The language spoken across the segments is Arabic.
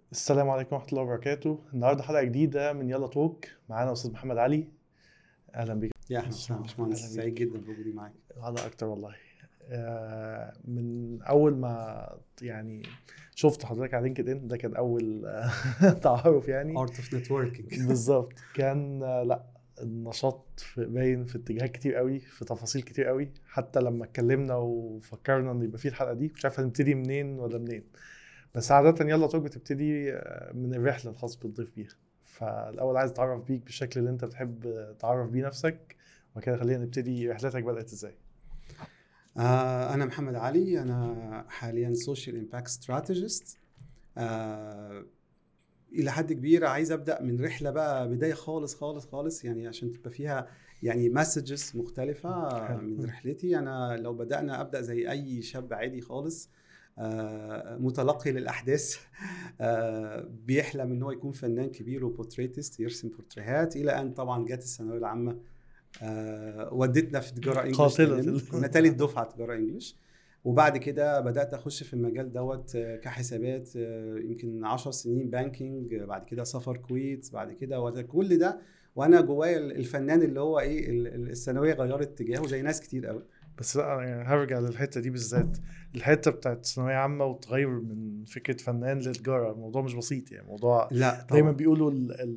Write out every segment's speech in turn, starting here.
السلام عليكم ورحمة الله وبركاته. النهارده حلقة جديدة من يلا توك، معانا أستاذ محمد علي. أهلا بيك. يا اهلا وسهلا باشمهندس، أهلا سعيد بيك. جدا بوجودي معاك. أنا أكتر والله. من أول ما يعني شفت حضرتك على لينكد إن، ده كان أول تعارف يعني. ارت اوف نتوركينج. بالظبط كان لا، النشاط باين في اتجاهات كتير قوي، في تفاصيل كتير قوي. حتى لما اتكلمنا وفكرنا ان يبقى في الحلقة دي مش عارف هنبتدي منين ولا منين. بس عادة يلا توك بتبتدي من الرحلة الخاص بالضيف بيها. فالأول عايز أتعرف بيك بالشكل اللي أنت بتحب تعرف بيه نفسك، وكده خلينا نبتدي رحلتك بدأت إزاي. انا محمد علي، انا حاليا سوشيال امباكت ستراتيجيست. الى حد كبير عايز ابدا من رحله بقى، بدايه خالص خالص خالص، يعني عشان تبقى فيها يعني مسجز مختلفه حلو. من رحلتي. انا لو بدانا ابدا زي اي شاب عادي خالص، متلقي للاحداث. بيحلم ان هو يكون فنان كبير وبورتريتست، يرسم بورتريهات، الى ان طبعا جت الثانويه العامه. ودتنا في تجاره انجلش قاتلة تماما، كنا تالت دفعه تجاره انجلش. وبعد كده بدات اخش في المجال دوت كحسابات، يمكن 10 سنين بانكينج، بعد كده سفر كويت، بعد كده كل ده وانا جوايا الفنان اللي هو ايه، الثانويه غيرت اتجاهه زي ناس كتير قوي. بس لا يعني هرجع للحتة دي بالذات، الحتة بتاعت ثانوية عامة وتغير من فكرة فنان لتجارة. الموضوع مش بسيط يعني، موضوع لا دايما طبعا. بيقولوا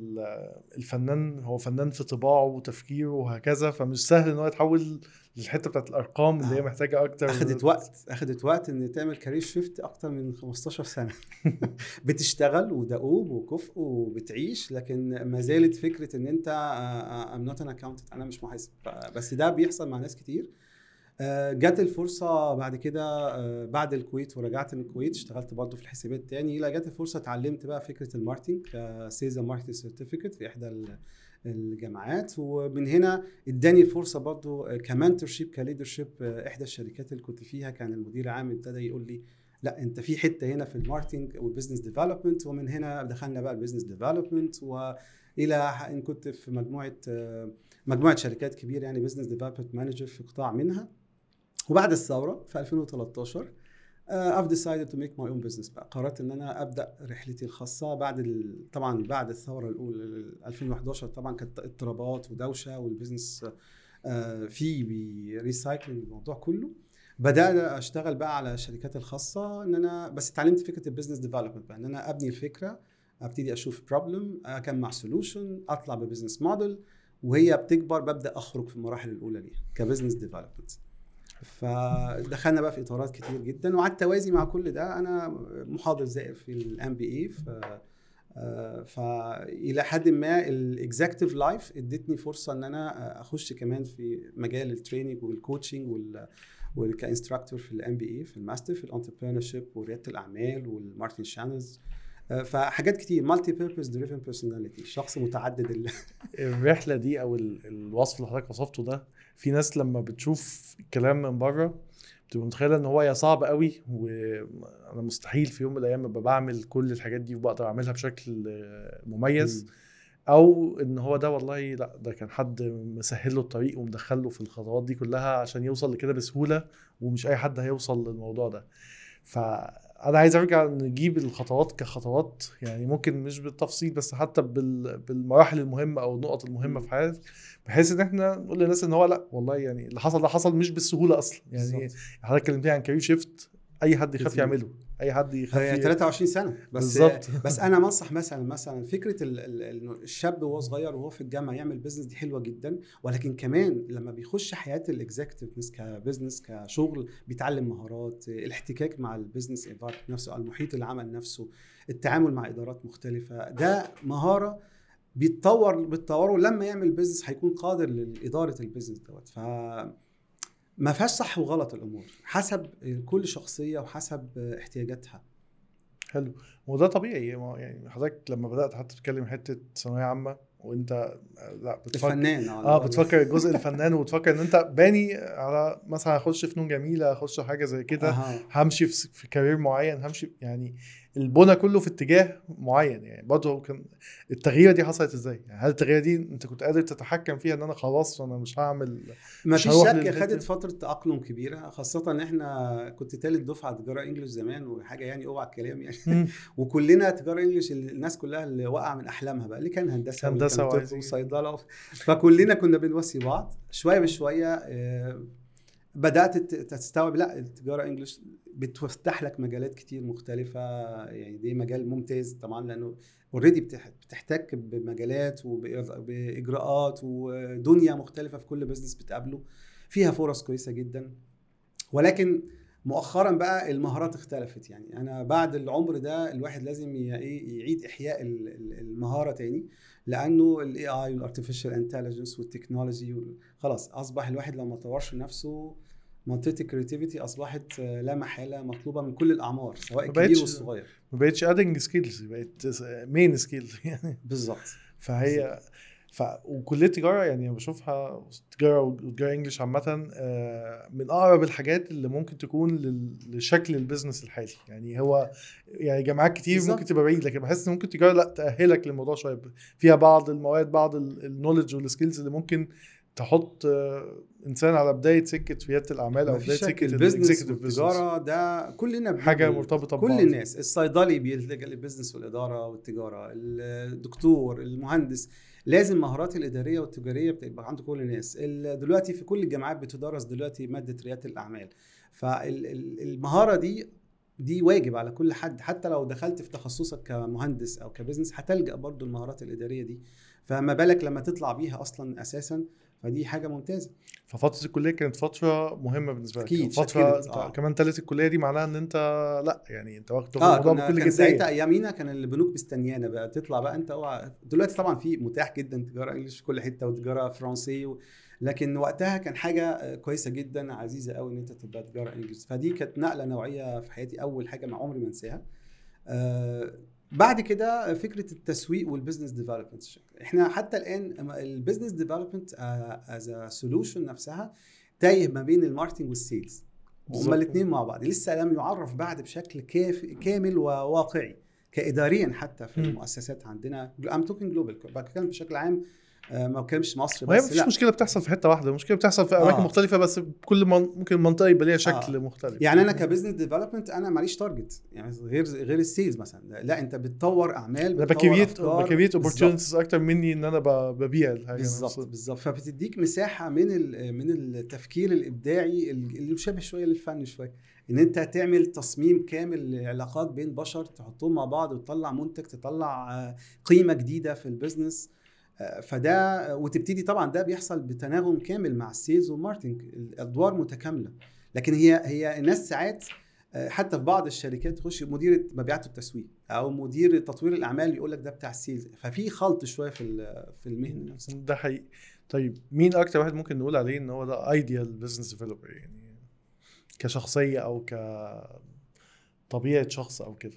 الفنان هو فنان في طباعه وتفكيره وهكذا، فمش سهل ان هو يتحول للحتة بتاعت الأرقام اللي هي آه. محتاجة أكتر. اخدت وقت ان تعمل كارير شيفت اكتر من 15 سنه. بتشتغل ودؤوب وكفء وبتعيش، لكن ما زالت فكره ان انت I'm not an accountant، انا مش محاسب. بس ده بيحصل مع ناس كتير. جات الفرصه بعد كده، بعد الكويت ورجعت من الكويت اشتغلت برضه في الحسابات تاني. لا، جات الفرصه اتعلمت بقى فكره الماركتنج، سيلز ماركتنج سيرتيفيكت في احدى الجامعات. ومن هنا اداني فرصه برضه كمنتورشيب كليدرشيب. احدى الشركات اللي كنت فيها كان المدير العام ابتدى يقول لي لا، انت في حته هنا في الماركتنج والبزنس ديفلوبمنت. ومن هنا دخلنا بقى البزنس ديفلوبمنت، والى ان كنت في مجموعه شركات كبيره، يعني بزنس ديفلوبمنت مانجر في قطاع منها. وبعد الثوره في 2013 I've decided to make my own business. بقى قررت ان انا ابدا رحلتي الخاصه طبعا بعد الثوره الاولى 2011. طبعا كانت اضطرابات ودوشه، والبزنس فيه بريسايكلينج الموضوع كله. بدات اشتغل بقى على الشركات الخاصه، ان انا بس اتعلمت فكره البيزنس ديفلوبمنت بقى، ان انا ابني الفكره، ابتدي اشوف بروبلم، اجمع سولوشن، اطلع ببزنس موديل، وهي بتكبر ببدا اخرج في المراحل الاولى ليها كبزنس ديفلوبمنت. فدخلنا بقى في اطارات كتير جدا. وعلى التوازي مع كل ده انا محاضر زائر في الام بي اي. فالى حد ما الاكزيكتيف لايف ادتني فرصه ان انا اخش كمان في مجال التريننج والكوتشنج والكانستراكتور في الام بي اي، في الماستر في الانتربرينور شيب ورياده الاعمال والماركتنج شانلز. فحاجات كتير، مالتي بيربز دريفن بيرسوناليتي، شخص متعدد الرحلة دي أو الوصف اللي حضرتك وصفته ده، في ناس لما بتشوف الكلام من بره بتبقى متخيلة ان هو يا صعب قوي، وانا مستحيل في يوم من الايام ابقى بعمل كل الحاجات دي وبقدر اعملها بشكل مميز، او ان هو ده والله لا، ده كان حد مسهل له الطريق ومدخله في الخطوات دي كلها عشان يوصل لكده بسهولة، ومش اي حد هيوصل للموضوع ده. فانا عايز ارجع نجيب الخطوات كخطوات، يعني ممكن مش بالتفصيل بس حتى بالمراحل المهمه او النقط المهمه في حياتك، بحيث ان احنا نقول للناس ان هو لا والله يعني اللي حصل ده حصل مش بالسهوله اصلا يعني. بالظبط. حضرتك كلمتني عن كارير شيفت، اي حد يخاف كتير. يعمله، اي حد يخاف هي 23 سنة بس. بالظبط. بس أنا منصح مثلا فكرة إنه الشاب وهو صغير وهو في الجامعة يعمل بيزنس، دي حلوة جدا. ولكن كمان لما بيخش حياة الإكزيكتيفنس كبزنس كشغل، بيتعلم مهارات الاحتكاك مع البيزنس انفايرمنت نفسه، المحيط العمل نفسه، التعامل مع إدارات مختلفة. ده مهارة بتطوره لما يعمل بيزنس، هيكون قادر لإدارة البيزنس دوت. ما فيهاش صح وغلط، الامور حسب كل شخصيه وحسب احتياجاتها. حلو. وده طبيعي يعني حضرتك لما بدات حتى تتكلم حته ثانويه عامه، وانت لا الفنان بتفكر الجزء الفنان، وتفكر ان انت باني على مثلا هخش فنون جميلة، هخش حاجة زي كده، همشي في كارير معين، همشي يعني البنى كله في اتجاه معين. يعني برضه كان التغيير دي حصلت ازاي؟ يعني هل التغيير دي انت كنت قادر تتحكم فيها ان انا خلاص انا مش هعمل، ما مش فيش هروح شك خدت فتره تاقلم كبيره، خاصه ان احنا كنت ثالث دفعه تجاره انجلش زمان وحاجه يعني اوعى الكلام يعني وكلنا تجاره انجلش الناس كلها اللي وقع من احلامها بقى، اللي كان هندسه واللي كان طب وصيدله فكلنا كنا بنوصي بعض شويه بشويه. بدات تستوعب لا التجاره انجلش بتفتح لك مجالات كتير مختلفه، يعني دي مجال ممتاز طبعا لانه اوريدي بتحتك بمجالات وباجراءات ودنيا مختلفه في كل بزنس بتقابله، فيها فرص كويسه جدا. ولكن مؤخرا بقى المهارات اختلفت، يعني انا بعد العمر ده الواحد لازم يعيد احياء المهاره تاني، لانه الاي اي والارتفيشال انتليجنس والتكنولوجي خلاص اصبح الواحد لو ما طورش نفسه منطقه الكرياتيفيتي اصبحت لا محاله مطلوبه من كل الاعمار سواء الكبير والصغير. ما بقتش ادنج سكيلز، بقت مين سكيلز يعني بالظبط. فهي وكليه تجاره يعني بشوفها تجاره وتجاره انجلش عامه من اقرب الحاجات اللي ممكن تكون لشكل البيزنس الحالي. يعني هو يعني جامعات كتير بالزبط. ممكن تبقى بعيد، لكن بحس ان ممكن تجاره لا تاهلك للموضوع شويه، فيها بعض المواد بعض النوليدج والسكيلز اللي ممكن تحط انسان على بدايه سكه رياده الاعمال او بدايه سكه البيزنس والتجاره. ده كلنا حاجه مرتبطه كل الناس، الصيدلي بيلجأ للبيزنس والاداره والتجاره، الدكتور، المهندس، لازم مهارات الاداريه والتجاريه بتبقى عند كل الناس. دلوقتي في كل الجامعات بتدرس دلوقتي ماده رياده الاعمال، فالمهاره دي واجب على كل حد، حتى لو دخلت في تخصصك كمهندس او كبزنس هتلجأ برضو المهارات الاداريه دي، فما بالك لما تطلع بيها اصلا اساسا، فدي حاجه ممتازه. ففتره الكليه كانت فتره مهمه بالنسبه لك. اكيد فتره كمان ثالث الكليه دي معناها ان انت لا يعني انت واخد الموضوع بكل جديه. ساعتها ايامينا كان البنوك مستنيانا بقى تطلع بقى انت دلوقتي طبعا في متاح جدا تجاره انجلش في كل حته وتجاره فرنسي لكن وقتها كان حاجه كويسه جدا عزيزه قوي ان انت تبقى تجاره انجلش، فدي كانت نقله نوعيه في حياتي، اول حاجه ما عمري ما انساها. بعد كده فكره التسويق والبزنس ديفلوبمنت، احنا حتى الان البزنس ديفلوبمنت از سولوشن نفسها تايه ما بين الماركتنج والسيلز، هما الاثنين مع بعض، لسه لم يعرف بعد بشكل كامل وواقعي كاداريا حتى في المؤسسات عندنا. I'm talking global، بتكلم بشكل عام، ما بتكلمش مصر بس. مفيش مشكله بتحصل في حته واحده، مشكله بتحصل في اماكن مختلفه، بس كل ممكن منطقه يبقى ليها شكل مختلف. يعني انا كبزنس ديفلوبمنت انا ماليش تارجت، يعني غير السيلز مثلا، لا انت بتطور اعمال، بكريت اوبورتيونيتيز اكتر مني ان انا ببيع الحاجه. بالظبط فبتديك مساحه من التفكير الابداعي اللي مشابه شويه للفن شويه، ان انت تعمل تصميم كامل لعلاقات بين بشر تحطهم مع بعض وتطلع منتج، تطلع قيمه جديده في البيزنس. فده وتبتدي طبعا ده بيحصل بتناغم كامل مع السيلز والماركتنج، الادوار متكامله. لكن هي الناس ساعات حتى في بعض الشركات تخش مدير مبيعات التسويق او مدير تطوير الاعمال يقول لك ده بتاع السيلز، ففي خلط شويه في المهنه نفسها. ده حقيقي. طيب مين اكتر واحد ممكن نقول عليه ان هو ده ايديال بزنس ديفلوبر، يعني كشخصيه او كطبيعه شخص او كده؟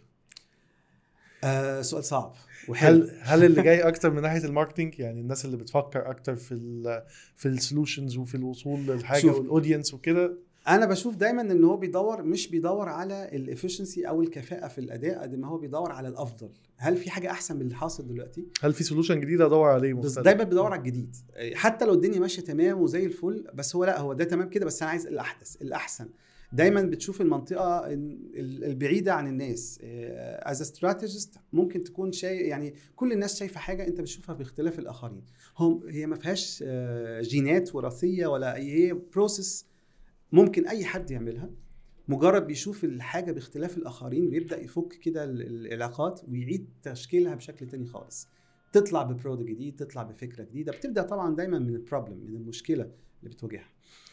سؤال صعب. هل اللي جاي اكتر من ناحيه الماركتنج، يعني الناس اللي بتفكر اكتر في السولوشنز وفي الوصول للحاجه والاودينس وكده؟ انا بشوف دايما ان هو مش بيدور على الافشنسي او الكفاءه في الاداء قد ما هو بيدور على الافضل. هل في حاجه احسن من اللي حاصل دلوقتي؟ هل في سولوشن جديد ادور عليه مختلف؟ دايما بيدور على الجديد، حتى لو الدنيا ماشيه تمام وزي الفل، بس هو لا، هو ده تمام كده بس انا عايز الاحدث الاحسن. دايما بتشوف المنطقه البعيده عن الناس. از استراتيجيست ممكن تكون شيء، يعني كل الناس شايفه حاجه انت بتشوفها باختلاف الاخرين. هي ما فيهاش جينات وراثيه ولا هي بروسيس ممكن اي حد يعملها، مجرد بيشوف الحاجه باختلاف الاخرين ويبدا يفك كده العلاقات ويعيد تشكيلها بشكل تاني خالص، تطلع ببرودكت جديد، تطلع بفكره جديده. بتبدا طبعا دايما من البروبلم، من المشكله اللي بتواجهها.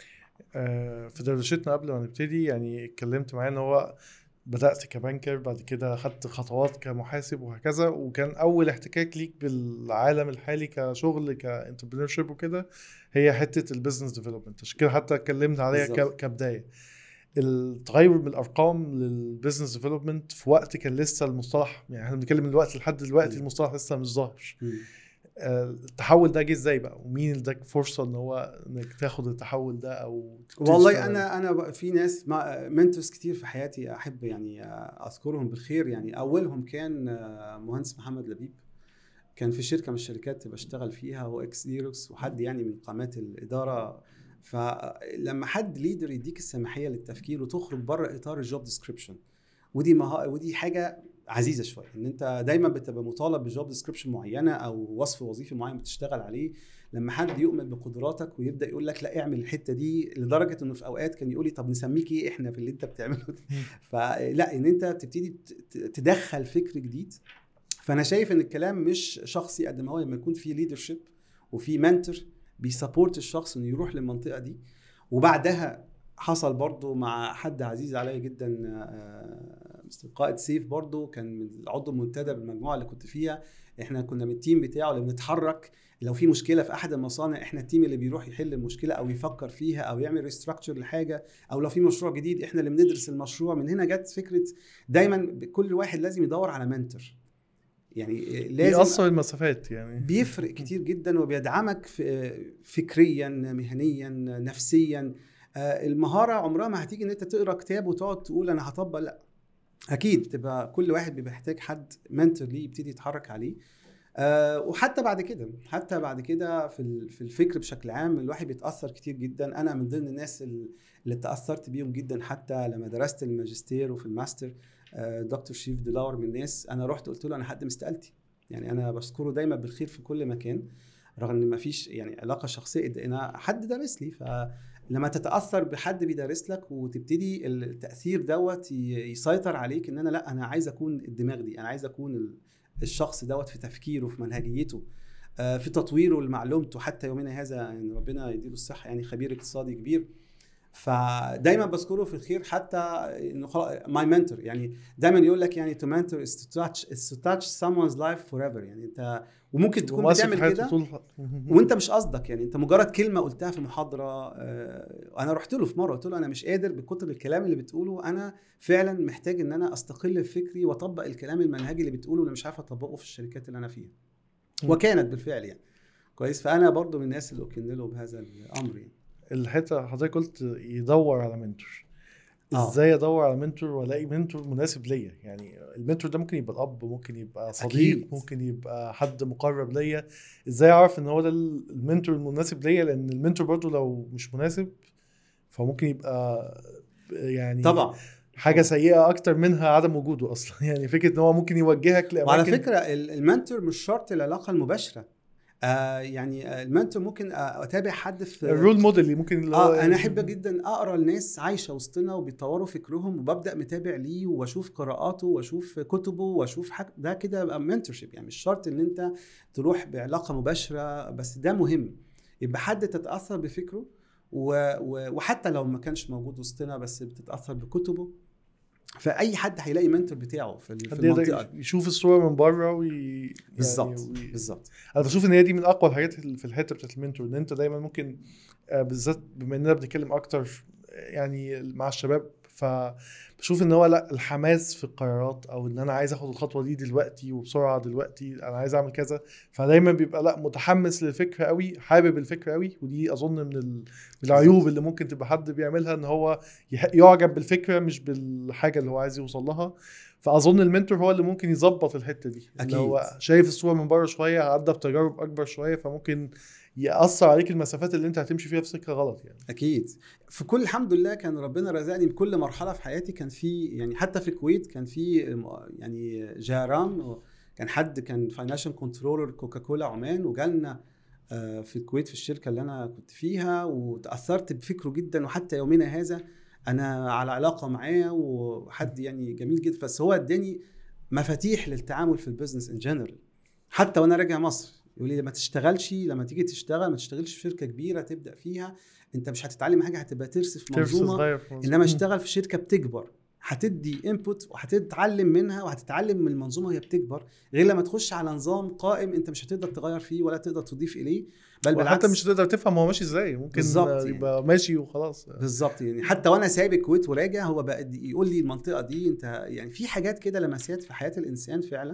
في دردشتنا قبل ما نبتدي يعني اتكلمت معاه ان هو بدأت كبانكر، بعد كده خدت خطوات كمحاسب وهكذا، وكان اول احتكاك ليك بالعالم الحالي كشغل كانتربرينورشيب وكده هي حتة البيزنس ديفلوبمنت، عشان كده حتى اتكلمنا عليها كبداية. التغير من الارقام للبيزنس ديفلوبمنت في وقت كان لسه المصطلح، يعني احنا بنتكلم الوقت لحد دلوقتي المصطلح لسه مش ظاهر. التحول ده جه ازاي بقى، ومين اللي اداك فرصه ان هو انك تاخد التحول ده او والله انا في ناس منتورز كتير في حياتي احب يعني اذكرهم بالخير. يعني اولهم كان مهندس محمد لبيب، كان في شركه من الشركات بشتغل فيها، هو اكس ديروكس، وحد يعني من قامات الاداره. فلما حد ليدر يديك السماحيه للتفكير وتخرج بره اطار الجوب ديسكريبشن، ودي حاجه عزيزه شويه، ان انت دايما بتبقى مطالب بجوب ديسكريبشن معينه او وصف وظيفي معين بتشتغل عليه. لما حد يؤمن بقدراتك ويبدا يقول لك لا اعمل الحته دي، لدرجه انه في اوقات كان يقول لي طب نسميك ايه احنا في اللي انت بتعمله ده. فلا ان انت تبتدي تدخل فكر جديد. فانا شايف ان الكلام مش شخصي قد ما هو لما يكون في ليدرشيب وفي منتور بيسابورت الشخص انه يروح للمنطقه دي. وبعدها حصل برضو مع حد عزيز عليا جدا، مستر قائد سيف، برضو كان من العضو المنتدب بالمجموعه اللي كنت فيها. احنا كنا من التيم بتاعه اللي بنتحرك لو في مشكله في احد المصانع، احنا التيم اللي بيروح يحل المشكله او يفكر فيها او يعمل ريستراكشر لحاجه، او لو في مشروع جديد احنا اللي بندرس المشروع. من هنا جت فكره دايما كل واحد لازم يدور على منتور، يعني لازم بيأثر المسافات، يعني بيفرق كتير جدا وبيدعمك فكريا مهنيا نفسيا. المهارة عمرها ما هتيجي ان انت تقرأ كتاب وتقعد تقول انا هطبق، لا، اكيد بتبقى كل واحد بيبقى محتاج حد منتور ليه يبتدي يتحرك عليه. وحتى بعد كده في الفكر بشكل عام الواحد بيتأثر كتير جدا. انا من ضمن الناس اللي تأثرت بيهم جدا حتى لما درست الماجستير وفي الماستر. دكتور شريف دلاور من الناس انا رحت قلت له انا حد مستقلتي، يعني انا بشكره دايما بالخير في كل مكان رغم ان ما فيش يعني علاقه شخصيه، انا حد درس لي. فلما تتاثر بحد بيدرس لك وتبتدي التاثير دوت يسيطر عليك، ان انا لا انا عايز اكون الدماغ دي، انا عايز اكون الشخص دوت في تفكيره في منهجيته في تطويره لمعلومته. حتى يومنا هذا يعني ربنا يديله الصحه يعني خبير اقتصادي كبير، فدايما بذكره في الخير. حتى انه ماي منتور، يعني دايما يقول لك يعني to mentor is to touch someone's life forever. يعني انت وممكن تكون بتعمل كده وانت مش قصدك، يعني انت مجرد كلمه قلتها في محاضره. انا رحت له في مره قلت له انا مش قادر بكتر الكلام اللي بتقوله، انا فعلا محتاج ان انا استقل بفكري واطبق الكلام المنهجي اللي بتقوله اللي مش عارف اطبقه في الشركات اللي انا فيها. وكانت بالفعل يعني كويس. فانا برضو من الناس اللي اكن له بهذا الامر. يعني الحته حضرتك قلت يدور على منتور، ازاي ادور على منتور والاقي منتور مناسب ليا؟ يعني المنتور ده ممكن يبقى الاب، ممكن يبقى صديق، أكيد. ممكن يبقى حد مقرب ليا. ازاي اعرف ان هو ده المنتور المناسب ليا؟ لان المنتور برضو لو مش مناسب فممكن يبقى يعني طبعا حاجه سيئه اكتر منها عدم وجوده اصلا. يعني فكره ان هو ممكن يوجهك لاماكن. وعلى فكره المنتور مش شرط العلاقه المباشره. يعني المنتور ممكن اتابع حد في الرول موديل اللي ممكن اللي هو انا احب جدا اقرا الناس عايشه وسطنا وبيطوروا فكرهم، وببدا متابع ليه واشوف قراءاته واشوف كتبه واشوف ده كده يبقى منتورشيب. يعني مش شرط ان انت تروح بعلاقه مباشره، بس ده مهم يبقى حد تتاثر بفكره وحتى لو ما كانش موجود وسطنا بس بتتاثر بكتبه. فاي حد هيلاقي منتور بتاعه في المنطقه، يشوف الصوره من بره بالظبط بالظبط. انا بشوف ان هي دي من اقوى الحاجات في الحته بتاعت المنتور، ان انت دايما ممكن بالذات بما اننا بنتكلم اكتر يعني مع الشباب، فبشوف ان هو لا الحماس في القرارات، او ان انا عايز اخد الخطوه دي دلوقتي وبسرعه دلوقتي، انا عايز اعمل كذا، فدايما بيبقى لا متحمس للفكره قوي، حابب الفكره قوي. ودي اظن من العيوب اللي ممكن تبقى حد بيعملها، ان هو يعجب بالفكره مش بالحاجه اللي هو عايز يوصل لها. فاظن المنتور هو اللي ممكن يظبط الحته دي، اللي هو شايف الصوره من بره شويه، عدى بتجارب اكبر شويه، فممكن يأثر عليك المسافات اللي انت هتمشي فيها في سكه غلط. يعني اكيد في كل الحمد لله كان ربنا رزقني بكل مرحله في حياتي. كان في يعني حتى في الكويت كان في يعني جارام، كان حد كان فاينانشال كنترولر كوكاكولا عمان، وجالنا في الكويت في الشركه اللي انا كنت فيها، وتاثرت بفكره جدا. وحتى يومنا هذا انا على علاقه معاه، وحد يعني جميل جدا. بس هو اداني مفاتيح للتعامل في البيزنس ان جنرال. حتى وانا راجع مصر يقول لي لما تيجي تشتغل ما تشتغلش في شركه كبيره تبدا فيها، انت مش هتتعلم حاجه، هتبقى ترسف منظومه. انما اشتغل في شركه بتكبر، هتدي انبوت وهتتعلم منها وهتتعلم من المنظومه وهي بتكبر، غير لما تخش على نظام قائم انت مش هتقدر تغير فيه ولا تقدر تضيف اليه، بل بالعكس حتى مش هتقدر تفهم هو ماشي ازاي، ممكن يبقى يعني ماشي وخلاص. بالظبط. يعني حتى وانا سايب الكويت وراجع هو بقى يقول لي المنطقه دي انت يعني في حاجات كده لمسات في حياه الانسان فعلا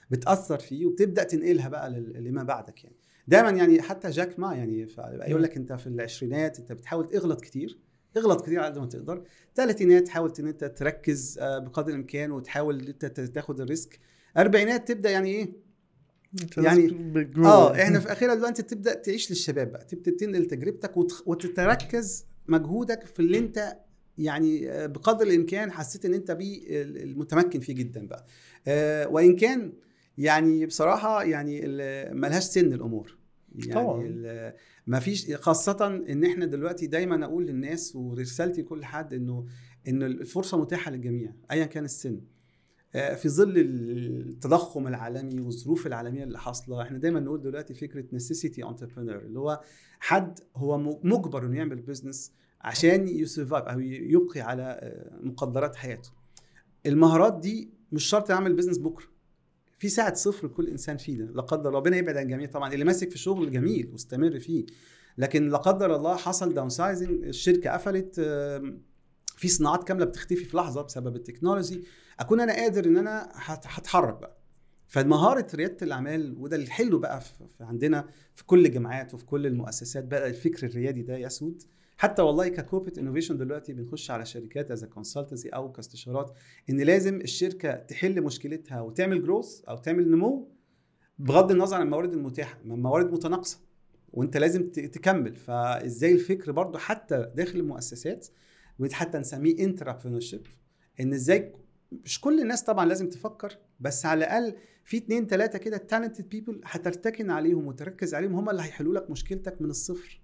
بتاثر فيه وبتبدا تنقلها بقى لما بعدك. يعني دايما يعني حتى جاك ما يعني يقول لك انت في العشرينات انت بتحاول تغلط كتير على قد ما تقدر. ثلاثينات تحاول ان انت تركز بقدر الامكان وتحاول انت تاخد الريسك. اربعينات تبدا يعني ايه يعني احنا في اخيرا دلوقتي انت تبدا تعيش للشباب بقى، تبدا تنقل تجربتك وتتركز مجهودك في اللي انت يعني بقدر الامكان حسيت ان انت بيه المتمكن فيه جدا بقى. وان كان يعني بصراحه يعني ملهاش سن الامور يعني ما فيش، خاصه ان احنا دلوقتي دايما اقول للناس ورسالتي لكل حد انه الفرصه متاحه للجميع ايا كان السن. في ظل التضخم العالمي والظروف العالميه اللي حاصله، احنا دايما نقول دلوقتي فكره necessity entrepreneur، اللي هو حد هو مجبر انه يعمل بزنس عشان يسرفايف او يبقي على مقدرات حياته. المهارات دي مش شرط يعمل بزنس بكره، في ساعه صفر كل انسان فينا، لا قدر ربنا يبعد عن الجميع طبعا. اللي ماسك في شغل جميل واستمر فيه، لكن لا قدر الله حصل داون سايزنج، الشركه قفلت، في صناعات كامله بتختفي في لحظه بسبب التكنولوجي، اكون انا قادر ان انا هتحرك بقى. فمهاره رياده الاعمال وده الحلو بقى في عندنا في كل الجامعات وفي كل المؤسسات بقى الفكر الريادي ده يسود. حتى والله ككوربريت انوفيشن دلوقتي بنخش على شركات از كونسلتنسي او كاستشارات، ان لازم الشركه تحل مشكلتها وتعمل جروث او تعمل نمو بغض النظر عن الموارد المتاحه، من موارد متناقصه وانت لازم تكمل. فازاي الفكر برضو حتى داخل المؤسسات وحتى نسميه انتربرينورشيب، ان ازاي مش كل الناس طبعا لازم تفكر، بس على الاقل في 2-3 كده تالنتد بيبل هترتكن عليهم وتركز عليهم، هم اللي هيحلوا لك مشكلتك من الصفر.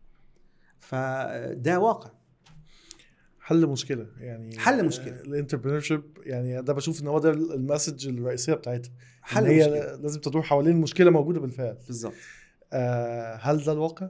فده واقع حل مشكله، يعني حل مشكله الانتربرينورشيب. يعني ده بشوف ان هو ده المسج الرئيسيه بتاعتها، حل هي مشكلة. لازم تدور حوالين مشكله موجوده بالفعل. بالظبط. هل ده الواقع؟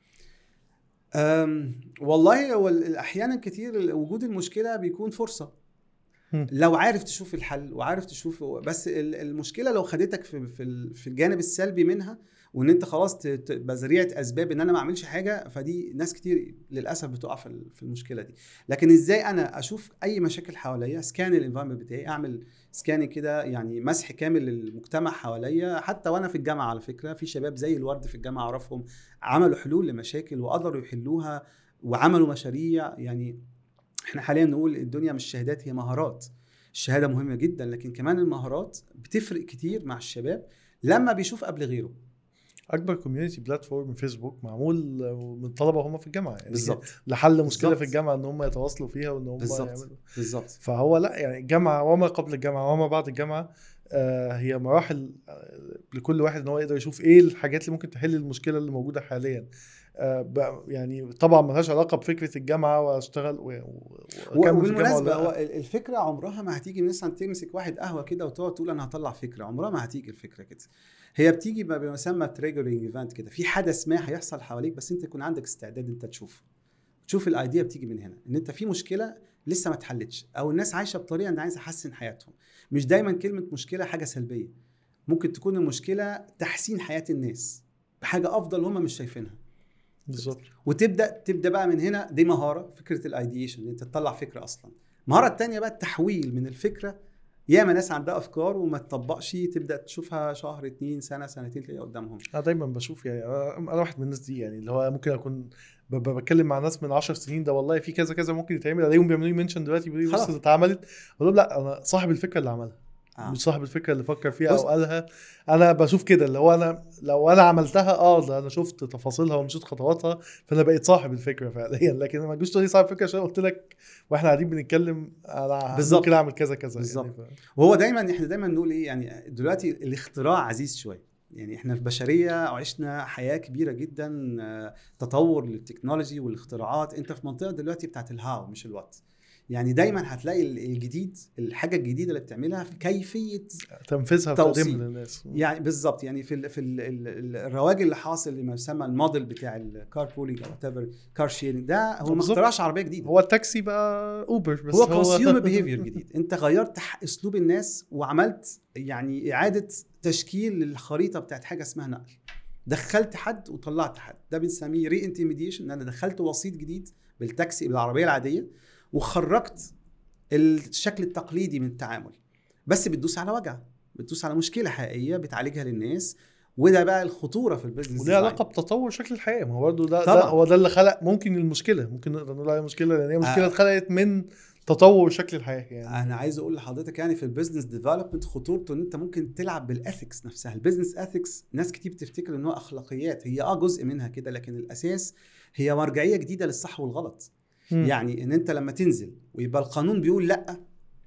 والله هو احيانا كتير وجود المشكله بيكون فرصه لو عارف تشوف الحل وعارف تشوف. بس المشكله لو خدتك في الجانب السلبي منها، وان انت خلاص تبقى ذريعه اسباب ان انا ما اعملش حاجه، فدي ناس كتير للاسف بتقع في المشكله دي. لكن ازاي انا اشوف اي مشاكل حواليا، سكان الانفايرمنت بتاعي، اعمل سكاننج كده يعني مسح كامل للمجتمع حواليا. حتى وانا في الجامعه على فكره في شباب زي الورد في الجامعه اعرفهم عملوا حلول لمشاكل وقدروا يحلوها وعملوا مشاريع. يعني احنا حاليا نقول الدنيا مش شهادات، هي مهارات. الشهاده مهمه جدا، لكن كمان المهارات بتفرق كتير مع الشباب لما بيشوف قبل غيره. اكبر كوميونتي بلاتفورم فيسبوك معمول من طلبه هم في الجامعه، يعني بالظبط لحل مشكله في الجامعه ان هم يتواصلوا فيها وان هم يعملوا بالظبط. فهو لا يعني الجامعه وما قبل الجامعه وما بعد الجامعه هي مراحل لكل واحد ان هو يقدر يشوف ايه الحاجات اللي ممكن تحل المشكله اللي موجوده حاليا. يعني طبعا ما لهاش علاقه بفكره الجامعه واشتغل وبالمناسبه هو الفكره عمرها ما هتيجي مثلا تمسك واحد قهوه كده وتقعد تقول انا هطلع فكره، عمرها ما هتيجي الفكره كده. هي بتيجي ما بيسمى تريجرينج ايفنت كده، في حدث ما هيحصل حواليك بس انت يكون عندك استعداد انت تشوف الايديا. بتيجي من هنا ان انت في مشكله لسه ما اتحلتش، او الناس عايشه بطريقه ان عايز احسن حياتهم. مش دايما كلمه مشكله حاجه سلبيه، ممكن تكون المشكله تحسين حياه الناس بحاجه افضل هم مش شايفينها. بالظبط. وتبدا بقى من هنا، دي مهاره فكره الايديشن، انت تطلع فكره اصلا. المهاره الثانيه بقى التحويل من الفكره. ياما ناس عندها افكار وما تطبقش، تبدا تشوفها شهر 2 سنه سنتين تلاقيها قدامهم. انا دايما بشوف يعني انا واحد من الناس دي، يعني اللي هو ممكن اكون بتكلم مع ناس من 10 سنين ده والله في كذا كذا ممكن يتعمل، الاقيهم بيعملوا لي منشن دلوقتي بيقولوا لي بص اتعملت، اقول لهم لا انا صاحب الفكره اللي عملها مش صاحب الفكره اللي فكر فيها او قالها. انا بشوف كده اللي هو انا لو انا عملتها ده انا شفت تفاصيلها ومشيت خطواتها فانا بقيت صاحب الفكره فعليا. لكن ما تجوش تقول لي صاحب الفكره عشان قلت لك واحنا قاعدين بنتكلم انا ممكن اعمل كذا كذا بالظبط. يعني وهو دايما احنا دايما نقول ايه يعني دلوقتي الاختراع عزيز شويه، يعني احنا في بشريه عشنا حياه كبيره جدا تطور للتكنولوجي والاختراعات. انت في منطقه دلوقتي بتاعت الهاو مش الوات. يعني دايما هتلاقي الجديد، الحاجه الجديده اللي بتعملها في كيفيه تنفيذها وتقديمها للناس. يعني بالظبط. يعني في الرواج اللي حاصل اللي يسمى الموديل بتاع الكار بولينج او whatever كار شيرنج، ده هو ما اخترعش عربيه جديده، هو التاكسي بقى اوبر بس هو كونسيومر بيهيفير جديد. انت غيرت اسلوب الناس وعملت يعني اعاده تشكيل للخريطه بتاعت حاجه اسمها نقل. دخلت حد وطلعت حد، ده بنسميه ري انتيميديشن، ان انا دخلت وسيط جديد بالتاكسي بالعربيه العاديه وخرجت الشكل التقليدي من التعامل. بس بتدوس على وجع، بتدوس على مشكله حقيقيه بتعالجها للناس. وده بقى الخطوره في البيزنس. وليه علاقه بتطور شكل الحياه. ما هو برضه ده طبعاً. هو ده اللي خلق ممكن المشكله، ممكن نقدر نقول عليها مشكله، لان هي مشكله آه. اتخلقت من تطور شكل الحياه يعني. انا عايز اقول لحضرتك يعني في البيزنس ديفلوبمنت خطورته ان انت ممكن تلعب بالاثكس نفسها. البيزنس اثكس ناس كتير بتفتكر ان هو اخلاقيات، هي جزء منها كده، لكن الاساس هي مرجعيه جديده للصح والغلط. يعني ان انت لما تنزل ويبقى القانون بيقول لا،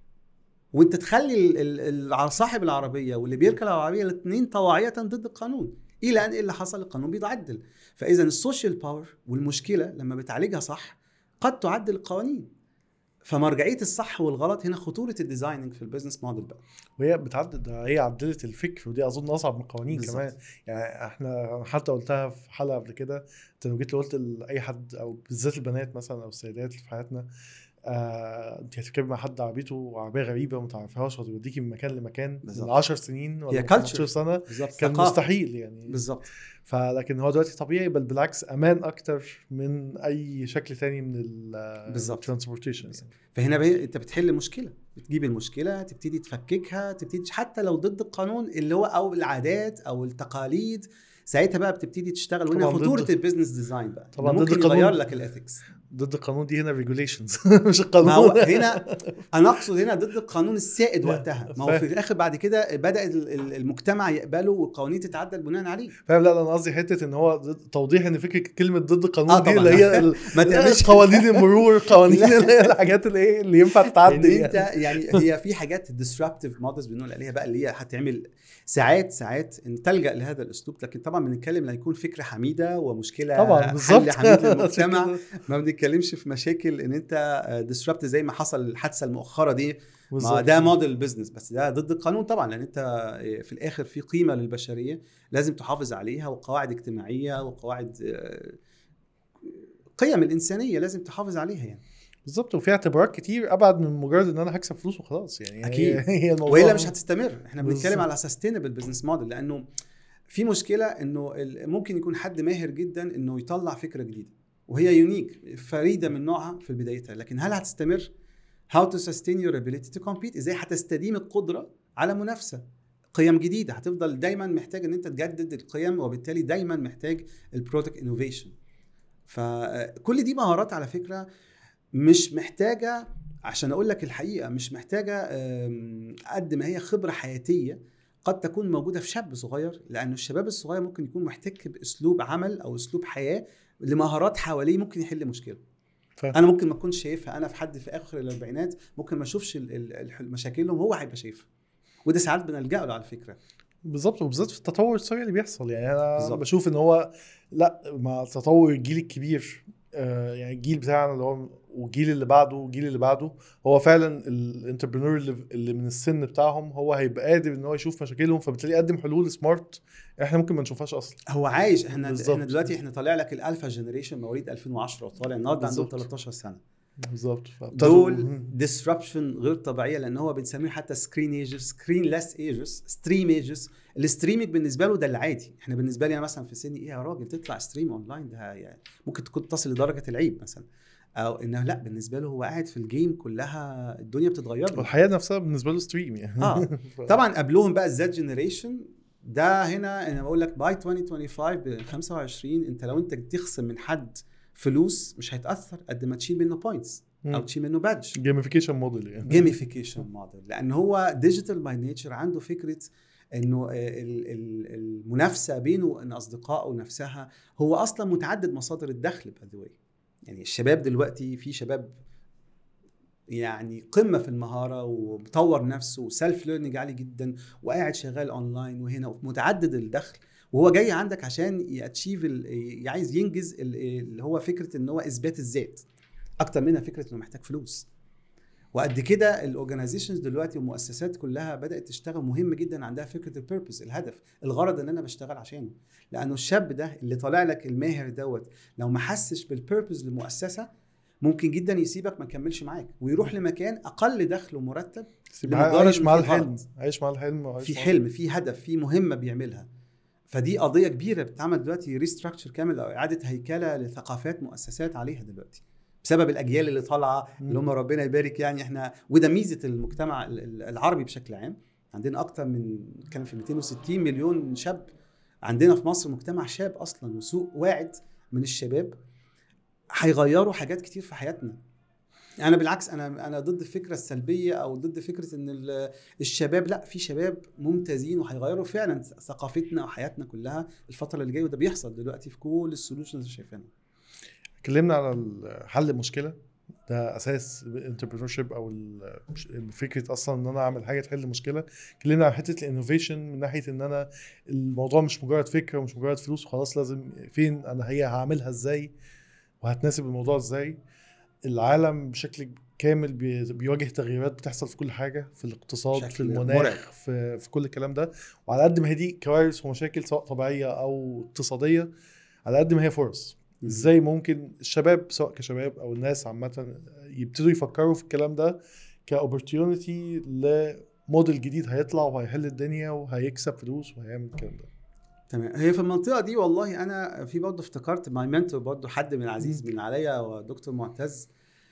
وانت تخلي صاحب العربيه واللي بيركب العربيه الاثنين طواعيه ضد القانون، الى ان اللي حصل القانون بيتعدل. فاذا السوشيال باور والمشكله لما بتعالجها صح قد تعدل القوانين. فمرجعيه الصح والغلط هنا خطوره الديزايننج في البيزنس موديل بقى. وهي بتعدل، هي عدلت الفكر، ودي اظن اصعب من القوانين بالزبط. كمان. يعني احنا حتى قلتها في حلقه قبل كده، انت لو جيت قلت لاي حد او بالذات البنات مثلا او السيدات اللي في حياتنا، انت هتركبي مع حد عربيه غريبه ما تعرفيهاش وتوديكي من مكان لمكان من 10 سنين ولا 15 سنه بالزبط. كان مستحيل يعني. بالظبط. فلكن هو دلوقتي طبيعي، بل بالعكس امان اكتر من اي شكل تاني من الترانسبورتيشن. فهنا انت بتحل مشكله، بتجيب المشكله تبتدي تفككها، تبتدي حتى لو ضد القانون اللي هو او العادات او التقاليد، ساعتها بقى بتبتدي تشتغل. وهنا خطوره البيزنس ديزاين بقى طبعا ممكن يغير لك الاثكس. ضد القانون دي هنا ريجوليشنز مش القانون. ما هو هنا انا اقصد هنا ضد القانون السائد وقتها. ما هو في الاخر بعد كده بدا المجتمع يقبله والقوانين تتعدل بناء عليه. فاهم؟ لا انا قصدي حته ان هو توضيح ان فكره كلمه ضد القانون دي اللي هي ما تعملش قوانين المرور، قوانين اللي هي الحاجات اللي ينفع تتعدل يعني هي في حاجات ديسربتيف مودلز بنقول عليها بقى، اللي هي هتعمل ساعات ان تلجا لهذا الاسلوب. لكن طبعا بنتكلم لا يكون فكره حميده ومشكله طبعا حل حميد للمجتمع. ما بنتكلمش في مشاكل ان انت ديسربت زي ما حصل الحادثه المؤخره دي. ما ده موديل بزنس، بس ده ضد القانون طبعا، لان انت في الاخر في قيمه للبشريه لازم تحافظ عليها، وقواعد اجتماعيه وقواعد قيم الانسانيه لازم تحافظ عليها يعني. بالظبط. وفي اعتبارات كتير ابعد من مجرد ان انا هكسب فلوس وخلاص يعني. اكيد هي والا مش هتستمر. احنا بنتكلم على سستينبل بزنس موديل، لانه في مشكله انه ممكن يكون حد ماهر جدا انه يطلع فكره جديده وهي يونيك فريده من نوعها في بدايتها، لكن هل هتستمر؟ how to sustain your ability to compete، ازاي هتستديم القدره على منافسه قيم جديده. هتفضل دايما محتاج ان انت تجدد القيم، وبالتالي دايما محتاج البرودكت انوفيشن. فكل دي مهارات على فكره مش محتاجه، عشان اقول لك الحقيقه مش محتاجه قد ما هي خبره حياتيه قد تكون موجوده في شاب صغير، لانه الشباب الصغير ممكن يكون محتك باسلوب عمل او اسلوب حياه لمهارات حواليه ممكن يحل مشكله. انا ممكن ما اكونش شايفها، انا في حد في اخر الاربعينات ممكن ما اشوفش مشاكلهم، هو هيبقى شايفها، وده ساعات بنلجأ له على فكره. بالظبط. وبالذات في التطور السريع اللي بيحصل يعني. انا بالزبط. بشوف ان هو لا، مع تطور الجيل الكبير يعني الجيل بتاعنا اللي هو والجيل اللي بعده والجيل اللي بعده، هو فعلا الانتربرنور اللي من السن بتاعهم هو هيبقى قادر ان هو يشوف مشاكلهم، فبالتالي يقدم حلول سمارت احنا ممكن ما نشوفهاش اصلا. هو عايش. احنا دلوقتي احنا طالع لك الالفا جنريشن مواليد 2010 وطالع النهارده عندهم 13 سنه بالظبط. دول ديسربشن غير طبيعيه، لان هو بنسميه حتى سكرين ايجرز، سكرين ليس ايجرز، ستريم ايجرز. الستريمينج بالنسبه له ده العادي. احنا بالنسبه لي انا مثلا في سني ايه يا راجل تطلع ستريم اونلاين، ده يعني ممكن تكون تصل لدرجه العيب مثلا، او انه لا بالنسبه له هو قاعد في الجيم كلها الدنيا بتتغير له، والحياه نفسها بالنسبه له ستريم يعني. طبعا قبلهم بقى الزد جنريشن ده. هنا انا بقول لك باي 2025 ب 25 انت لو انت تخصم من حد فلوس مش هيتاثر قد ما تشيل منه بوينتس او تشيل منه بادج. جيميفيكيشن موديل يعني. جيميفيكيشن موديل، لان هو ديجيتال باي نيتشر، عنده فكره انه المنافسه بينه وبين اصدقائه نفسها. هو اصلا متعدد مصادر الدخل باي. يعني الشباب دلوقتي في شباب يعني قمه في المهاره ومطور نفسه وسيلف ليرنينج عالي جدا وقاعد شغال اونلاين وهنا ومتعدد الدخل، وهو جاي عندك عشان ياتشيف عايز ينجز اللي هو فكره ان هو اثبات الذات اكتر منها فكره انه محتاج فلوس. وقد كده الاورجانيزيشنز دلوقتي والمؤسسات كلها بدات تشتغل مهم جدا، عندها فكره البيربز، الهدف، الغرض ان انا بشتغل عشانه. لانه الشاب ده اللي طالع لك الماهر دوت لو ما حسش بالبيربز للمؤسسه ممكن جدا يسيبك ما يكملش معاك ويروح لمكان اقل دخل ومرتب، عايش مع الحلم، عايش مع الحلم، في حلم، في هدف، في مهمه بيعملها. فدي قضيه كبيره بتتعمل دلوقتي، ريستراكشر كامل او اعاده هيكله لثقافات مؤسسات عليها دلوقتي بسبب الاجيال اللي طالعه اللي هم ربنا يبارك يعني. احنا وده ميزه المجتمع العربي بشكل عام، عندنا اكتر من كان في 260 مليون شاب عندنا في مصر، مجتمع شاب اصلا وسوق واعد من الشباب هيغيروا حاجات كتير في حياتنا. انا بالعكس انا ضد الفكره السلبيه او ضد فكره ان الشباب، لا، في شباب ممتازين وهيغيروا فعلا ثقافتنا وحياتنا كلها الفتره اللي جايه، وده بيحصل دلوقتي في كل السولوشنز اللي شايفينها. اتكلمنا على حل المشكله، ده اساس الانتربرينورشيب او فكره اصلا ان انا اعمل حاجه تحل مشكله. اتكلمنا عن حته الانوفيشن من ناحيه ان انا الموضوع مش مجرد فكره ومش مجرد فلوس وخلاص، لازم فين انا هي هعملها ازاي وهتناسب الموضوع ازاي. العالم بشكل كامل بيواجه تغييرات بتحصل في كل حاجه، في الاقتصاد، في المناخ، في كل الكلام ده. وعلى قد ما هي دي كوارث ومشاكل سواء طبيعيه او اقتصاديه، على قد ما هي فرص. ازاي ممكن الشباب سواء كشباب او الناس عامه يبتدوا يفكروا في الكلام ده كاوبورتيونيتي لموديل جديد هيطلع وهيحل الدنيا وهيكسب فلوس وهيعمل الكلام ده. تمام. هي في المنطقه دي والله انا في برضه افتكرت ماي منتور، برضه حد من عزيز من عليا، ودكتور معتز.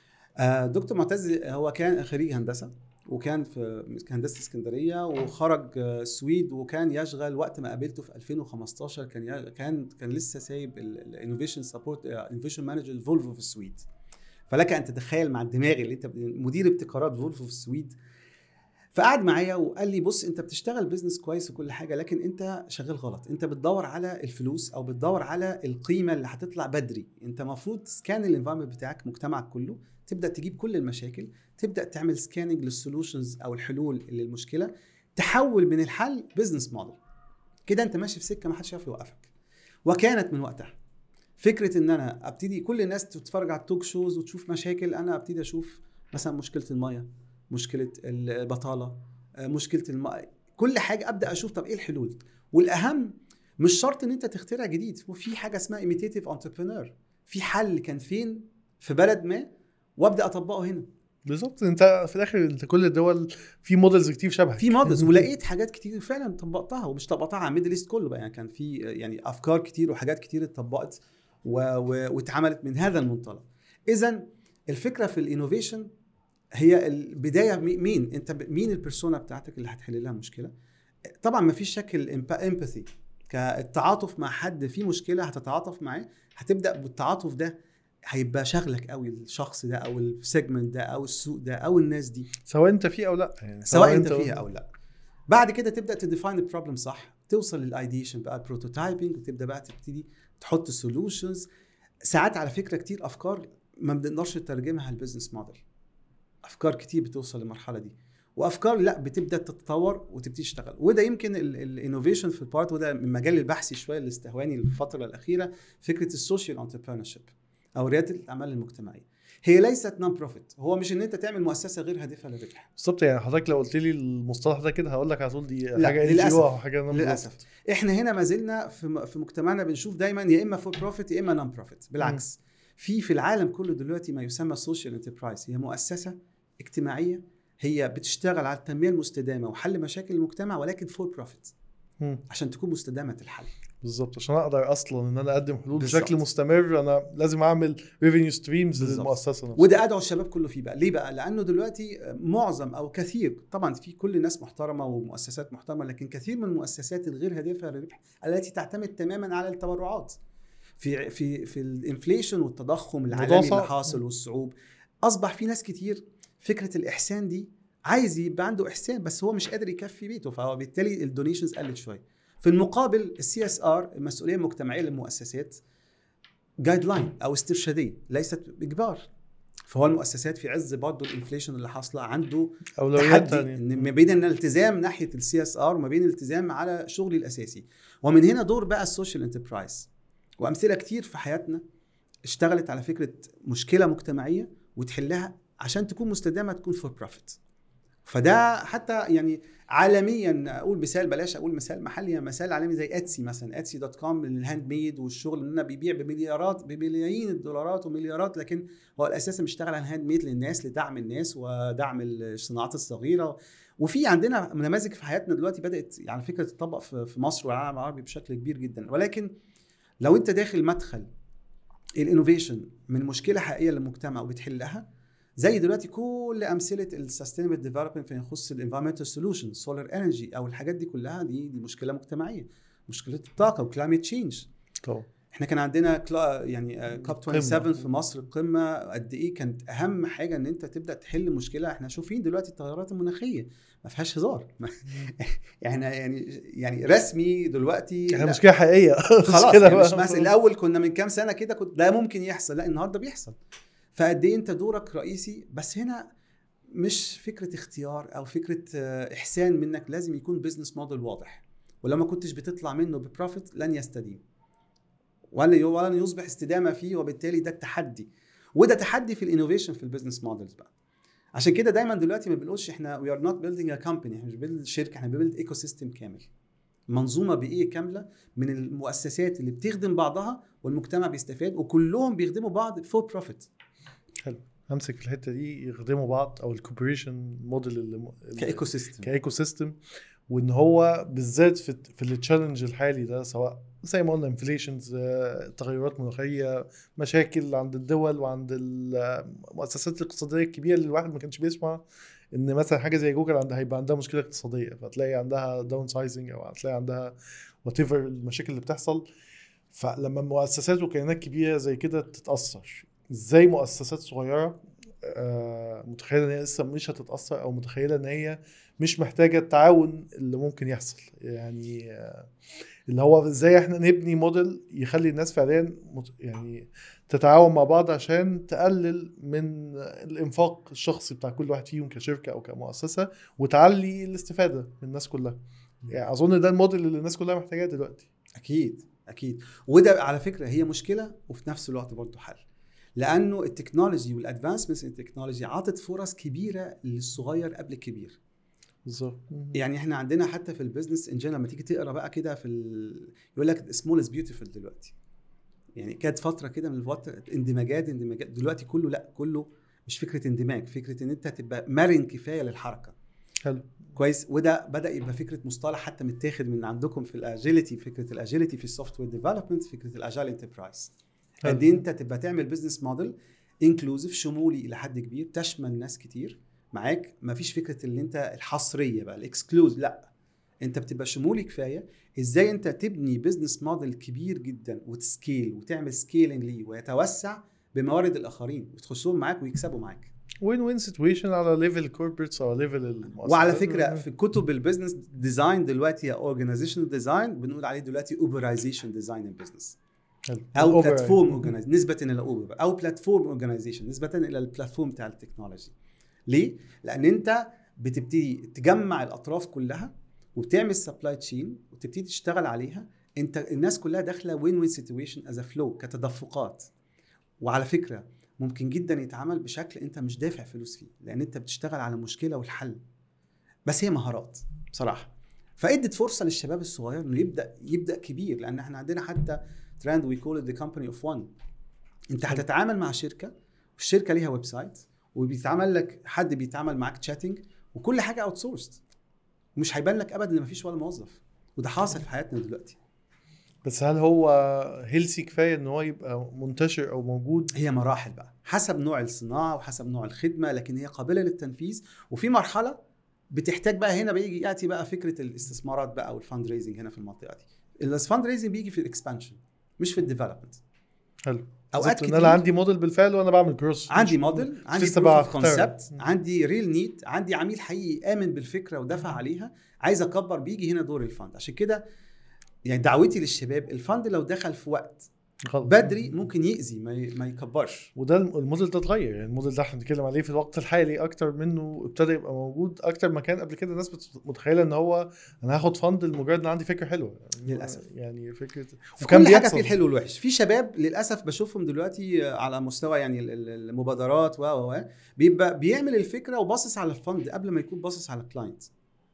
دكتور معتز هو كان خريج هندسه، وكان في هندسه اسكندريه، وخرج السويد، وكان يشغل وقت ما قابلته في 2015 كان لسه سايب الانوفيشن سبورت انوفيشن مانجر فولفو في السويد. فلك ان تتخيل مع الدماغ اللي انت مدير ابتكارات فولفو في السويد. فقعد معايا وقال لي بص، انت بتشتغل بيزنس كويس وكل حاجه، لكن انت شغال غلط. انت بتدور على الفلوس او بتدور على القيمه اللي هتطلع بدري. انت المفروض تسكان الانفايرمنت بتاعك، مجتمعك كله، تبدا تجيب كل المشاكل، تبدا تعمل سكاننج للسولوشنز او الحلول اللي المشكله، تحول من الحل بيزنس موديل. كده انت ماشي في سكه ما حدش يعرف يوقفك. وكانت من وقتها فكره ان انا ابتدي، كل الناس تتفرج على التوك شوز وتشوف مشاكل، انا ابتدي اشوف مثلا مشكله الميه، مشكله البطاله، مشكله كل حاجه ابدا اشوف طب ايه الحلول. والاهم مش شرط ان انت تخترع جديد، وفي حاجه اسمها ايميتيتيف انتربرينور، في حل كان فين في بلد ما وابدا اطبقه هنا. بالظبط. انت في الاخر انت كل الدول في موديلز كتير شبهك، في موديلز، ولقيت حاجات كتير فعلا طبقتها، ومش طبقتها على الميدل ايست كله بقى، يعني كان في يعني افكار كتير وحاجات كتير اتطبقت واتعملت من هذا المنطلق. اذا الفكره في الانوفيشن هي البدايه. مين البيرسونا بتاعتك اللي هتحل لها مشكله؟ طبعا ما فيش شك الامباثي، كالتعاطف مع حد في مشكله هتتعاطف معاه، هتبدا بالتعاطف ده هيبقى شغلك قوي الشخص ده او السيجمنت ده او السوق ده او الناس دي، سواء انت فيه او لا، يعني سواء انت فيها او لا. بعد كده تبدا تديفاين البروبلم صح، توصل للايديشن بقى البروتوتايبنج، وتبدا بقى تبتدي تحط سولوشنز. ساعات على فكره كتير افكار ما بنقدرش نترجمها للبيزنس موديل، افكار كتير بتوصل للمرحله دي، وافكار لا بتبدا تتطور وتبتدي تشتغل. وده يمكن الانوفيشن في البارت، وده من مجال البحث شويه اللي استهواني الفتره الاخيره، فكره السوشيال انتربرينورشيب او رياده الاعمال المجتمعيه. هي ليست نون بروفيت، هو مش ان انت تعمل مؤسسه غير هادفه للربح بالظبط. يعني حضرتك لو قلت لي المصطلح ده كده هقول لك على طول دي حاجه للاسف او حاجه للاسف احنا هنا ما زلنا في مجتمعنا بنشوف دايما يا اما فور بروفيت يا اما نون بروفيت. بالعكس، في العالم كله دلوقتي ما يسمى سوشيال انتربرايز، هي مؤسسه اجتماعيه هي بتشتغل على التنميه المستدامه وحل مشاكل المجتمع، ولكن فور بروفيت عشان تكون مستدامه الحل. بالظبط، عشان اقدر اصلا ان انا اقدم حلول بشكل مستمر انا لازم اعمل ريفينيو ستريمز للمؤسسه نفسها. وده ادعو الشباب كله فيه بقى. ليه بقى؟ لانه دلوقتي معظم او كثير، طبعا في كل ناس محترمه ومؤسسات محترمه، لكن كثير من المؤسسات الغير هادفه للربح التي تعتمد تماما على التبرعات في الانفليشن والتضخم العالمي اللي حاصل والصعوب، اصبح في ناس كتير فكره الاحسان دي عايز يبقى عنده احسان بس هو مش قادر يكفي بيته، فبالتالي الدونيشنز قلت شويه. في المقابل السي اس ار، المسؤوليه المجتمعيه للمؤسسات، جايد لاين او استرشاديه ليست اجبار. فهو المؤسسات في عز برضه الانفليشن اللي حاصله عنده تحدي ما بين الالتزام ناحيه السي اس ار وما بين الالتزام على شغلي الاساسي. ومن هنا دور بقى السوشيال انتربرايز، وامثله كتير في حياتنا اشتغلت على فكره مشكله مجتمعيه وتحلها عشان تكون مستدامه، تكون فور بروفيت. فده حتى يعني عالميا، اقول مثال، بلاش اقول مثال محلي، مثال عالمي زي اتسي مثلا، اتسي.com للهاند ميد والشغل، اننا بيبيع بملايين الدولارات ومليارات، لكن هو الاساس بيشتغل على الهاند ميد للناس، لدعم الناس ودعم الصناعات الصغيره. وفي عندنا نماذج في حياتنا دلوقتي بدات يعني فكره تطبق في مصر والعالم العربي بشكل كبير جدا. ولكن لو انت داخل مدخل الانوفيشن من مشكله حقيقيه للمجتمع وبتحلها، زي دلوقتي كل امثله السستينبل ديفلوبمنت فيما يخص الانفايرمنتال سولوشن، سولار انرجي او الحاجات دي كلها، دي مشكله مجتمعيه، مشكله الطاقه وكلايمت تشينج. طبعا احنا كان عندنا يعني كاب 27 في مصر، القمه قد ايه كانت اهم حاجه ان انت تبدا تحل مشكله. احنا شايفين دلوقتي التغيرات المناخيه ما فيهاش هزار احنا يعني رسمي دلوقتي احنا مشكله حقيقيه خلاص يعني مش مثلا الاول كنا من كام سنه كده كنت لا ممكن يحصل، لا النهارده بيحصل. فقد ايه انت دورك رئيسي، بس هنا مش فكره اختيار او فكره احسان منك، لازم يكون بزنس موديل واضح، ولما كنتش بتطلع منه ببروفيت لن يستديم ولن يصبح استدامه فيه، وبالتالي ده التحدي، وده تحدي في الانوفيشن في البيزنس موديلز بقى. عشان كده دايما دلوقتي ما بنقولش احنا وي ار نوت بيلدينج ا كومباني، احنا مش بنبيلد شركه، احنا بنبيلد ايكو سيستم كامل، منظومه بيئيه كامله من المؤسسات اللي بتخدم بعضها والمجتمع بيستفاد وكلهم بيخدموا بعض فور بروفيت. حلو، همسك في الحته دي، يخدموا بعض او الكوبريشن موديل اللي كايكو سيستم. وان هو بالذات في التشالنج الحالي ده، سواء زي ما قلنا انفليشنز، تغيرات مناخيه، مشاكل عند الدول وعند المؤسسات الاقتصاديه الكبيره اللي الواحد ما كانش بيسمع ان مثلا حاجه زي جوجل هيبقى عندها مشكله اقتصاديه، فتلاقي عندها داون سايزنج او هتلاقي عندها وات ايفر المشاكل اللي بتحصل. فلما مؤسسات وكيانات كبيره زي كده تتاثر، ازاي مؤسسات صغيره متخيله ان هي لسه مش هتتاثر، او متخيله ان هي مش محتاجه التعاون اللي ممكن يحصل؟ يعني اللي هو ازاي احنا نبني موديل يخلي الناس فعليا يعني تتعاون مع بعض عشان تقلل من الانفاق الشخصي بتاع كل واحد فيهم كشركه او كمؤسسه، وتعلي الاستفاده من الناس كلها. يعني اظن ده الموديل اللي الناس كلها محتاجاه دلوقتي. اكيد وده على فكره هي مشكله وفي نفس الوقت برضه حل، لانه التكنولوجي والادفانسمنتس ان التكنولوجي عطت فرص كبيره للصغير قبل الكبير. بالظبط. يعني احنا عندنا حتى في البيزنس ان جنرال لما تيجي تقرا بقى كده يقول لك سمول از بيوتيفول دلوقتي. يعني كانت فتره كده من الوقت اندماجات دلوقتي كله لا، كله مش فكره اندماج، فكره ان انت تبقى مرن كفايه للحركه. حلو كويس. وده بدا يبقى فكره مصطلح حتى متاخد من عندكم في الاجيليتي، فكره الاجيليتي في السوفت وير ديفلوبمنت، فكره الاجايل انتربرايز. قد انت تبقى تعمل بزنس موديل انكلوزيف شمولي الى حد كبير، تشمل ناس كتير معاك، مفيش فكره اللي انت الحصريه بقى الاكسكلوز، لا انت بتبقى شمولي كفايه. ازاي انت تبني بزنس موديل كبير جدا وتسكيل وتعمل سكيلينج ليه ويتوسع بموارد الاخرين وتخشهم معاك ويكسبوا معاك. وين وين سيتويشن على ليفل كوربريتس او ليفل المؤسسات. وعلى فكره في كتب البيزنس ديزاين دلوقتي يا اورجانيزيشنال ديزاين بنقول عليه دلوقتي اوبرايزيشن ديزاين ان بزنس، او بلاتفورم اورجانيزيشن نسبه الى اوبر، او بلاتفورم اورجانيزيشن نسبه الى البلاتفورم بتاع التكنولوجي. ليه؟ لان انت بتبتدي تجمع الاطراف كلها وبتعمل سبلاي تشين وتبتدي تشتغل عليها. انت الناس كلها داخله وين وين سيتويشن از فلو كتدفقات. وعلى فكره ممكن جدا يتعمل بشكل انت مش دافع فلوس فيه، لان انت بتشتغل على مشكله والحل، بس هي مهارات بصراحه. فادت فرصه للشباب الصغير انه يبدا كبير، لان احنا عندنا حتى ترند وي كول ذا كومباني اوف وان. انت هتتعامل مع شركه والشركه ليها ويب سايت وبيتعمل لك حد بيتعامل معاك تشاتنج وكل حاجه اوت سورس، ومش هيبان لك ابدا ان مفيش ولا موظف. وده حاصل في حياتنا دلوقتي. بس هل هو هيلثي كفايه ان هو يبقى منتشر او موجود؟ هي مراحل بقى حسب نوع الصناعه وحسب نوع الخدمه، لكن هي قابله للتنفيذ. وفي مرحله بتحتاج بقى هنا ياتي بقى فكره الاستثمارات بقى والفاند ريزنج. هنا في المنطقه دي الفاند ريزنج بيجي في الاكسبانشن مش في الديفلوبمنت. حلو. اوقات كتير انا عندي موديل بالفعل وانا بعمل كروس، عندي موديل، عندي بروف اوف كونسبت، عندي ريل نيد، عندي عميل حقيقي امن بالفكره ودفع عليها، عايز اكبر. بيجي هنا دور الفاند. عشان كده يعني دعوتي للشباب، الفاند لو دخل في وقت بدري ممكن يأذي ما يكبرش. وده الموديل ده اتغير. يعني الموديل ده احنا بنتكلم عليه في الوقت الحالي اكتر منه ابتدى يبقى موجود اكتر ما كان قبل كده. الناس متخيله ان هو انا هاخد فاند لمجرد ان عندي فكره حلوه. للاسف يعني فكره وكان كل حاجه فيه الحلو والوحش. في شباب للاسف بشوفهم دلوقتي على مستوى يعني المبادرات بيبقى بيعمل الفكره وباصص على الفند قبل ما يكون باصص على الكلاينت.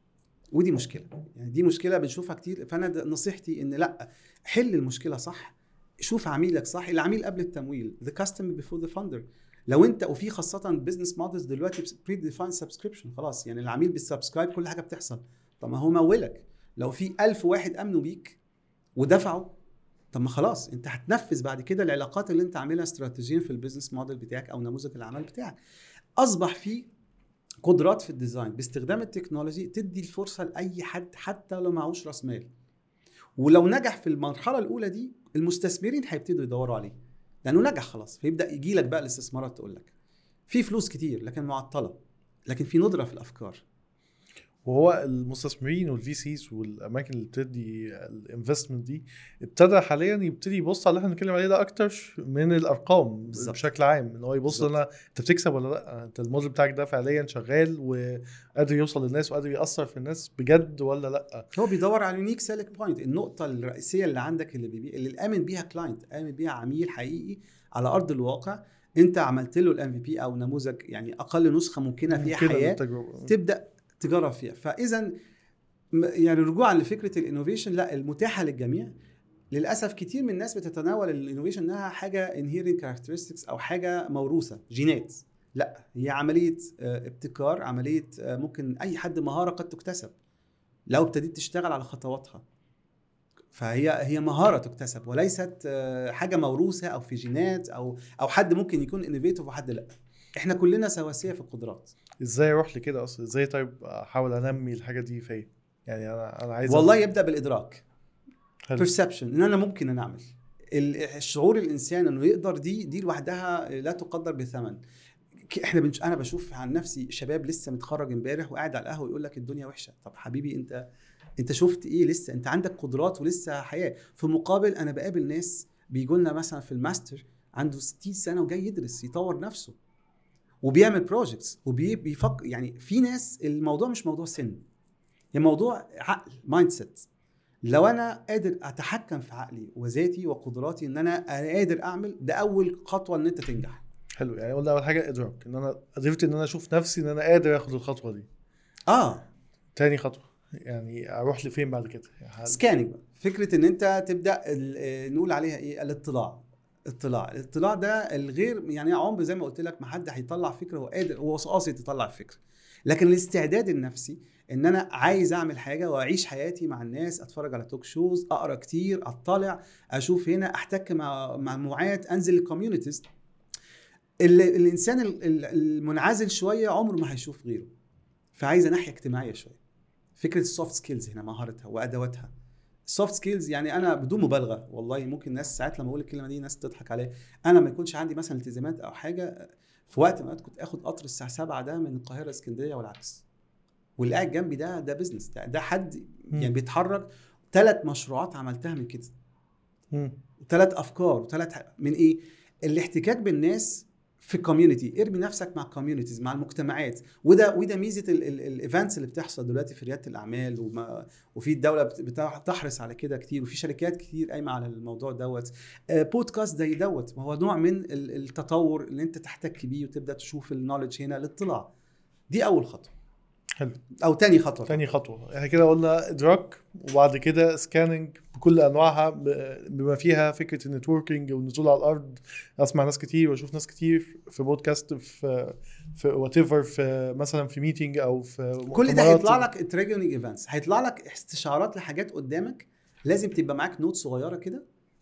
ودي مشكله، يعني دي مشكله بنشوفها كتير. فانا نصيحتي ان لا، حل المشكله صح، شوف عميلك صح. العميل قبل التمويل، the customer before the funder. لو انت وفي خاصه بزنس مودلز دلوقتي بري ديفاين سبسكريبشن، خلاص يعني العميل بالسبسكرايب كل حاجه بتحصل. طب ما هو مولك. لو في 1000 واحد امنوا بيك ودفعوا، طب ما خلاص انت هتنفذ بعد كده العلاقات اللي انت عاملها استراتيجيا في البيزنس موديل بتاعك او نموذج العمل بتاعك. اصبح في قدرات في الديزاين باستخدام التكنولوجي تدي الفرصه لاي حد حتى لو معهوش راس مال. ولو نجح في المرحله الاولى دي المستثمرين هيبتدوا يدوروا عليه لانه نجح خلاص، فيبدا يجي لك بقى الاستثمارات تقول لك في فلوس كتير لكن معطله، لكن في ندره في الافكار. وهو المستثمرين والفي سيز والاماكن اللي بتدي الانفستمنت دي ابتدى حاليا يبتدي يبص على اللي احنا بنتكلم عليه ده اكتر من الارقام بالزبط. بشكل عام، ان هو يبص لنا انت بتكسب ولا لا، انت الموديل بتاعك ده فعليا شغال وقادر يوصل للناس وقادر ياثر في الناس بجد ولا لا. هو بيدور على يونيك سيلكت بوينت، النقطه الرئيسيه اللي عندك اللي بيبيع، اللي الامن بيها كلاينت، امن بيها عميل حقيقي على ارض الواقع. انت عملت له الام في بي او نموذج يعني اقل نسخه ممكنه فيها حياه تبدا تجرب فيها. فاذا يعني رجوعا لفكره الانوفيشن، لا المتاحه للجميع. للاسف كتير من الناس بتتناول الانوفيشن انها حاجه inherent characteristics او حاجه موروثه جينات. لا، هي عمليه ابتكار، عمليه ممكن اي حد مهاره قد تكتسب لو ابتديت تشتغل على خطواتها. فهي مهاره تكتسب وليست حاجه موروثه او في جينات او حد ممكن يكون انوفيتيف وحد لا. احنا كلنا سواسيه في القدرات. ازاي اروح لكده اصلا؟ ازاي طيب احاول انمي الحاجه دي فيا؟ يعني انا عايز والله يبدا بالادراك، perception، ان انا ممكن نعمل الشعور الانسان انه يقدر، دي لوحدها لا تقدر بثمن. احنا انا بشوف عن نفسي شباب لسه متخرج امبارح وقاعد على القهوه يقول لك الدنيا وحشه. طب حبيبي انت شفت ايه؟ لسه انت عندك قدرات ولسه حياه. في مقابل انا بقابل ناس بيجوا لنا مثلا في الماستر عنده 60 سنه وجاي يدرس يطور نفسه وبيعمل بروجكتس وبيفكر. يعني في ناس الموضوع مش موضوع سن، هي موضوع عقل، مايند سيت. لو انا قادر اتحكم في عقلي وذاتي وقدراتي ان انا قادر اعمل، ده اول خطوه ان انت تنجح. حلو. يعني قلنا اول حاجه ادراك، ان انا قدرت ان انا اشوف نفسي ان انا قادر اخد الخطوه دي. تاني خطوه يعني اروح لفين بعد كده؟ يعني سكاننج، فكره ان انت تبدا نقول عليها ايه، الاطلاع ده الغير يعني عمر زي ما قلت لك ما حد هيطلع فكره هو قادر، هو قاصد يطلع فكره. لكن الاستعداد النفسي ان انا عايز اعمل حاجه واعيش حياتي مع الناس، اتفرج على توك شوز، اقرا كتير، اطلع، اشوف هنا، احتك مع مجموعات، انزل الكوميونيتيز. الانسان المنعزل شويه عمره ما هيشوف غيره، فعايزه ناحيه اجتماعيه شويه. فكره السوفت سكيلز هنا مهارتها وادواتها. السوفت سكيلز يعني انا بدون مبالغه والله ممكن ناس ساعات لما اقول الكلمه دي ناس تضحك عليا. انا ما يكونش عندي مثلا التزامات او حاجه، في وقت ما كنت اخد قطر الساعه 7 ده من القاهره اسكندريه والعكس، واللي قاعد جنبي ده بيزنس، ده حد يعني بيتحرك. 3 مشروعات عملتها من كده، 3 افكار و3 من ايه؟ الاحتكاك بالناس في الكوميونتي. ارمي نفسك مع الكوميونيتيز، مع المجتمعات. وده ميزه الايفنتس اللي بتحصل دلوقتي في رياده الاعمال، وفي الدوله بتحرص على كده كتير، وفي شركات كتير قايمه على الموضوع دوت. بودكاست زي دوت، ما هو نوع من التطور اللي انت تحتك بيه وتبدا تشوف النوليدج هنا، الاطلاع. دي اول خطوه. حلو. او تاني خطوه احنا كده قلنا ادراك، وبعد كده سكاننج بكل انواعها بما فيها فكره النتوركينج والنزول على الارض، اسمع ناس كتير واشوف ناس كتير في بودكاست، في وات ايفر، في مثلا في ميتنج او في كل ده هيطلع لك تريجونينج ايفنتس، هيطلع لك استشارات لحاجات قدامك. لازم تبقى معاك نوت صغيره كده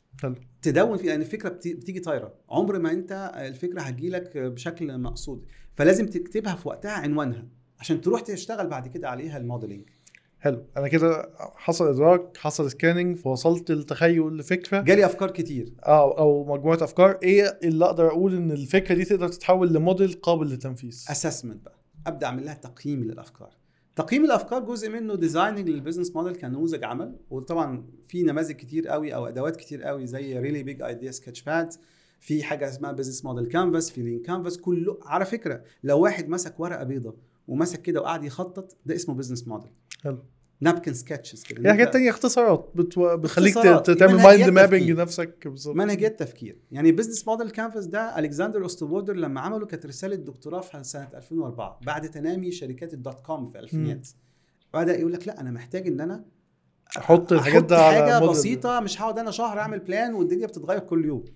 تدون فيها، يعني الفكره بتيجي طايره، عمر ما انت الفكره هتجيلك بشكل مقصود، فلازم تكتبها في وقتها عنوانها عشان تروح تشتغل بعد كده عليها الموديلنج. حلو. انا كده حصل ادراك، حصل سكاننج، فوصلت للتخيل لفكره، جالي افكار كتير او مجموعه افكار. ايه اللي اقدر اقول ان الفكره دي تقدر تتحول لموديل قابل للتنفيذ؟ اسسمنت بقى، ابدا اعمل لها تقييم للافكار. تقييم الافكار جزء منه ديزايننج للبيزنس موديل كنموذج عمل، وطبعا في نماذج كتير قوي او ادوات كتير قوي زي ريلي بيج ايديا سكتش باد، في حاجه اسمها بيزنس موديل كانفاس، في لين كانفاس. كله على فكره لو واحد مسك ورقه بيضاء ومسك كده وقعد يخطط، ده اسمه بيزنس موديل. حلو. نابكن سكتشز كده، يعني حاجات تانية اختصارات بتخليك تعمل مايند مابينج لنفسك بالظبط، منهجيات تفكير. يعني بيزنس موديل كانفاس ده الكسندر اوستوبوردر لما عمله كانت رساله دكتوراه في سنه 2004 بعد تنامي شركات الدوت كوم في الالفينيات. بدا يقول لك لا انا محتاج ان انا احط الحاجات ده على حاجه بسيطه، مش هقعد انا شهر اعمل بلان والدنيا بتتغير كل يوم.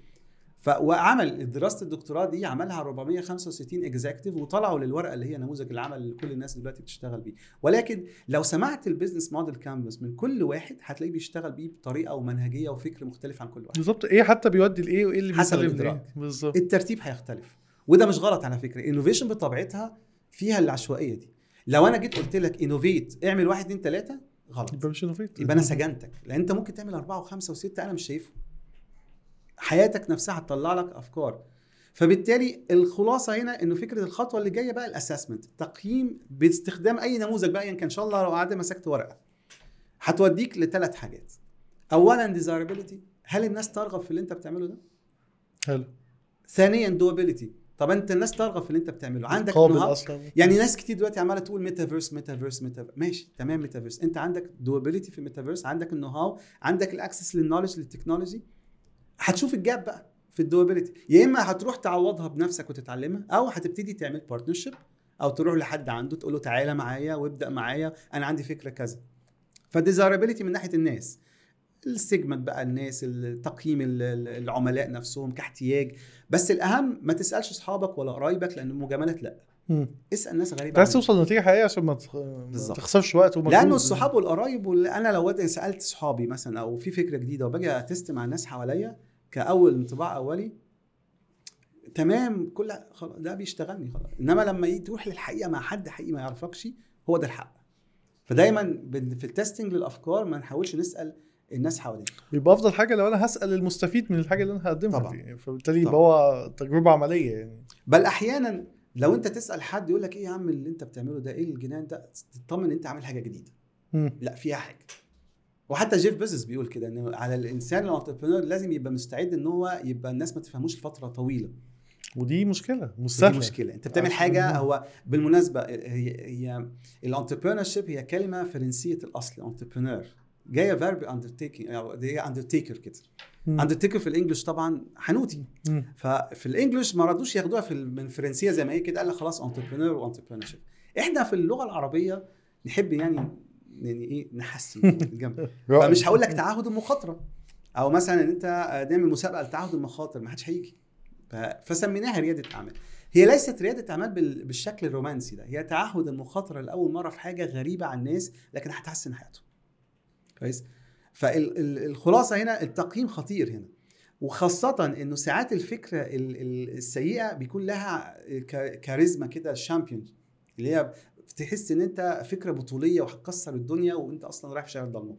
وعمل دراسه الدكتوراه دي عملها 465 اكزيكتيف وطلعوا للورقه اللي هي نموذج العمل اللي كل الناس دلوقتي بتشتغل بيه. ولكن لو سمعت البيزنس موديل كانفاس من كل واحد هتلاقيه بيشتغل بيه بطريقه ومنهجيه وفكر مختلف عن كل واحد بالظبط. ايه حتى بيودي لايه وايه اللي حسب بيسلم ليه بالظبط. الترتيب هيختلف وده مش غلط على فكره. انوفيشن بطبيعتها فيها العشوائيه دي. لو انا جيت قلت لك انوفيت اعمل 1 2 3 غلط، يبقى مش انوفيت، يبقى انا سجنتك. لان انت ممكن تعمل 4 و5 و6 انا مش شايفه. حياتك نفسها هتطلع لك افكار. فبالتالي الخلاصه هنا انه فكره الخطوه اللي جايه بقى الاسسمنت، تقييم باستخدام اي نموذج بقى، يعني ان شاء الله لو قعدت مسكت ورقه هتوديك ل3 حاجات. اولا ديزايربيليتي، هل الناس ترغب في اللي انت بتعمله ده؟ حلو. ثانيا دوابيليتي، طب انت الناس ترغب في اللي انت بتعمله، عندك قابل نهار. اصلا. يعني ناس كتير دلوقتي عماله تقول ميتافيرس ميتافيرس ميتافيرس، ماشي تمام ميتافيرس، انت عندك دوابيليتي في الميتافيرس، عندك النو هاو، عندك الاكسس للنولج للتكنولوجي، هتشوف الجاب بقى في الدوابيليتي. يا اما هتروح تعوضها بنفسك وتتعلمها، او هتبتدي تعمل بارتنرشيب، او تروح لحد عنده تقول له تعالى معايا وابدا معايا انا عندي فكره كذا. فالديزايربيليتي من ناحيه الناس، السيجمنت بقى، الناس، التقييم، العملاء نفسهم كاحتياج. بس الاهم ما تسالش اصحابك ولا قرايبك، لان المجاملات لا، اسال ناس غريبه عايز توصل لنتيجه حقيقيه عشان ما تخسرش وقت ومجهود. لانه الصحاب والقرايب، انا لو سالت صحابي مثلا او في فكره جديده وباجي اتست مع الناس حواليا كاول انطباع اولي تمام كل خلاص ده بيشتغلني خلاص. انما لما تروح للحقيقه مع حد حقيقي ما يعرفكش، هو ده الحق. فدايما في التستنج للافكار ما نحاولش نسال الناس حوالينا. يبقى افضل حاجه لو انا هسال المستفيد من الحاجه اللي انا هقدمها طبعا. دي، فبالتالي يبقى هو تجربه عمليه يعني. بل احيانا لو انت تسال حد يقول لك ايه يا عم اللي انت بتعمله ده، ايه الجنان ده، تطمن انت عامل حاجه جديده. لا فيها حاجه. وحتى جيف بيزوس بيقول كده انه على الانسان الانتربرنور لازم يبقى مستعد ان هو يبقى الناس ما تفهموش لفتره طويله. ودي مشكله مش سهله. دي مشكله. انت بتعمل حاجه. هو بالمناسبه هي الانتربرنورشيب هي كلمه فرنسيه الاصل، انتربرنور جايه فيرب اندرتيكينج، او دي اندرتيكر كده. اندرتيكر في الانجليش طبعا حنوتي. ففي الانجليش ما رضوش ياخدوها في من الفرنسيه زي ما هي كده، قال لك خلاص انتربرنور وانتربرنورشيب. احنا في اللغه العربيه نحب يعني ايه نحسن الجنب. فمش هقول لك تعهد المخاطره، او مثلا ان انت نعمل مسابقه لتعهد المخاطر، ما حدش هيجي. فسميناها رياده اعمال. هي ليست رياده اعمال بالشكل الرومانسي ده، هي تعهد المخاطره لاول مره في حاجه غريبه عن الناس لكن هتحسن حياتهم. كويس. فالخلاصه هنا التقييم خطير هنا، وخاصه انه ساعات الفكره السيئه بيكون لها كاريزما كده، الشامبيون، اللي هي تحس ان انت فكره بطوليه وهتكسر الدنيا وانت اصلا رايح في شارع ضلمه.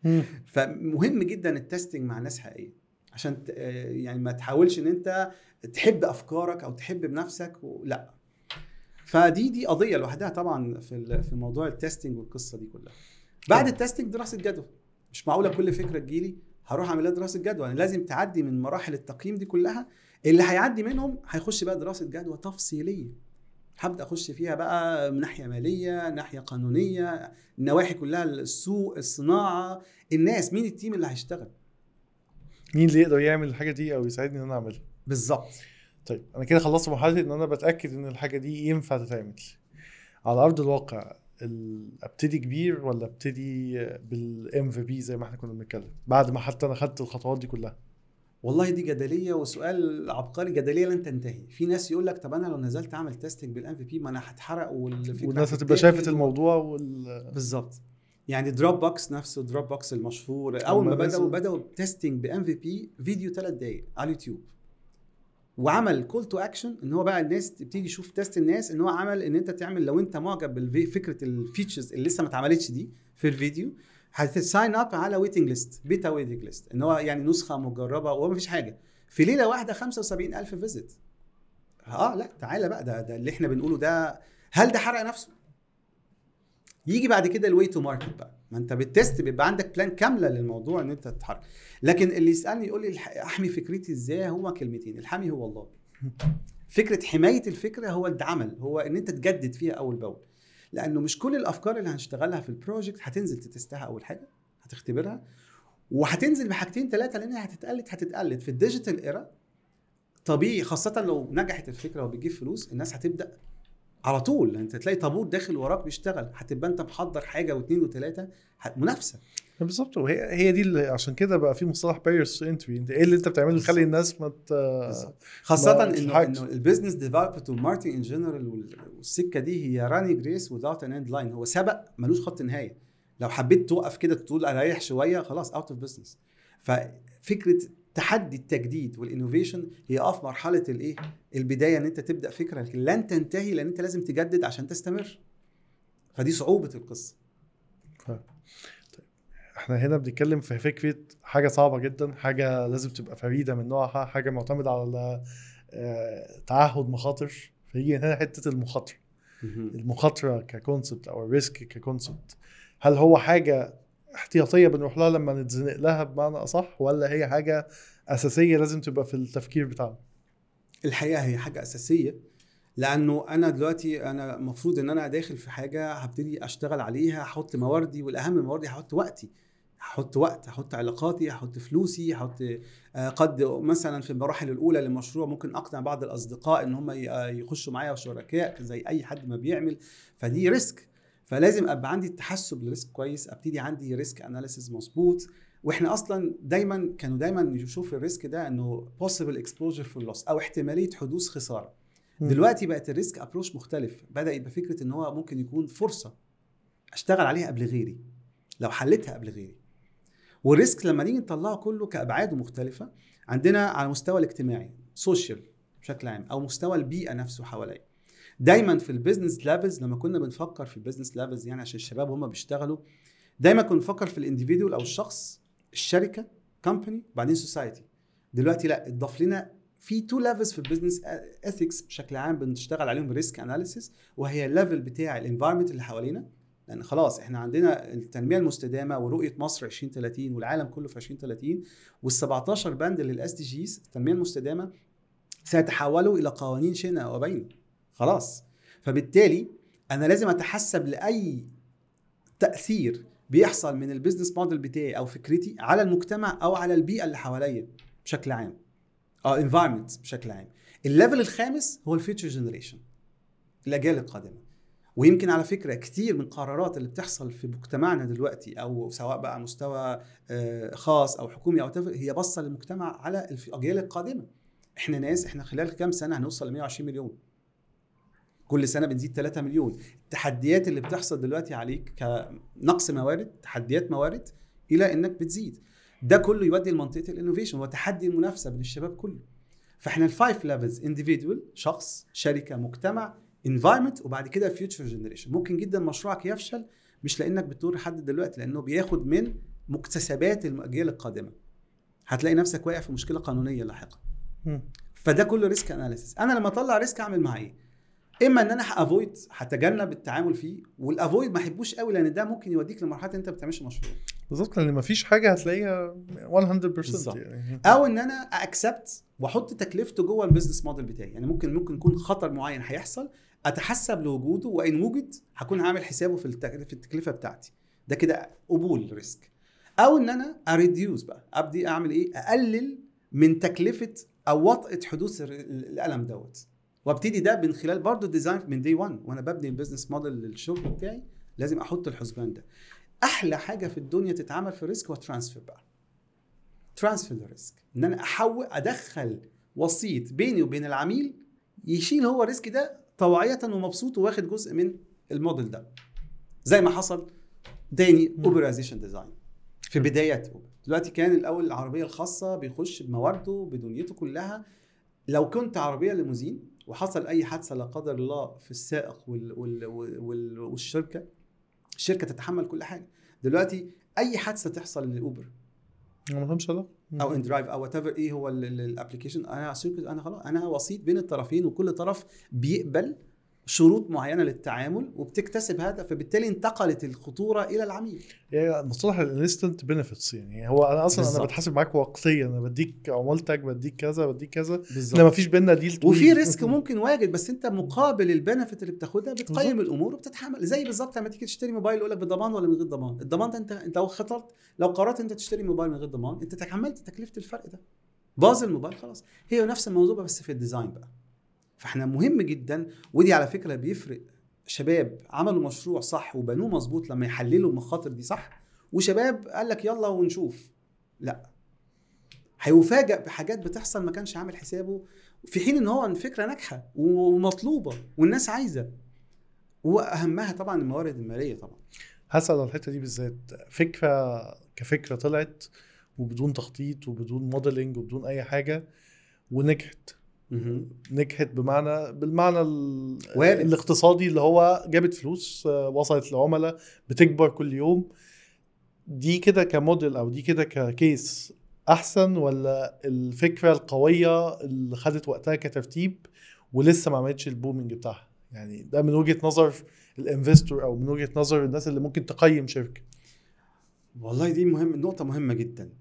فمهم جدا التستنج مع ناس حقيقيه عشان يعني ما تحاولش ان انت تحب افكارك او تحب بنفسك لا. فدي قضيه لوحدها طبعا في موضوع التستنج والقصه دي كلها. بعد التستنج دراسه جدوى. مش معقوله كل فكره تجيلي هروح اعمل لها دراسه جدوى، انا لازم تعدي من مراحل التقييم دي كلها. اللي هيعدي منهم هيخش بقى دراسه جدوى تفصيليه، هبدا اخش فيها بقى من ناحيه ماليه، ناحيه قانونيه، النواحي كلها، السوق، الصناعه، الناس، مين التيم اللي هيشتغل، مين اللي يقدر يعمل الحاجه دي او يساعدني ان انا اعملها بالظبط. طيب انا كده خلصت مرحله ان انا بتاكد ان الحاجه دي ينفع تتعمل على ارض الواقع. ابتدي كبير ولا ابتدي بالام في بي زي ما احنا كنا بنتكلم بعد ما حتى انا خدت الخطوات دي كلها؟ والله دي جدليه وسؤال عبقري، جدليه لن تنتهي. في ناس يقول لك طب انا لو نزلت اعمل تيستنج بالام في بي ما انا هتحرق والناس هتبقى شافت الموضوع بالظبط. يعني دروب بوكس نفسه، دروب بوكس المشهور اول ما بداوا تيستنج بام في بي فيديو 3 دقايق على اليوتيوب، وعمل كول تو اكشن ان هو بقى الناس تبتدي تشوف تيست الناس، ان هو عمل ان انت تعمل لو انت معجب بفكره الفيتشرز اللي لسه ما اتعملتش دي في الفيديو هتساين اب على ويتنج ليست، بيتا ويتنج ليست، ان هو يعني نسخه مجربه وما فيش حاجه. في ليله واحده 75,000 فيزيت. لا تعالى بقى، ده اللي احنا بنقوله ده، هل ده حرق نفسه؟ يجي بعد كده الوي تو ماركت بقى، ما انت بالتست بيبقى عندك بلان كامله للموضوع ان انت تتحرك. لكن اللي يسالني يقول لي احمي فكرتي ازاي، هو كلمتين، الحمي هو الله. فكره حمايه الفكره هو العمل، هو ان انت تجدد فيها اول باول، لانه مش كل الافكار اللي هنشتغلها في البروجكت هتنزل تتستها اول حاجه، هتختبرها وهتنزل بحاجتين ثلاثه، لانها هتتقلد في الديجيتال ايرا طبيعي. خاصه لو نجحت الفكره وبتجيب فلوس، الناس هتبدا على طول. انت تلاقي طابور داخل وراك بيشتغل، هتبقى انت محضر حاجه واثنين وثلاثه، منافسه. بالظبط. وهي دي اللي عشان كده بقى في مصطلح barriers to entry. انت ايه اللي انت بتعمله يخلي الناس ما خاصه انه البيزنس ديفلوبمنت والماركتنج ان جنرال والسكه دي هي رانينج ريس without an end line. هو سبق ملوش خط نهايه. لو حبيت توقف كده تقول اريح شويه خلاص اوت اوف بزنس. ففكره تحدي التجديد والانوفيشن هي في مرحله الايه البدايه، ان انت تبدا فكره لكن لن تنتهي، لان انت لازم تجدد عشان تستمر. فدي صعوبه القصه. طيب احنا هنا بنتكلم في فكره حاجه صعبه جدا، حاجه لازم تبقى فريده من نوعها، حاجه معتمده على تعهد مخاطر. فيجي هنا حته المخاطره. المخاطره ككونسبت او الريسك ككونسبت، هل هو حاجه احتياطيه بنروح لها لما نتزنق لها بمعنى اصح، ولا هي حاجه اساسيه لازم تبقى في التفكير بتاعنا؟ الحقيقه هي حاجه اساسيه، لانه انا دلوقتي انا المفروض ان انا داخل في حاجه هبتدي اشتغل عليها، هحط مواردي، والاهم من مواردي هحط وقتي، هحط علاقاتي، هحط فلوسي، هحط قد مثلا في المراحل الاولى للمشروع ممكن اقنع بعض الاصدقاء ان هم يخشوا معايا شركاء زي اي حد ما بيعمل. فدي ريسك، فلازم ابقى عندي التحسب للريسك كويس، ابتدي عندي ريسك اناليسيز مظبوط. واحنا اصلا كانوا دايما نشوف الريسك ده انه possible exposure for loss او احتماليه حدوث خساره. دلوقتي بقت الريسك ابروش مختلف، بدا يبقى فكره ان هو ممكن يكون فرصه اشتغل عليها قبل غيري لو حلتها قبل غيري. والريسك لما نيجي نطلعه كله كابعاده مختلفه، عندنا على المستوى الاجتماعي سوشيال بشكل عام، او مستوى البيئه نفسه حواليا. دايما في البيزنس ليفلز لما كنا بنفكر في البيزنس ليفلز، يعني عشان الشباب هم بيشتغلوا، دايما كنا بنفكر في الانديفيدوال او الشخص، الشركه كومباني، بعدين سوسايتي. دلوقتي لا، اتضاف لنا في تو ليفلز في البيزنس اثكس بشكل عام بنشتغل عليهم ريسك اناليسيس، وهي الليفل بتاع الانفايرمنت اللي حوالينا، لان خلاص احنا عندنا التنميه المستدامه ورؤيه مصر 2030 والعالم كله في 2030 وال17 بند للاس دي جيز التنميه المستدامه سيتحولوا الى قوانين شئنا او ابينا خلاص. فبالتالي انا لازم اتحسب لاي تاثير بيحصل من البيزنس موديل بتاعي او فكرتي على المجتمع او على البيئه اللي حواليا بشكل عام، environment بشكل عام. الليفل الخامس هو الفيوتشر جنريشن، الاجيال القادمه. ويمكن على فكره كتير من القرارات اللي بتحصل في مجتمعنا دلوقتي، او سواء بقى على مستوى خاص او حكومي او هي باصه للمجتمع على الاجيال القادمه. احنا خلال كام سنه هنوصل ل 120 مليون، كل سنه بنزيد 3 مليون. التحديات اللي بتحصل دلوقتي عليك كنقص موارد، تحديات موارد، الى انك بتزيد، ده كله يودي لمنطقه الانوفيشن وتحدي المنافسه بين الشباب كله. فاحنا الفايف ليفلز، individual شخص، شركه، مجتمع، environment، وبعد كده future generation. ممكن جدا مشروعك يفشل مش لانك بتطور حد دلوقتي، لانه بياخد من مكتسبات الاجيال القادمه، هتلاقي نفسك واقع في مشكله قانونيه لاحقا. فده كله ريسك اناليسيس. انا لما اطلع ريسك اعمل معاه ايه؟ اما ان انا هافويد، هتجنب التعامل فيه، والافويد ما احبوش قوي لان ده ممكن يوديك لمرحله انت ما بتعملش مشروع بالظبط، لان مفيش حاجه هتلاقيها 100% يعني. او ان انا اكسبت واحط تكلفته جوه البيزنس موديل بتاعي، يعني ممكن يكون خطر معين هيحصل، اتحسب لوجوده، وان وجد هكون عامل حسابه في التكلفه بتاعتي، ده كده قبول ريسك. او ان انا اريديوس بقى، ابدي اعمل ايه؟ اقلل من تكلفه او وطئه حدوث الالم دوت، وابتدي ده من خلال برضو الديزاين من دي 1 وانا ببني البيزنس موديل للشغل بتاعي، لازم احط الحسبان ده. احلى حاجه في الدنيا تتعمل في الريسك هو ترانسفير بقى، ترانسفير الريسك، ان انا ادخل وسيط بيني وبين العميل يشيل هو الريسك ده طوعيه ومبسوط وواخد جزء من الموديل ده، زي ما حصل تاني اوبرايزيشن ديزاين في بدايات اوبر. دلوقتي كان الاول العربيه الخاصه بيخش بموارده بدنيته كلها، لو كنت عربيه ليموزين وحصل اي حادثه لا قدر الله في السائق والشركه، الشركه تتحمل كل حاجه. دلوقتي اي حادثه تحصل لاوبر ما فهمش لا او ان درايف او وات ايفر ايه هو الابلكيشن، انا خلاص انا وسيط بين الطرفين، وكل طرف بيقبل شروط معينه للتعامل وبتكتسب هذا، فبالتالي انتقلت الخطوره الى العميل. يعني مصطلح الانستنت بنفيتس، يعني هو انا اصلا بالزبط. انا بتحاسب معاك وقتيا، انا بديك عمولتك، بديك كذا بديك كذا، لا ما فيش بيننا ديل طويل. وفي ريسك ممكن واجد، بس انت مقابل البنفيت اللي بتاخدها بتقيم الامور وبتتحمل. زي بالظبط لما تيجي تشتري موبايل يقول لك بالضمان ولا من غير ضمان. الضمان ده انت لو قررت انت تشتري موبايل من غير ضمان، انت تحملت تكلفه الفرق ده، باظ الموبايل خلاص. هي نفس الموضوع بس في الديزاين بقى. فاحنا مهم جدا، ودي على فكره بيفرق شباب عملوا مشروع صح وبنوه مظبوط لما يحللوا المخاطر دي صح، وشباب قال لك يلا ونشوف، لا هيفاجئ بحاجات بتحصل ما كانش عامل حسابه، في حين ان هو الفكره ناجحه ومطلوبه والناس عايزه، واهمها طبعا الموارد الماليه. طبعا هسأل على الحته دي بالذات، فكره كفكره طلعت وبدون تخطيط وبدون موديلنج وبدون اي حاجه ونجحت. نجحت بالمعنى الاقتصادي اللي هو جابت فلوس، وصلت لعملاء، بتكبر كل يوم. دي كده كموديل او دي كده ككيس احسن، ولا الفكره القويه اللي خدت وقتها كترتيب ولسه ما عملتش البومينج بتاعها؟ يعني ده من وجهه نظر الانفستور او من وجهه نظر الناس اللي ممكن تقيم شركه. والله دي نقطه مهمه جدا.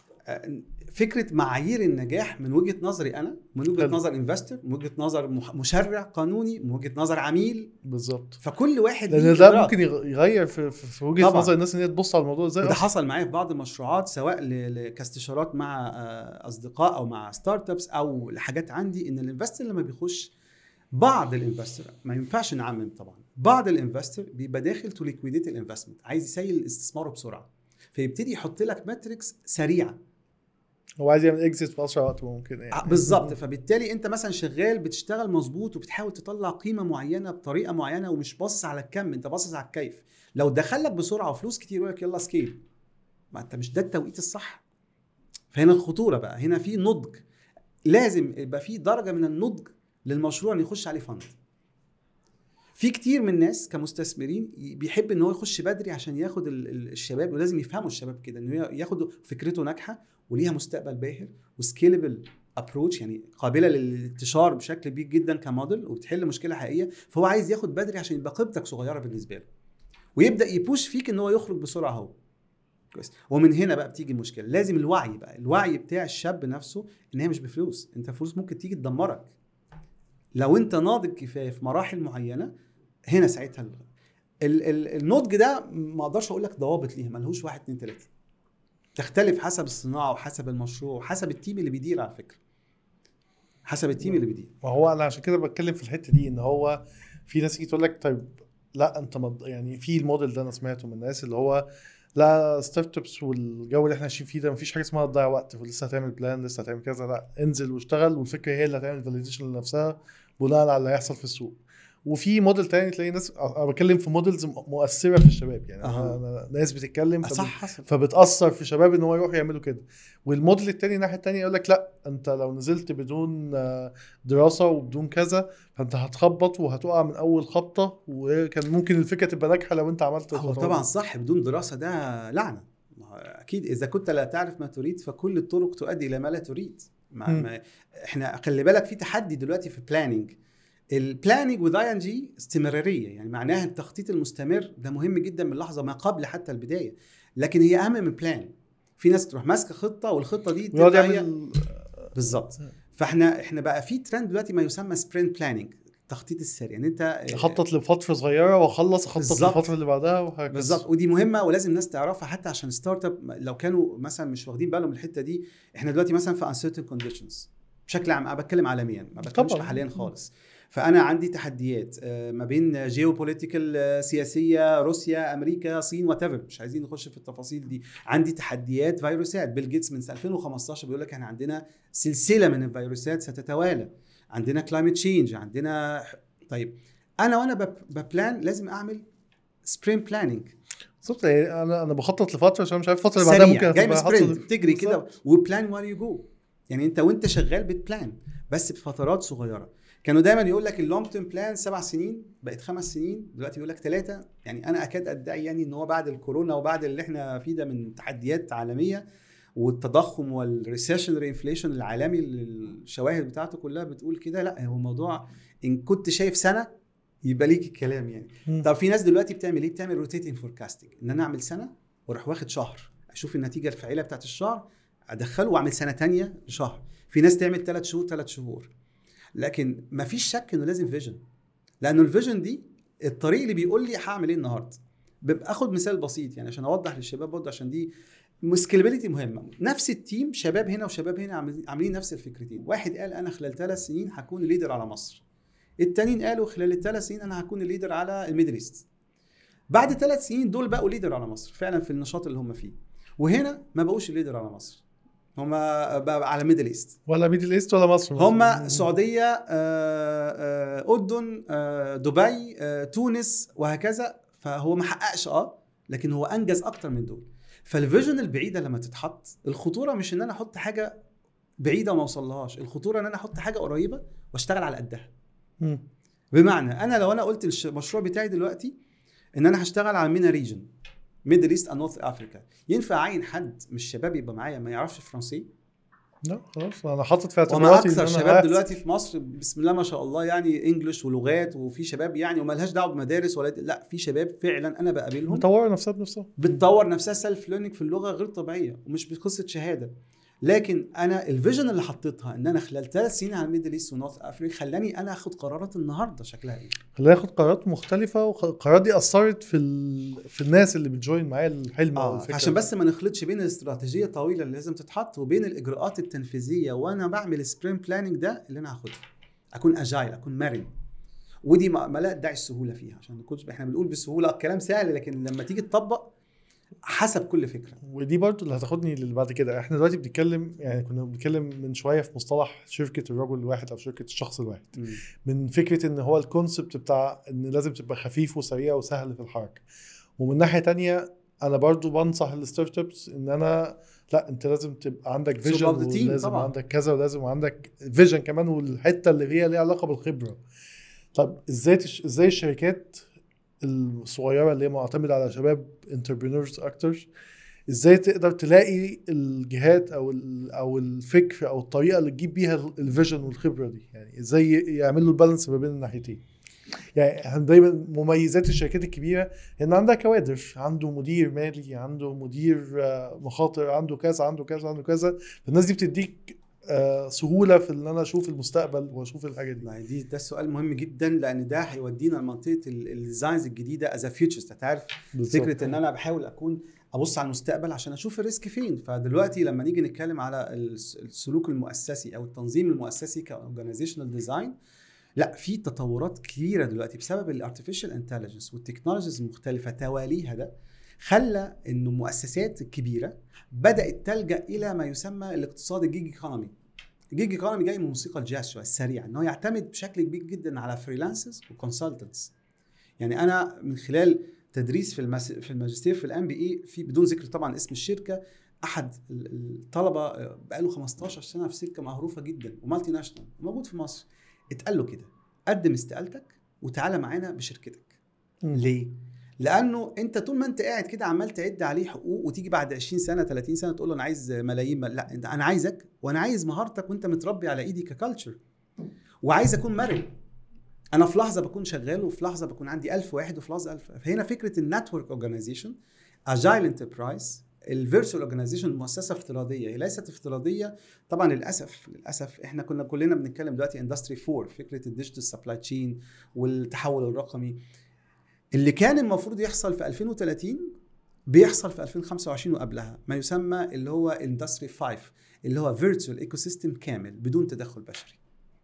فكره معايير النجاح من وجهه نظري انا، من وجهه نظر انفستور، من وجهه نظر مشرع قانوني، من وجهه نظر عميل. بالظبط. فكل واحد لان ده ممكن يغير في وجهه نظر الناس ان هي تبص على الموضوع ازاي. ده حصل معايا في بعض المشروعات، سواء كاستشارات مع اصدقاء او مع ستارت ابس او لحاجات عندي، ان الانفستور لما بيخش، بعض الانفستور، ما ينفعش نعمم طبعا، بعض الانفستور بيبقى داخل تو ليكويديت الانفستمنت، عايز يسيل استثماره بسرعه، فيبتدي يحط لك ماتريكس سريعه، هو عايز يعمل اكزيت في اسرع وقت ممكن يعني. بالظبط. فبالتالي انت مثلا شغال بتشتغل مظبوط وبتحاول تطلع قيمه معينه بطريقه معينه، ومش باصص على الكم، انت باصص على الكيف. لو دخلك بسرعه وفلوس كتير يقول لك يلا سكيل، ما انت مش ده التوقيت الصح. فهنا الخطوره بقى، هنا في نضج، لازم يبقى في درجه من النضج للمشروع اللي يخش عليه فند. في كتير من الناس كمستثمرين بيحب ان هو يخش بدري عشان ياخد الشباب، ولازم يفهموا الشباب كده انه ياخدوا فكرته ناجحه وليها مستقبل باهر وسكيلبل ابروتش، يعني قابله للانتشار بشكل كبير جدا كموديل، وبتحل مشكله حقيقيه. فهو عايز ياخد بدري عشان يبقى قيمتك صغيره بالنسبه له، ويبدا يبوش فيك ان هو يخرج بسرعه هو. كويس. ومن هنا بقى بتيجي المشكله. لازم الوعي بقى، الوعي بتاع الشاب نفسه ان هي مش بفلوس، انت فلوس ممكن تيجي تدمرك لو انت ناضج كفايه في مراحل معينه. هنا ساعتها النضج ده ما اقدرش اقول لك ضوابط ليها، ملهوش 1 2 3، تختلف حسب الصناعه وحسب المشروع وحسب التيم اللي بيدير، على فكره حسب التيم اللي بيدير. وهو انا عشان كده بتكلم في الحته دي، ان هو في ناس تيجي تقول لك طيب لا انت يعني في الموديل ده انا سمعته من الناس اللي هو لا ستارت ابس والجو اللي احنا عايشين فيه ده مفيش حاجه اسمها تضيع وقت، ولسه هتعمل بلان، لسه هتعمل كذا، لا انزل واشتغل، والفكره هي اللي هتعمل فاليديشن لنفسها بناء على اللي هيحصل في السوق. وفي موديل تاني تلاقي ناس، انا بتكلم في موديلز مؤثره في الشباب يعني. أنا ناس بتتكلم فبتاثر في شباب ان هو يروح يعملوا كده. والموديل التاني الناحيه التانيه يقول لك لا انت لو نزلت بدون دراسه وبدون كذا فانت هتخبط وهتقع من اول خبطه، وكان ممكن الفكره تبقى ناجحه لو انت عملت الخطوه. طبعا صح، بدون دراسه ده لعنه اكيد. اذا كنت لا تعرف ما تريد فكل الطرق تؤدي الى ما لا تريد. احنا خلي بالك في تحدي دلوقتي في بلاننج. البلاننج وذ جي استمراريه، يعني معناها التخطيط المستمر ده مهم جدا من لحظه ما قبل حتى البدايه، لكن هي اهم من بلان. في ناس تروح ماسكه خطه والخطه دي بالظبط. فاحنا بقى في ترند دلوقتي ما يسمى سبرنت بلاننج، التخطيط السريع، يعني انت خطط لفتره صغيره واخلص اخطط للفتره اللي بعدها وهكذا. بالظبط. ودي مهمه ولازم الناس تعرفها، حتى عشان ستارت اب لو كانوا مثلا مش واخدين بالهم من الحته دي. احنا دلوقتي مثلا في uncertain conditions بشكل عام، انا بتكلم عالميا ما بتكلمش حاليا خالص. فانا عندي تحديات ما بين جيوبوليتيكال سياسيه، روسيا، امريكا، صين، واتيفر، مش عايزين نخش في التفاصيل دي. عندي تحديات فيروسات، بيل جيتس من 2015 بيقول لك احنا عندنا سلسله من الفيروسات ستتوالى، عندنا كلايمت تشينج، عندنا. طيب وانا ببلان لازم اعمل سبرنت بلاننج. بالظبط. انا بخطط لفتره عشان مش عارف الفتره اللي بعدها ممكن جاي سبرنت تجري كده، وبلان وير يو جو. يعني انت وانت شغال بتبلان بس بفترات صغيره. كانوا دايما يقول لك اللونج تيرم بلان 7 سنين، بقت 5 سنين دلوقتي، يقول لك 3. يعني انا اكاد ادعي يعني ان هو بعد الكورونا وبعد اللي احنا فيه ده من تحديات عالميه والتضخم والريسيشنري انفليشن العالمي، الشواهد بتاعته كلها بتقول كده. لا هو الموضوع ان كنت شايف سنه يبقى ليك الكلام يعني. طب في ناس دلوقتي بتعمل ايه؟ بتعمل روتيتنج فوركاستنج، ان انا اعمل سنه واروح واخد شهر اشوف النتيجه الفعاله بتاعت الشهر ادخله واعمل سنه تانية لشهر. في ناس تعمل 3 شهور 3 شهور. لكن ما فيش شك انه لازم فيجن، لانه الفيجن دي الطريق اللي بيقول لي هعمل ايه النهارده. ببقى اخد مثال بسيط يعني عشان اوضح للشباب برضه، عشان دي سكيلابيلتي مهمه. نفس التيم، شباب هنا وشباب هنا عاملين نفس الفكرتين. واحد قال انا خلال 3 سنين هكون ليدر على مصر، التانيين قالوا خلال ال3 سنين انا هكون ليدر على الميدل ايست. بعد 3 سنين دول بقوا ليدر على مصر فعلا في النشاط اللي هم فيه، وهنا ما بقوش ليدر على مصر، هم بقى على ميدل ايست. ولا ميدل ايست ولا مصر، هم سعوديه، اردن، دبي، تونس، وهكذا. فهو ما حققش لكن هو انجز اكتر من دول. فالفيجن البعيده لما تتحط، الخطوره مش ان انا احط حاجه بعيده وما اوصلهاش، الخطوره ان انا احط حاجه قريبه واشتغل على قدها. بمعنى انا لو انا قلت المشروع بتاعي دلوقتي ان انا هشتغل على مينا ريجن، ميدل ايست اند نورث افريكا، ينفع اعين حد من الشباب يبقى معايا ما يعرفش فرنسي؟ لا خلاص انا حاطط في وما اعتباراتي اكثر ان انا شباب دلوقتي في مصر بسم الله ما شاء الله يعني انجلش ولغات، وفي شباب يعني وما لهاش دعوه بمدارس ولا لا، في شباب فعلا انا بقابلهم مطوره نفسها بنفسها، بتطور نفسها سيلف ليرنينج في اللغه غير طبيعيه، ومش بقصه شهاده. لكن انا الفيجن اللي حطيتها ان انا خلال 3 سنين على الميدل ايست ونورث افريقيا خلاني انا اخد قرارات النهارده شكلها ايه. خلاني اخد قرارات مختلفه، والقرارات دي اثرت في الناس اللي بتجوين معايا الحلم او الفكره. عشان بس ما نخلطش بين الاستراتيجيه الطويله اللي لازم تتحط وبين الاجراءات التنفيذيه، وانا بعمل سبرنت بلاننج ده اللي انا هاخدها اكون اجايل، اكون مرن. ودي ما لا ادعي السهوله فيها، عشان نكون احنا بنقول بسهوله الكلام سهل، لكن لما تيجي تطبق حسب كل فكره. ودي برضو اللي هتاخدني اللي بعد كده. احنا دلوقتي بنتكلم، يعني كنا بنتكلم من شويه في مصطلح شركه الرجل الواحد او شركه الشخص الواحد. من فكره ان هو الكونسبت بتاع ان لازم تبقى خفيف وسريع وسهل في الحركه. ومن ناحيه تانية انا برضو بنصح الستارت ابس ان انا لا، انت لازم تبقى عندك فيجن، ولازم عندك كذا، ولازم عندك فيجن كمان، والحته اللي هي ليها علاقه بالخبره. طب ازاي الشركات الصغيره اللي هي معتمده على شباب انتربرينورز اكتر، ازاي تقدر تلاقي الجهات او الفكر او الطريقه اللي تجيب بيها الفيجن والخبره دي؟ يعني ازاي يعملوا البالانس ما بين الناحيتين؟ يعني دايما مميزات الشركات الكبيره ان عندها كوادر، عنده مدير مالي، عنده مدير مخاطر، عنده كذا عنده كذا عنده كذا. الناس دي بتديك سهوله في ان انا اشوف المستقبل واشوف الحاجه دي. ده السؤال مهم جدا، لان ده هيودينا لمنطقه الديزاينز الجديده از فيوتشرز. تعرف فكره ان انا بحاول اكون ابص على المستقبل عشان اشوف الريسك فين. فدلوقتي لما نيجي نتكلم على السلوك المؤسسي او التنظيم المؤسسي كاورجانيزيشنال ديزاين، لا في تطورات كبيره دلوقتي بسبب الارتفيشال انتليجنس والتكنولوجيز المختلفه تواليها. ده خلى انه المؤسسات الكبيره بدات تلجا الى ما يسمى الاقتصاد الجيج ايكونومي. الجيج ايكونومي جاي من موسيقى الجاز شويه السريع، انه يعتمد بشكل كبير جدا على فريلانسرز وكونسلتنتس. يعني انا من خلال تدريس في الماجستير في الام بي اي، في بدون ذكر طبعا اسم الشركه، احد الطلبه بقاله 15 سنه في شركه معروفه جدا ومالتي ناشونال موجود في مصر، اتقال له كده قدم استقالتك وتعالى معانا بشركتك. ليه؟ لانه انت طول ما انت قاعد كده عمال تعد عليه حقوق، وتيجي بعد 20 سنه 30 سنه تقول له انا عايز ملايين. لا، انت انا عايزك وانا عايز مهارتك وانت متربي على ايدي ككالتشر، وعايز اكون مرن. انا في لحظه بكون شغال، وفي لحظه بكون عندي 1000 واحد، وفي لحظه 1000. فهنا فكره النتورك اورجانيزيشن، اجايل انتربرايز، الفيرتشوال اورجانيزيشن، مؤسسه افتراضيه. هي ليست افتراضيه طبعا، للاسف احنا كنا كلنا بنتكلم دلوقتي اندستري 4، فكره الديجيتال سبلاي تشين والتحول الرقمي. اللي كان المفروض يحصل في 2030 بيحصل في 2025 وقبلها، ما يسمى اللي هو اندستري 5، اللي هو فيرتشوال ايكو سيستم كامل بدون تدخل بشري.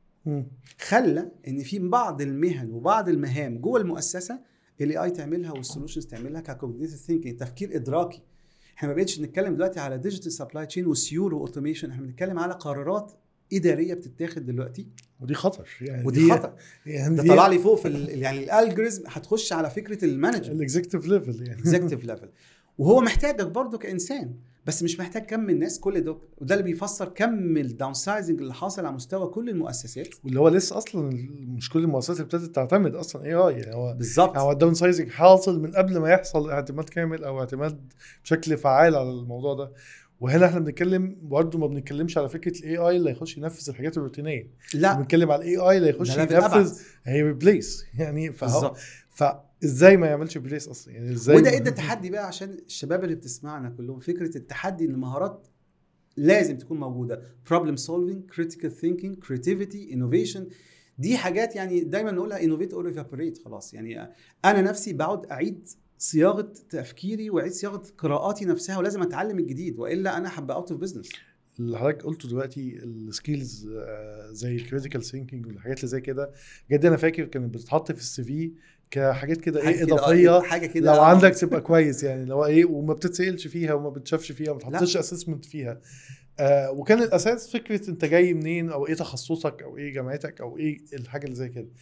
خلى ان في بعض المهن وبعض المهام جوه المؤسسه الاي اي تعملها والسولوشنز تعملها ككوجنيتيف ثينكينج، تفكير ادراكي. احنا ما بقتش نتكلم دلوقتي على ديجيتال سبلاي تشين وسيور واوتوميشن، احنا بنتكلم على قرارات اداريه بتتاخد دلوقتي، ودي خطر. يعني ودي خطر. يعني ده طلع لي فوق في يعني الالجوريزم هتخش على فكره المانجمنت، الاكزيكتيف ليفل، يعني اكزيكتيف ليفل. وهو محتاجك برضو كانسان، بس مش محتاج كم الناس كل ده. وده اللي بيفسر كم الداون سايزنج اللي حاصل على مستوى كل المؤسسات، واللي هو لسه اصلا مش كل المؤسسات ابتدت تعتمد اصلا اي اي. يعني هو بالظبط، هو الداون سايزنج حاصل من قبل ما يحصل اعتماد كامل او اعتماد بشكل فعال على الموضوع ده. وهنا احنا بنتكلم برضه، ما بنتكلمش على فكره الاي اي اللي هيخش ينفذ الحاجات الروتينيه، لا بنتكلم على الاي اي اللي يخش ينفذ، هي ريبليس يعني. فازاي ما يعملش ريبليس اصلا؟ يعني ازاي؟ وده ادى تحدي بقى عشان الشباب اللي بتسمعنا كلهم، فكره التحدي ان مهارات لازم تكون موجوده، problem solving، critical thinking، creativity، innovation. دي حاجات يعني دايما نقولها innovate or evaporate. خلاص يعني انا نفسي بقعد اعيد صياغه تفكيري واعيد صياغه قراءاتي نفسها، ولازم اتعلم الجديد، والا انا هبقى اوت اوف بزنس. اللي حضرتك قلته دلوقتي السكيلز زي الكريتيكال ثينكينج والحاجات اللي زي كده، بجد انا فاكر كانت بتتحط في السي في كحاجات كده ايه اضافيه، حاجه كده لو عندك تبقى كويس يعني، لو ايه، وما بتتسالش فيها وما بتشافش فيها وما تحطش اسسمنت فيها. وكان الاساس فكره انت جاي منين، او ايه تخصصك، او ايه جامعتك، او ايه الحاجه اللي زي كده.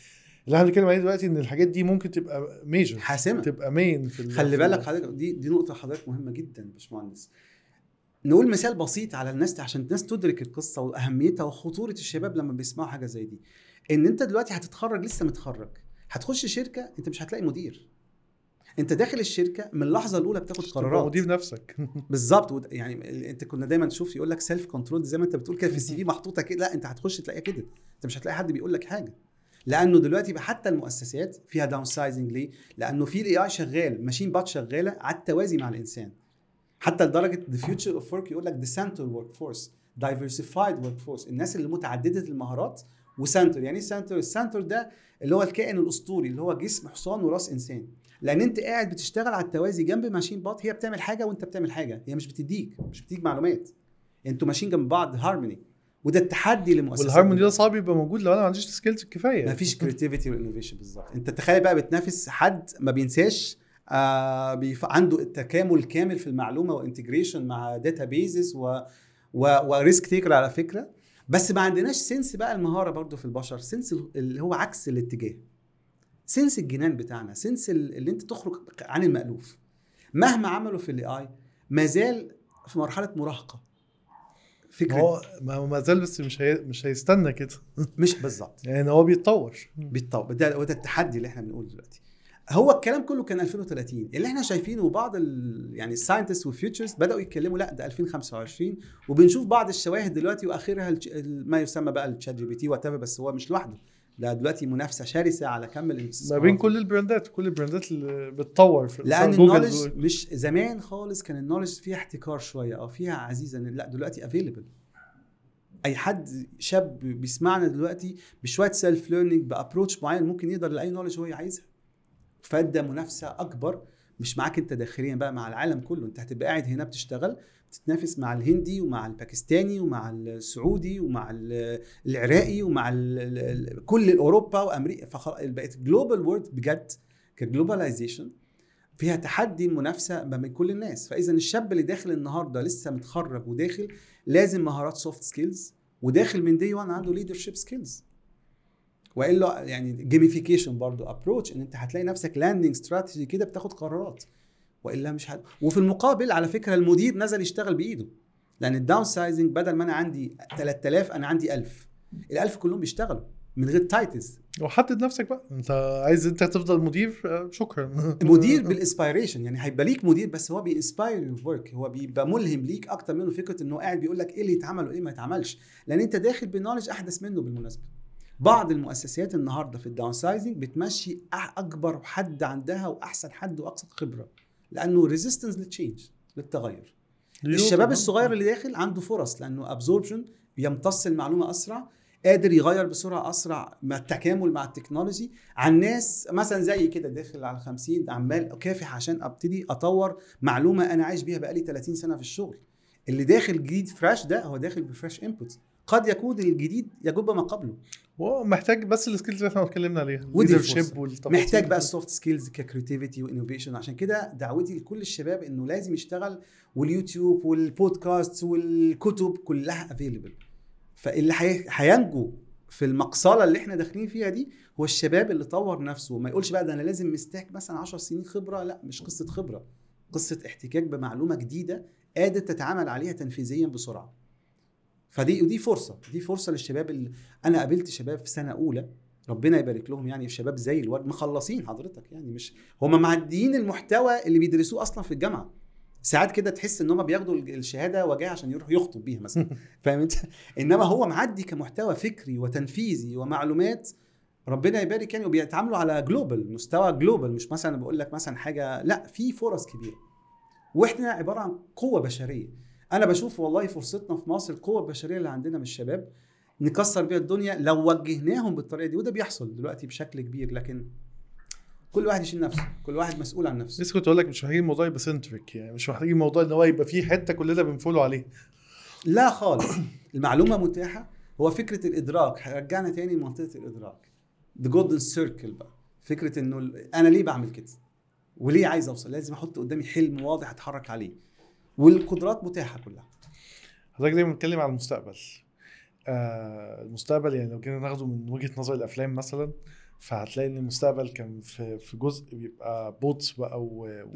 اللي احنا بنتكلم عليه دلوقتي ان الحاجات دي ممكن تبقى ميجر حاسمة. تبقى مين في خلي بالك حضرتك دي نقطه حضرتك مهمه جدا يا باشمهندس. نقول مثال بسيط على الناس عشان الناس تدرك القصه واهميتها وخطوره الشباب لما بيسمعوا حاجه زي دي. ان انت دلوقتي هتتخرج، لسه متخرج، هتخش شركه، انت مش هتلاقي مدير. انت داخل الشركه من اللحظه الاولى بتاخد قرارات. مدير نفسك. بالظبط. يعني انت كنا دايما تشوف يقول لك سيلف كنترول، زي ما انت بتقول كده في السي في محطوطه كده. لا، انت هتخش تلاقيها كده، انت مش هتلاقي حد بيقول لك حاجه. لانه دلوقتي بقى حتى المؤسسات فيها داون سايزنج. ليه؟ لانه في الاي اي شغال، ماشين بات شغاله على التوازي مع الانسان. حتى لدرجه the future of work يقول لك the center workforce diversified workforce، الناس اللي متعدده المهارات. وسنتر يعني ايه سنتر؟ السنتر ده اللي هو الكائن الاسطوري اللي هو جسم حصان وراس انسان. لان انت قاعد بتشتغل على التوازي جنب ماشين بات، هي بتعمل حاجه وانت بتعمل حاجه، هي مش بتديك معلومات، انتوا ماشيين جنب بعض هارموني. وده التحدي للمؤسسات. والهارموني ده صعب يبقى موجود لو انا ما عنديش سكيلز كفايه. ما فيش كريتيفيتي وانوفيشن. بالظبط. انت تخيل بقى بتنافس حد ما بينساش، عنده التكامل كامل في المعلومه وانتجريشن مع داتابيزز وريسك تيكر على فكره. بس ما عندناش سنس بقى المهاره برضو في البشر، سنس اللي هو عكس الاتجاه، سنس الجنان بتاعنا، سنس اللي انت تخرج عن المألوف. مهما عملوا في الاي اي ما زال في مرحله مراهقه. فكره هو ما زال، بس مش هيستنى كده. مش بالظبط يعني هو بيتطور. ده وده التحدي اللي احنا بنقوله دلوقتي. هو الكلام كله كان 2030 اللي احنا شايفينه، وبعض يعني الساينتست والفيوتشرز بداوا يتكلموا لا ده 2025. وبنشوف بعض الشواهد دلوقتي، واخرها ما يسمى بقى الشات جي بي تي وات ايفر. بس هو مش لوحده، ده دلوقتي منافسه شرسه على كم ما بين كل البراندات اللي بتطور في لان النولج مش زمان خالص كان النولج فيها احتكار شويه او فيها عزيزه. لا دلوقتي افيلبل. اي حد شاب بيسمعنا دلوقتي بشويه سيلف ليرنينج بابروتش معين ممكن يقدر لاي نولج هو عايزها. فده منافسه اكبر، مش معاك انت داخليا بقى، مع العالم كله. انت هتبقى قاعد هنا بتشتغل، بتتنافس مع الهندي ومع الباكستاني ومع السعودي ومع العراقي ومع كل اوروبا وامريكا. بقت جلوبال وورد بجد، كجلوباليزيشن فيها تحدي المنافسه ما بين كل الناس. فاذا الشاب اللي داخل النهارده لسه متخرج وداخل لازم مهارات سوفت سكيلز، وداخل من دي 1 عنده ليدرشيب سكيلز. والا يعني جيميفيكيشن برضو ابروتش، ان انت هتلاقي نفسك لاندنج استراتيجي كده بتاخد قرارات، والا مش وفي المقابل على فكره المدير نزل يشتغل بايده. لان الداون سايزنج بدل ما انا عندي 3000 انا عندي 1000. ال1000 كلهم بيشتغلوا من غير تايتلز. وحدد نفسك بقى، انت عايز انت تفضل مدير، شكرا. مدير بالانسبيريشن، يعني هيبقى ليك مدير بس هو بينسباير يور ورك، هو بيبقى ملهم ليك اكتر منه فكره انه قاعد بيقول لك ايه اللي يتعمل وايه ما يتعملش. لان انت داخل بنولج احدث منه. بالمناسبه بعض المؤسسات النهارده في الداون سايزنج بتمشي اكبر حد عندها واحسن حد واقصى خبره، لانه ريزيستنس للتشينج، للتغير. الشباب الصغير اللي داخل عنده فرص، لانه ابزوربشن بيمتص المعلومه اسرع، قادر يغير بسرعه اسرع مع التكامل مع التكنولوجي. عن ناس مثلا زي كده داخل على 50 عمال كافح عشان ابتدي اطور معلومه انا عايش بيها بقالي 30 سنه في الشغل. اللي داخل جديد فريش ده هو داخل بفريش انبوت، قد يكون الجديد يجب ما قبله. هو محتاج بس السكيلز اللي احنا اتكلمنا عليها، الليدرشيب محتاج بقى السوفت سكيلز ككريتيفيتي وانوفيشن. عشان كده دعوتي لكل الشباب انه لازم يشتغل، واليوتيوب والبودكاست والكتب كلها افيلبل. فاللي هينجو في المقصله اللي احنا داخلين فيها دي هو الشباب اللي طور نفسه، ما يقولش بقى ده انا لازم مستحق مثلا 10 سنين خبره. لا، مش قصه خبره، قصه احتكاك بمعلومه جديده قادر تتعامل عليها تنفيذيا بسرعه. ودي فرصه للشباب. اللي انا قابلت شباب في سنه اولى ربنا يبارك لهم، يعني شباب زي الورد مخلصين حضرتك، يعني مش هم معديين المحتوى اللي بيدرسوه اصلا في الجامعه. ساعات كده تحس ان هم بياخدوا الشهاده وجاي عشان يروح يخطب بيها مثلا. فاهم انت؟ انما هو معدي كمحتوى فكري وتنفيذي ومعلومات ربنا يبارك يعني، وبيتعاملوا على جلوبال مستوى جلوبال، مش مثلا بقول لك مثلا حاجه، لا في فرص كبيره. واحنا عباره عن قوه بشريه. انا بشوف والله فرصتنا في مصر القوه البشريه اللي عندنا من الشباب نكسر بيها الدنيا لو وجهناهم بالطريقه دي. وده بيحصل دلوقتي بشكل كبير، لكن كل واحد يشيل نفسه، كل واحد مسؤول عن نفسه. بس كنت اقول لك مش محتاجين الموضوع يبقى سنتريك، يعني مش محتاجين الموضوع ان هو يبقى فيه حته كلنا بنفولو عليه. لا خالص. المعلومه متاحه. هو فكره الادراك هيرجعنا تاني لمنطقه الادراك، the golden circle بقى. فكره انه انا ليه بعمل كده وليه عايز اوصل، لازم احط قدامي حلم واضح اتحرك عليه، والقدرات متاحه كلها. حضرتك دايما بنتكلم عن المستقبل. المستقبل يعني لو كنا ناخده من وجهة نظر الافلام مثلا، فهتلاقي ان المستقبل كان في جزء بيبقى بوتس بقى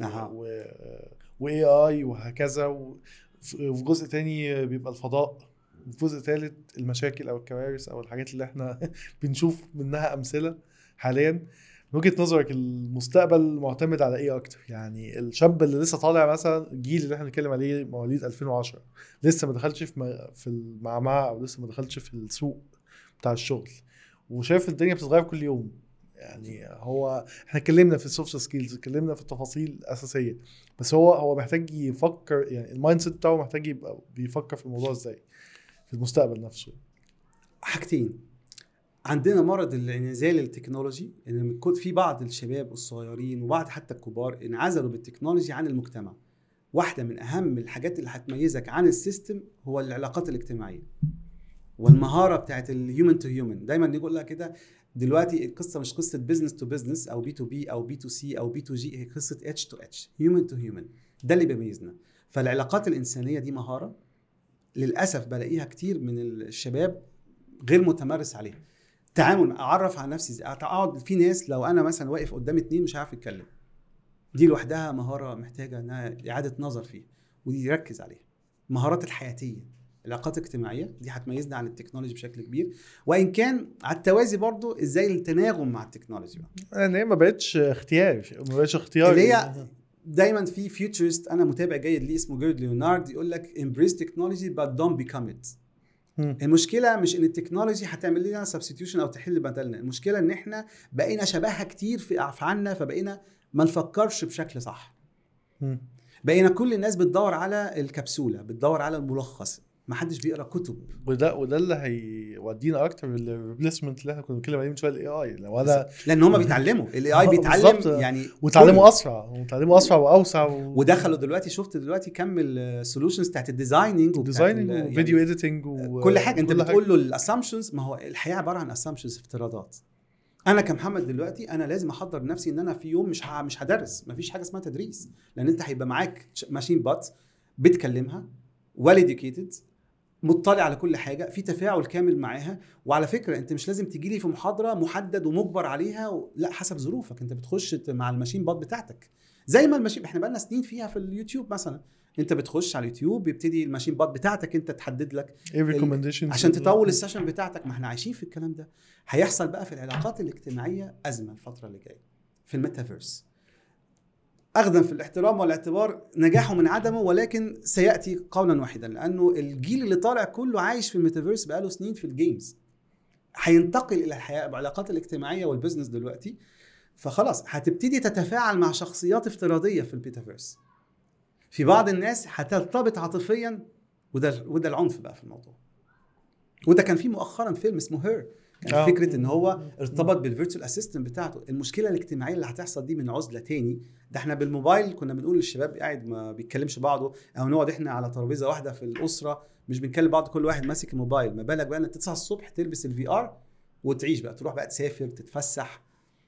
و اي اي وهكذا، وفي جزء تاني بيبقى الفضاء، وفي جزء ثالث المشاكل او الكوارث او الحاجات اللي احنا بنشوف منها امثله حاليا. من وجهه نظرك المستقبل معتمد على ايه اكتر؟ يعني الشاب اللي لسه طالع مثلا، الجيل اللي احنا بنتكلم عليه مواليد 2010 لسه ما دخلش في المعمعه او لسه ما دخلش في السوق بتاع الشغل، وشايف الدنيا بتتغير كل يوم. يعني هو احنا اتكلمنا في السوفت سكيلز، اتكلمنا في التفاصيل الاساسيه، بس هو محتاج يفكر، يعني المايند سيت بتاعه محتاج يبقى بيفكر في الموضوع ازاي في المستقبل نفسه. حاجتين، عندنا مرض الانعزال التكنولوجي، ان في بعض الشباب الصغيرين وبعض حتى الكبار انعزلوا بالتكنولوجي عن المجتمع. واحده من اهم الحاجات اللي هتميزك عن السيستم هو العلاقات الاجتماعيه والمهاره بتاعت الهيومن تو هيومن. دايما نقول لها كده، دلوقتي القصه مش قصه بزنس تو بزنس او بي تو بي او بي تو سي او بي تو جي، هي قصه اتش تو اتش، هيومن تو هيومن. ده اللي بيميزنا. فالعلاقات الانسانيه دي مهاره للاسف بلاقيها كتير من الشباب غير متمرس عليها. تعامل، اعرف على نفسي، اقعد في ناس لو انا مثلا واقف قدام 2 مش عارف يتكلم، دي لوحدها مهاره محتاجه انها اعاده نظر فيها ودي يركز عليها. المهارات الحياتيه، العلاقات الاجتماعيه دي هتميزنا عن التكنولوجي بشكل كبير، وان كان على التوازي برضو ازاي التناغم مع التكنولوجي بقى. يعني ما بقتش اختيار، اللي هي دايما في فيوتشرست، انا متابع جيد ليه اسمه جيرد ليونارد، يقول لك embrace technology but don't become it. المشكله مش ان التكنولوجي هتعمل لنا سبستيوشن او تحل بدلنا، المشكله ان احنا بقينا شبهها كتير في افعالنا، فبقينا ما نفكرش بشكل صح. بقينا كل الناس بتدور على الكبسوله، بتدور على الملخص، ما حدش بيقرا كتب. وده اللي هيودينا اكتر للريبليسمنت اللي احنا كنا بنتكلم عليه من شويه، الاي اي. لو انا لان هم بيتعلموا، الاي اي بيتعلم يعني، وتعلموا اسرع واوسع ودخلوا دلوقتي، شفت دلوقتي كم السولوشنز بتاعت الديزايننج وفيديو اديتنج كل حاجه. انت بتقول له الاسامبشنز، ما هو الحياه عباره عن اسامبشنز، افتراضات. انا كمحمد دلوقتي انا لازم احضر نفسي ان انا في يوم مش هدرس، مفيش حاجه اسمها تدريس، لان انت هيبقى معاك ماشين بات بتكلمها، ويل اديوكيتد، مطلع على كل حاجه، في تفاعل كامل معاها. وعلى فكره انت مش لازم تجي لي في محاضره محدد ومجبر عليها لا، حسب ظروفك انت بتخش مع الماشين بات بتاعتك. زي ما الماشين احنا بقالنا سنين فيها في اليوتيوب مثلا، انت بتخش على اليوتيوب بيبتدي الماشين بات بتاعتك انت تحدد لك عشان تطول السيشن بتاعتك. ما احنا عايشين في الكلام ده. هيحصل بقى في العلاقات الاجتماعيه ازمه الفتره اللي جايه في الميتافيرس، أخذا في الاحترام والاعتبار نجاحه من عدمه، ولكن سيأتي قولا واحدا، لأنه الجيل اللي طالع كله عايش في الميتافيرس بقاله سنين في الجيمز، هينتقل إلى الحياة بعلاقات الاجتماعية والبزنس دلوقتي. فخلاص هتبتدي تتفاعل مع شخصيات افتراضية في الميتافيرس. في بعض الناس هترتبط عاطفيا، وده العنف بقى في الموضوع. وده كان فيه مؤخرا فيلم اسمه هير، كان فكرة ان هو ارتبط بالفيرتشوال اسيستنت بتاعته. المشكلة الاجتماعية اللي هتحصل دي من عزلة تاني. ده احنا بالموبايل كنا بنقول للشباب قاعد ما بيتكلمش بعضه، او نقعد احنا على ترابيزة واحدة في الأسرة مش بنكلم بعض، كل واحد ماسك الموبايل. ما بالك بقى ان تصحى الصبح تلبس الفي ار وتعيش بقى، تروح بقى تسافر تتفسح.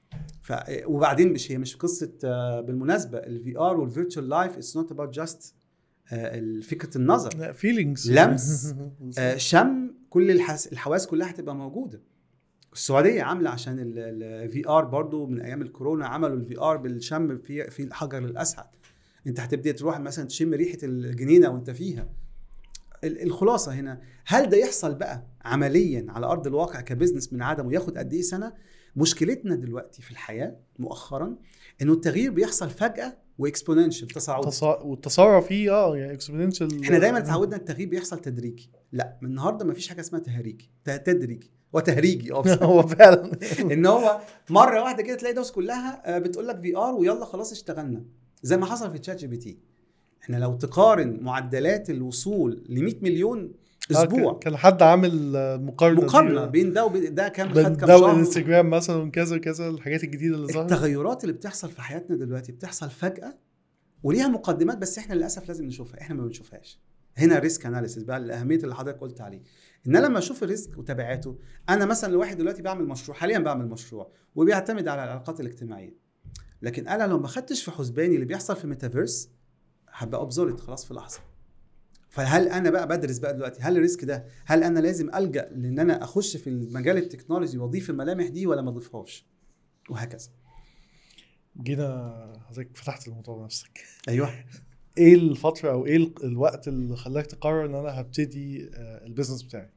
وبعدين مش قصة بالمناسبة الفي ار والفيرتشوال لايف اتس نوت اباوت جاست فكرة النظر، فيلينجز، لمس، شم، كل الحواس كلها هتبقى موجودة. السعودية عاملة عشان الفي ار برضو من ايام الكورونا، عملوا الفي ار بالشم في الحجر الاسعد. انت هتبدأ تروح مثلا تشم ريحة الجنينة وانت فيها. الخلاصة هنا، هل ده يحصل بقى عمليا على ارض الواقع كبزنس من عدم، وياخد قد ايه سنة؟ مشكلتنا دلوقتي في الحياة مؤخرا انه التغيير بيحصل فجأة واكسبوننشال، تصاعدي، والتسارع فيه يعني اكسبوننشال. احنا دايما اتعودنا التغيير بيحصل تدريجي. لا، من النهارده مفيش حاجه اسمها تدريجي وتهريجي. هو فعلا ان هو مره واحده كده تلاقي الناس كلها بتقول لك في ار ويلا خلاص اشتغلنا، زي ما حصل في تشات جي بي تي. احنا لو تقارن معدلات الوصول ل 100 مليون اسبوع، كان حد عامل مقارنه بين ده وبين ده، كام خد كام شهر، انستجرام مثلا كذا الحاجات الجديده اللي ظهرت. التغيرات اللي بتحصل في حياتنا دلوقتي بتحصل فجاه وليها مقدمات، بس احنا للاسف لازم نشوفها، احنا ما بنشوفهاش. هنا ريسك اناليسيس بقى، الاهميه اللي حضرتك قلت عليه، ان انا لما اشوف الريسك وتبعاته. انا مثلا لواحد دلوقتي بعمل مشروع، حاليا بعمل مشروع وبيعتمد على العلاقات الاجتماعيه، لكن انا لو ما خدتش في حسباني اللي بيحصل في الميتافيرس هبقى ابزولت خلاص في لحظه. فهل انا بقى بدرس بقى دلوقتي هل الريسك ده، هل انا لازم الجا لان انا اخش في المجال التكنولوجي واضيف الملامح دي ولا ما اضيفهاش؟ وهكذا. جينا حضرتك فتحت الموضوع نفسك. ايوه. ايه الفتره او ايه الوقت اللي خلاك تقرر ان انا هبتدي البيزنس بتاعي؟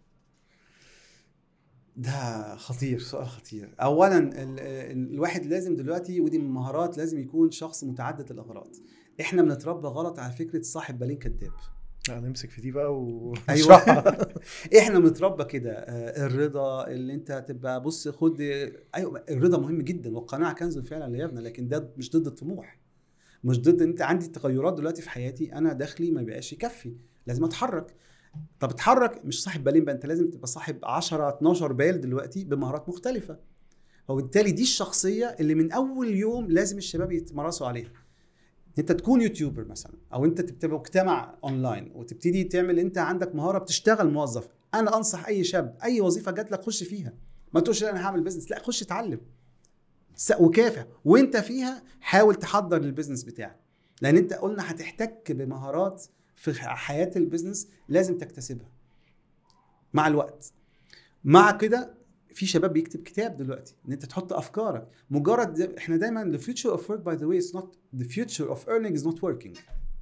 ده خطير، سؤال خطير. اولا الواحد لازم دلوقتي، ودي من المهارات، لازم يكون شخص متعدد الاغراض. احنا بنتربى غلط على فكره صاحب بالين كذاب. نمسك في دي بقى ايوه. احنا بنتربى كده. الرضا اللي انت تبقى بص خد، ايوه الرضا مهم جدا، والقناعه كنز فعلا لا يفنى، لكن ده مش ضد الطموح، مش ضد. انت عندي تغيرات دلوقتي في حياتي، انا دخلي ما بقاش يكفي، لازم اتحرك. طب اتحرك، مش صاحب بالين بقى، انت لازم تبقى صاحب 10 12 بال دلوقتي بمهارات مختلفه. وبالتالي دي الشخصيه اللي من اول يوم لازم الشباب يتمرسوا عليها. انت تكون يوتيوبر مثلا، او انت تبقى مجتمع اونلاين وتبتدي تعمل، انت عندك مهاره بتشتغل موظف. انا انصح اي شاب اي وظيفه جات لك خش فيها، ما تقولش انا هعمل بيزنس، لا خش اتعلم وكافح، وانت فيها حاول تحضر للبيزنس بتاعك، لان انت قلنا هتحتك بمهارات في حياه البيزنس لازم تكتسبها مع الوقت. مع كده في شباب بيكتب كتاب دلوقتي ان انت تحط افكارك. مجرد احنا دايما the future of work by the way is not the future of earning is not working.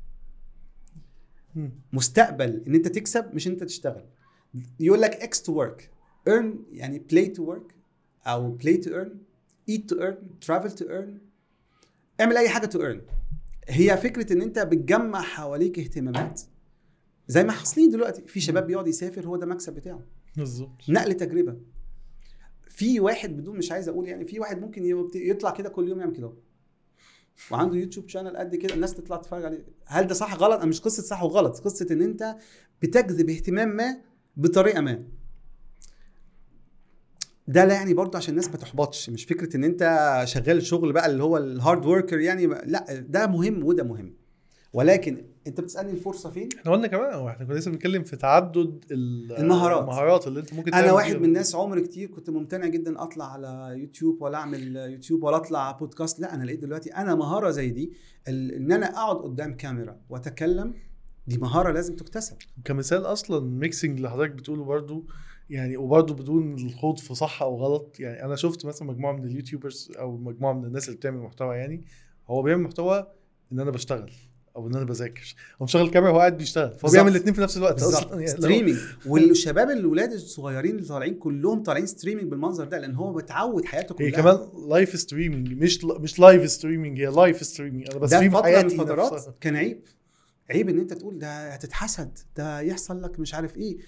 مستقبل ان انت تكسب مش انت تشتغل. يقول لك X to work, earn يعني play to work او play to earn, eat to earn, travel to earn. اعمل اي حاجه to earn. هي فكره ان انت بتجمع حواليك اهتمامات زي ما حاصلين دلوقتي. في شباب بيقعد يسافر، هو ده مكسب بتاعه بالظبط، نقل تجربه. في واحد بدون مش عايز اقول يعني، في واحد ممكن يطلع كده كل يوم يعمل كده، وعنده يوتيوب شانل قد كده الناس تطلع تتفرج عليه. هل ده صح غلط؟ مش قصه صح وغلط، قصه ان انت بتجذب اهتمام ما بطريقه ما. ده لا يعني برضه عشان الناس ما تحبطش، مش فكره ان انت شغال شغل بقى اللي هو الهارد وركر يعني، لا ده مهم وده مهم، ولكن انت بتسالني الفرصه فين. احنا قلنا كمان، احنا كنا لسه بنتكلم في تعدد المهارات اللي انت ممكن انا واحد من الناس عمر كتير كنت ممتنع جدا اطلع على يوتيوب ولا اعمل يوتيوب ولا اطلع بودكاست. لا انا لقيت دلوقتي انا مهاره زي دي، ان انا اقعد قدام كاميرا واتكلم، دي مهاره لازم تكتسب. كمثال اصلا ميكسينج اللي حضرتك بتقوله برضو يعني، وبرضو بدون الخوض في صح او غلط يعني. انا شفت مثلا مجموعه من اليوتيوبرز او مجموعه من الناس اللي بتعمل محتوى، يعني هو بيعمل محتوى ان انا بشتغل او ان انا بذاكر، هو مشغل الكاميرا وهو قاعد بيشتغل، فهو بيعمل الاثنين في نفس الوقت اصلا يعني ستريمينج. والشباب الولاد الصغيرين اللي طالعين كلهم طالعين ستريمينج بالمنظر ده، لان هو متعود حياته كلها. هي كمان لايف ستريمينج، مش لايف ستريمينج، هي لايف ستريمينج. انا بستريم حياتي من الفترات كان عيب ان انت تقول ده هتتحسد، ده يحصل لك مش عارف ايه.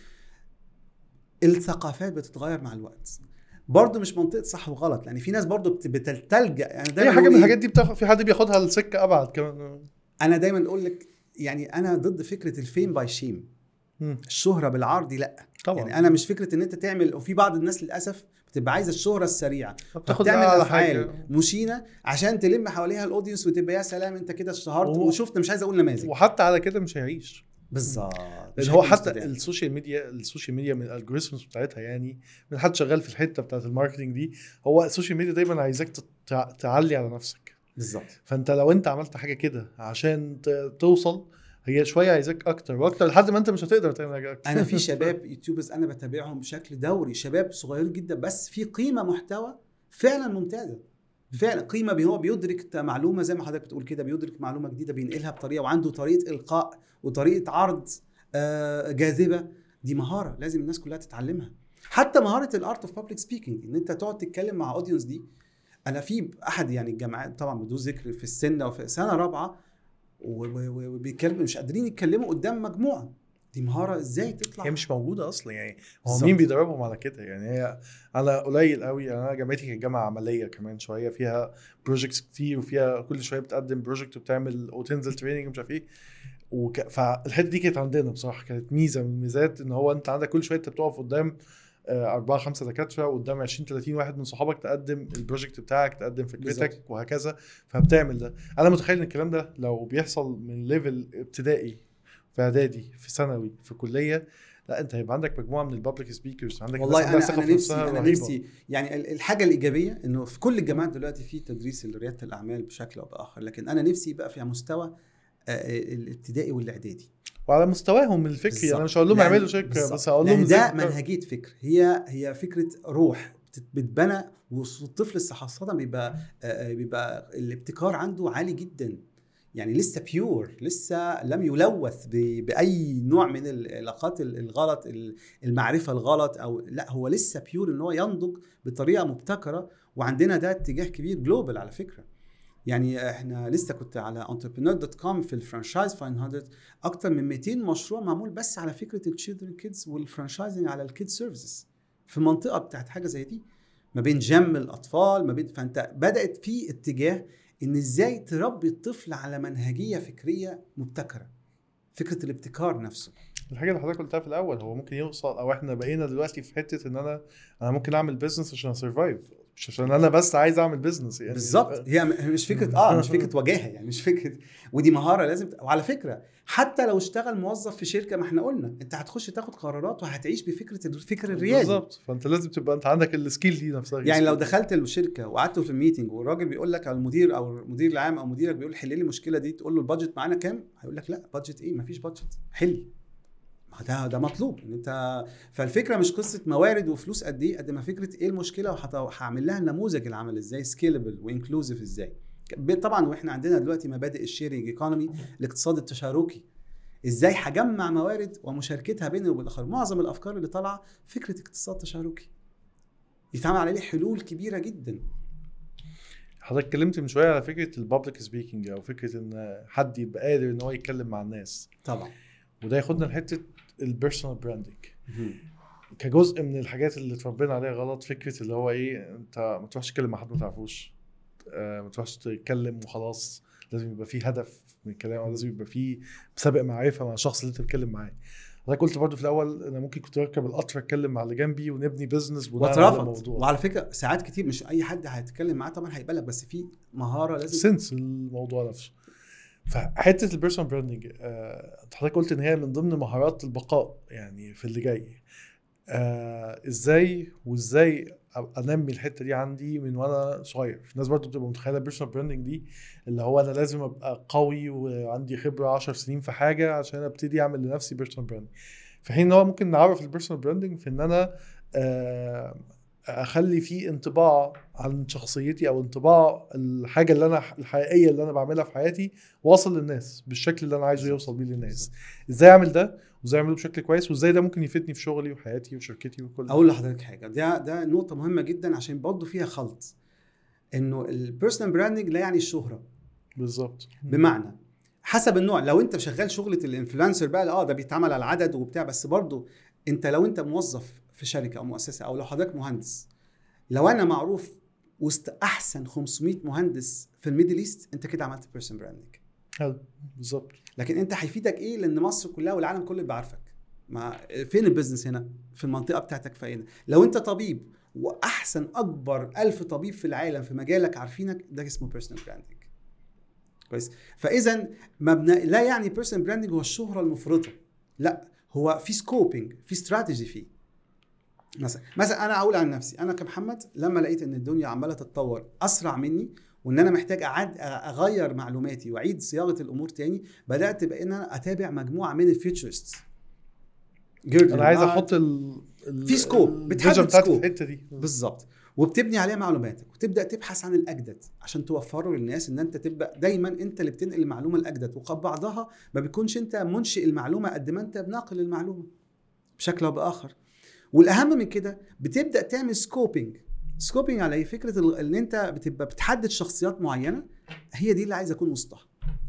الثقافات بتتغير مع الوقت برضو، مش منطقه صح وغلط، لان في ناس برضو بتلجأ يعني. هي حاجه من الحاجات دي في حد بياخدها لسكه ابعد كمان. انا دايما اقول لك يعني انا ضد فكره الفيم باي شيم، الشهره بالعار دي لا طبعا. يعني انا مش فكره ان انت تعمل، وفي بعض الناس للاسف بتبقى عايزه الشهره السريعه، بتعمل افعال مشينه عشان تلم حواليها الاودينس وتبقى يا سلام انت كده اشتهرت. وشفت مش عايز اقول نماذج، وحتى على كده مش هيعيش بالظبط. لان هو حتى السوشيال ميديا من الالجوريثمز بتاعتها، يعني من حد شغال في الحته بتاعه الماركتنج دي، هو السوشيال ميديا دايما عايزك تعلي على نفسك بالظبط. فانت لو انت عملت حاجه كده عشان توصل، هي شويه عايزك اكتر واكتر لحد ما انت مش هتقدر تعمل حاجه اكتر. انا في شباب يوتيوبرز انا بتابعهم بشكل دوري، شباب صغير جدا بس في قيمه محتوى فعلا ممتازه، فعلا قيمه. هو بيدرك معلومه زي ما حضرتك بتقول كده، بيدرك معلومه جديده بينقلها بطريقه، وعنده طريقه القاء وطريقه عرض جاذبه. دي مهاره لازم الناس كلها تتعلمها. حتى مهاره الارت اوف بابليك سبيكينج، ان انت تقعد تتكلم مع اودينس دي. انا في احد يعني الجامعات طبعا بدون ذكر في السنه وفي سنه رابعه، وبيتكلم مش قادرين يتكلموا قدام مجموعه. دي مهاره ازاي تطلع، هي مش موجوده اصلا يعني. هو مين بيدربهم على كده يعني؟ هي انا قليل قوي. انا جامعتي كانت جامعه عمليه كمان شويه، فيها بروجكتس كتير، وفيها كل شويه بتقدم بروجكت وبتعمل وتنزل تريننج ومش عارف ايه. فالحته دي كانت عندنا بصراحه كانت ميزه من الميزات، ان هو انت عندك كل شويه انت بتقف قدام 4-5 دكاتره، قدام 20-30 واحد من صحابك، تقدم البروجكت بتاعك، تقدم فكرتك وهكذا. فبتعمل ده. انا متخيل ان الكلام ده لو بيحصل من ليفل ابتدائي، في اعدادي، في ثانوي، في كليه، لا انت هيبقى عندك مجموعه من البابليك سبيكرز، عندك والله انا نفسي يعني الحاجه الايجابيه انه في كل الجامعات دلوقتي في تدريس لرياده الاعمال بشكل او باخر، لكن انا نفسي يبقى في مستوى الابتدائي والاعدادي وعلى مستواهم الفكري. انا مش هقول لهم يعملوا شركه، بس هقول لهم ده منهجيه فكر، هي فكره روح بتبنى، والطفل خاصه بيبقى الابتكار عنده عالي جدا، يعني لسه بيور، لسه لم يلوث باي نوع من العلاقات الغلط، المعرفه الغلط، او لا هو لسه بيور ان هو ينضج بطريقه مبتكره. وعندنا ده اتجاه كبير جلوبال على فكره. يعني احنا لسه كنت على entrepreneur.com في الفرانشايز 500 اكتر من 200 مشروع معمول بس على فكره التشيلدرن كيدز والفرانشايزنج على الكيد سيرفيسز في منطقه بتاعت حاجه زي دي، ما بين جم الاطفال، ما بين، فانت بدات في اتجاه ان ازاي تربي الطفل على منهجيه فكريه مبتكره، فكره الابتكار نفسه. الحاجه اللي حضرتك قلتها في الاول، هو ممكن يوصل، او احنا بقينا دلوقتي في حته ان انا ممكن اعمل بيزنس عشان اسرفايف، مش عشان انا بس عايز اعمل بيزنس يعني. بالظبط، هي مش فكره مش فكره وجاهه، يعني مش فكره، ودي مهاره لازم وعلى فكره حتى لو اشتغل موظف في شركه، ما احنا قلنا انت هتخش تاخد قرارات وهتعيش بفكره الفكر الريادي. بالظبط، فانت لازم تبقى انت عندك السكيل دي نفسها. يعني لو دخلت الشركه وقعدت في الميتنج والراجل بيقول لك على المدير او المدير العام او مديرك بيقول حل لي المشكله دي، تقول له البادجت معانا كام؟ هيقول لك لا بادجت ايه، مفيش بادجت، حل. ده مطلوب ان انت، فالفكره مش قصه موارد وفلوس قد ايه، قد ما فكره ايه المشكله وهعمل لها نموذج العمل ازاي، سكيلبل وانكلوزيف ازاي. طبعا واحنا عندنا دلوقتي مبادئ الشيرنج ايكونومي، الاقتصاد التشاركي، ازاي هجمع موارد ومشاركتها بيني وبين الاخر. معظم الافكار اللي طالعه فكره اقتصاد تشاركي يتعمل عليه حلول كبيره جدا. حضرتك اتكلمت من شويه على فكره البابليك سبيكينج، او فكره ان حد يبقى قادر ان هو يتكلم مع الناس. طبعا وده ياخدنا لحته البيرسونال براندنج كجزء من الحاجات اللي اتربينا عليها غلط. فكره اللي هو ايه، انت ما تروحش تتكلم مع حد ما تعرفوش، ما تروحش تتكلم وخلاص، لازم يبقى فيه هدف من الكلام، او لازم يبقى فيه سابق معرفه مع الشخص اللي انت بتتكلم معاه. انا قلت برضو في الاول انا ممكن كنت اركب القطر اتكلم مع اللي جنبي ونبني بزنس بناء على الموضوع. وعلى فكره ساعات كتير مش اي حد هيتكلم معاه طبعا هيقبلك، بس في مهاره لازم سنس الموضوع نفسه. فحته البيرسونال براندنج حضرتك قلت ان هي من ضمن مهارات البقاء يعني في اللي جاي. ازاي انمي الحته دي عندي من وانا صغير؟ الناس برضو بتبقى متخيله البيرسونال براندنج دي اللي هو انا لازم ابقى قوي وعندي خبره 10 سنين في حاجه عشان ابتدي اعمل لنفسي بيرسونال براندنج. في حين ان هو ممكن نعرف البيرسونال براندنج في ان انا اخلي فيه انطباع عن شخصيتي، او انطباع الحاجه اللي انا الحقيقيه اللي انا بعملها في حياتي واصل للناس بالشكل اللي انا عايزه يوصل بيه للناس. ازاي اعمل ده، وازاي اعمله بشكل كويس، وازاي ده ممكن يفيدني في شغلي وحياتي وشركتي وكل. اقول لحضرتك حاجه، ده نقطه مهمه جدا عشان برضه فيها خلط، انه البيرسونال براندنج لا يعني الشهره. بالظبط. بمعنى حسب النوع، لو انت شغال شغله الانفلونسر بقى ده بيتعمل على العدد وبتاع، بس برضه انت لو انت موظف في شركه او مؤسسه، او لو حضرتك مهندس، لو انا معروف وسط احسن 500 مهندس في الميدل ايست، انت كده عملت بيرسون براندنج. حلو بالظبط. لكن انت هيفيدك ايه؟ لان مصر كلها والعالم كله بيعرفك. فين البيزنس هنا في المنطقه بتاعتك؟ فين لو انت طبيب واحسن اكبر 1000 طبيب في العالم في مجالك عارفينك، ده اسمه بيرسون براندنج. كويس. فاذا مبنى لا يعني بيرسون براندنج هو الشهره المفرطه، لا، هو في سكوبينج، في استراتيجي فيه. مثلا انا اقول عن نفسي، انا كمحمد لما لقيت ان الدنيا عماله تتطور اسرع مني، وان انا محتاج اغير معلوماتي واعيد صياغه الامور تاني، بدات بان انا اتابع مجموعه من الفيوتشرست. انا عايز احط في سكوب، بتحدد سكوب الحته دي بالظبط، وبتبني عليها معلوماتك، وتبدا تبحث عن الاجدد عشان توفره للناس، ان انت تبقى دايما انت اللي بتنقل المعلومه الاجدد. وقد بعضها ما بيكونش انت منشئ المعلومه قد ما انت بناقل المعلومه بشكل او باخر. والاهم من كده بتبدا تعمل سكوبينج على فكره ان انت بتبقى بتحدد شخصيات معينه، هي دي اللي عايز اكون وسطها.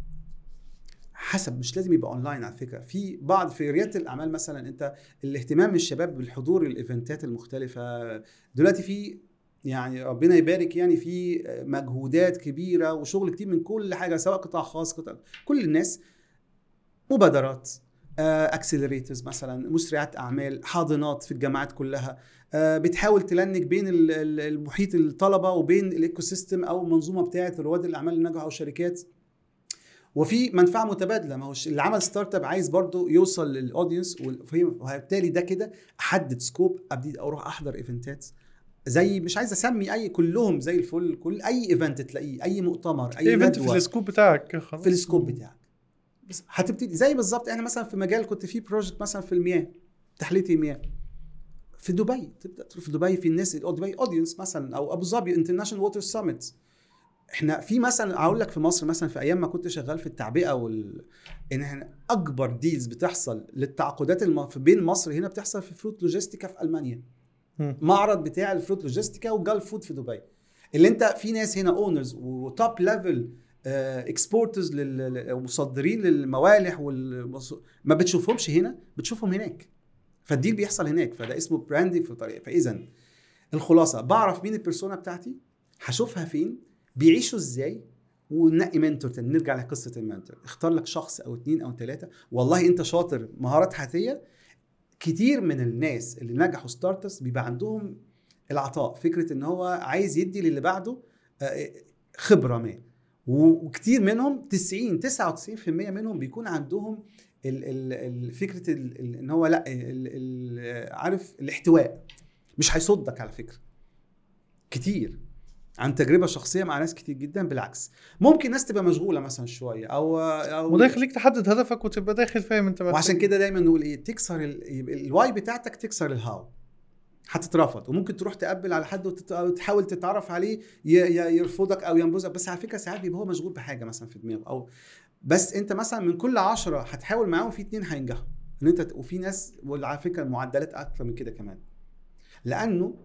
حسب، مش لازم يبقى اونلاين على فكره، في بعض في رياده الاعمال مثلا، انت الاهتمام من الشباب بالحضور الايفنتات المختلفه دلوقتي، في يعني ربنا يبارك، يعني في مجهودات كبيره وشغل كتير من كل حاجه، سواء قطاع خاص كل الناس، مبادرات، اكسلريتورز مثلا، مسرعات اعمال، حاضنات في الجامعات كلها، بتحاول تلنك بين المحيط الطلبه وبين الايكو سيستم او المنظومه بتاعه رواد الاعمال الناجحه او الشركات، وفي منفعه متبادله. ما هو اللي عمل ستارت اب عايز برضو يوصل للاودينس، وبالتالي ده كده احدد سكوب، ابتدي اروح احضر ايفنتات زي، مش عايز اسمي اي، كلهم زي الفل، كل اي ايفنت تلاقيه، اي مؤتمر، اي ايفنت في السكوب بتاعك، خلاص في السكوب بتاعك. بس هتبتدي زي بالظبط، احنا مثلا في مجال كنت فيه بروجكت مثلا في المياه، تحليه المياه، في دبي تبدا تروح في دبي، في الناس دبي اودينس مثلا، او ابو ظبي انترناشونال ووتر ساميت. احنا في مثلا هقول لك في مصر مثلا في ايام ما كنت شغال في التعبئه ان احنا اكبر ديلز بتحصل للتعاقدات بين مصر هنا بتحصل في فروت لوجيستيكا في المانيا. معرض بتاع الفروت لوجيستيكا وجالف فود في دبي، اللي انت في ناس هنا اونرز وتوب ليفل اكسبورترز ومصدرين للموالح ما بتشوفهمش هنا، بتشوفهم هناك. فالديل بيحصل هناك، فده اسمه براندنج في طريقه. فاذا الخلاصه بعرف مين البيرسونا بتاعتي، هشوفها فين، بيعيشوا ازاي، وننقي منتور. نرجع لقصه المنتور، اختار لك شخص او 2 أو 3 والله انت شاطر مهارات حياتيه. كتير من الناس اللي نجحوا ستارتس بيبقى عندهم العطاء، فكره ان هو عايز يدي للي بعده خبره ما، وكتير منهم 99% منهم بيكون عندهم فكره ان هو لا عارف الاحتواء، مش هيصدك على فكره. كتير عن تجربه شخصيه مع ناس كتير جدا، بالعكس ممكن ناس تبقى مشغوله مثلا شويه او وده يخليك تحدد هدفك وتبقى داخل فاهم انت. وعشان كده دايما نقول ايه، تكسر الواي بتاعتك، تكسر الهاو. هتترفض وممكن تروح تقبل على حد وتحاول تتعرف عليه يرفضك او ينبذك، بس على فكره ساعات بيبقى هو مشغول بحاجه مثلا في دماغه، او بس انت مثلا من كل 10 هتحاول معاهم في 2 هينجحوا ان انت، وفي ناس وعلى فكره المعدلات اكتر من كده كمان، لانه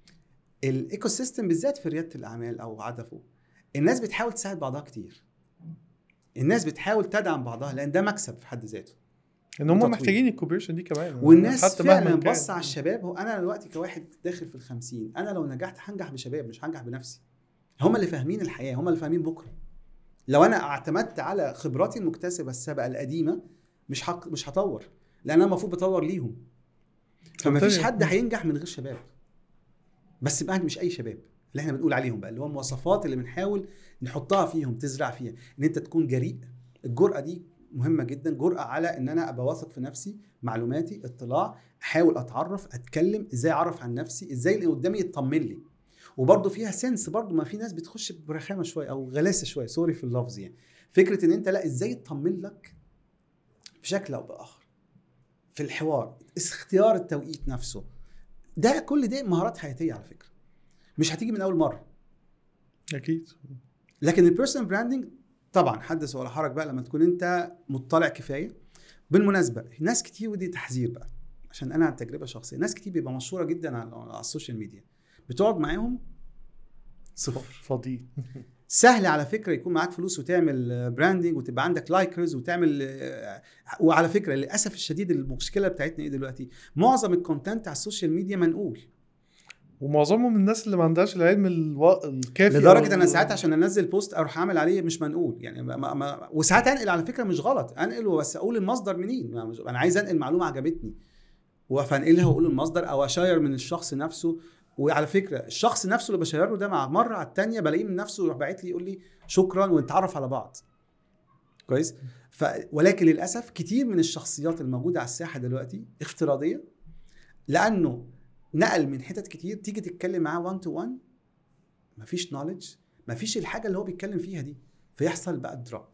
الايكو سيستم بالذات في رياده الاعمال او هدفه الناس بتحاول تساعد بعضها كتير، الناس بتحاول تدعم بعضها، لان ده مكسب في حد ذاته، ان هم محتاجين الكوبريشن دي كمان. والناس حتى فعلا بص على الشباب. هو انا دلوقتي كواحد داخل في ال50، انا لو نجحت هنجح بشباب، مش هنجح بنفسي. هم اللي فاهمين الحياه، هم اللي فاهمين بكره. لو انا اعتمدت على خبراتي المكتسبه السابقه القديمه مش هطور، لان انا المفروض بطور ليهم. فما فيش حد هينجح من غير شباب، بس بقى مش اي شباب اللي احنا بنقول عليهم بقى، اللي هو المواصفات اللي بنحاول نحطها فيهم، تزرع فيها ان انت تكون جريء. الجرأة دي مهمة جدا، جرأة على ان انا ابقى واثق في نفسي، معلوماتي، اطلاع، احاول اتعرف، اتكلم، ازاي اعرف عن نفسي، ازاي اللي قدامي يطمن لي. وبرضه فيها سنس، برضه ما في ناس بتخش برخامة شوية او غلاسة شوية، سوري في اللفظ يعني، فكرة ان انت لا ازاي تطمن لك بشكل او باخر في الحوار، اختيار التوقيت نفسه، ده كل ده مهارات حياتية على فكرة، مش هتيجي من اول مرة اكيد. لكن البيرسونال براندنج طبعا حدث ولا حرج بقى لما تكون انت مطلع كفايه. بالمناسبه ناس كتير، ودي تحذير بقى عشان انا عن تجربه شخصيه، ناس كتير بيبقى مشهوره جدا على السوشيال ميديا، بتقعد معاهم صفر فاضي. سهل على فكره يكون معاك فلوس وتعمل براندنج وتبقى عندك لايكرز وتعمل. وعلى فكره للاسف الشديد المشكله بتاعتنا ايه دلوقتي، معظم الكونتنت على السوشيال ميديا منقول، ومعظمهم الناس اللي ما عندهاش العلم الكافي، لدرجه انا ساعات عشان انزل بوست اروح اعمل عليه مش منقول يعني وساعات انقل على فكره مش غلط، انقل بس اقول المصدر منين، انا عايز انقل معلومه عجبتني وفانقلها واقول المصدر، او اشير من الشخص نفسه. وعلى فكره الشخص نفسه اللي بشيره ده مع مره على الثانيه بلاقيه من نفسه يروح باعت لي يقول لي شكرا ونتعرف على بعض كويس. ولكن للاسف كتير من الشخصيات الموجوده على الساحه دلوقتي افتراضيه، لانه نقل من حتت كتير، تيجي تتكلم معاه 1 to 1 مفيش نوليدج، مفيش الحاجه اللي هو بيتكلم فيها دي، فيحصل بقى دروب.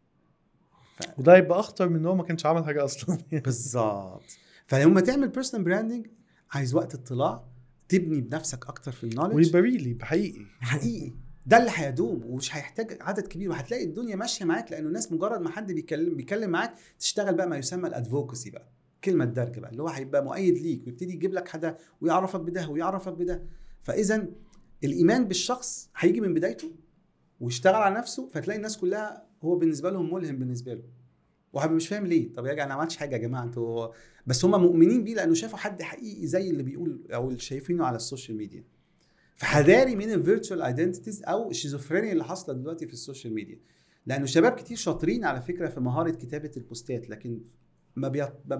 وده يبقى اخطر من ان هو ما كانش عامل حاجه اصلا. بالظبط. فلما تعمل بيرسونال براندنج عايز وقت اطلاع، تبني بنفسك اكتر في النوليدج، ويبقى ريلي بحقيقي ده اللي هيدوم، ومش هيحتاج عدد كبير، وهتلاقي الدنيا ماشيه معاك، لانه الناس مجرد ما حد بيتكلم معاك تشتغل بقى ما يسمى الادفوكسي بقى، كلمه درج بقى، اللي هو هيبقى مؤيد ليك ويبتدي يجيب لك حدا ويعرفك بده ويعرفك بده. فاذا الايمان بالشخص هيجي من بدايته ويشتغل على نفسه، فتلاقي الناس كلها هو بالنسبه لهم ملهم بالنسبه له، وهبقى مش فاهم ليه. طب يا جماعه انا ما عملتش حاجه يا جماعه انتوا، بس هم مؤمنين بيه لانه شافوا حد حقيقي زي اللي بيقول او اللي شايفينه على السوشيال ميديا. فحذاري من الفيرتشوال ايدنتيتيز او الشيزوفرينيا اللي حاصله دلوقتي في السوشيال ميديا، لانه شباب كتير شاطرين على فكره في مهاره كتابه البوستات، لكن ما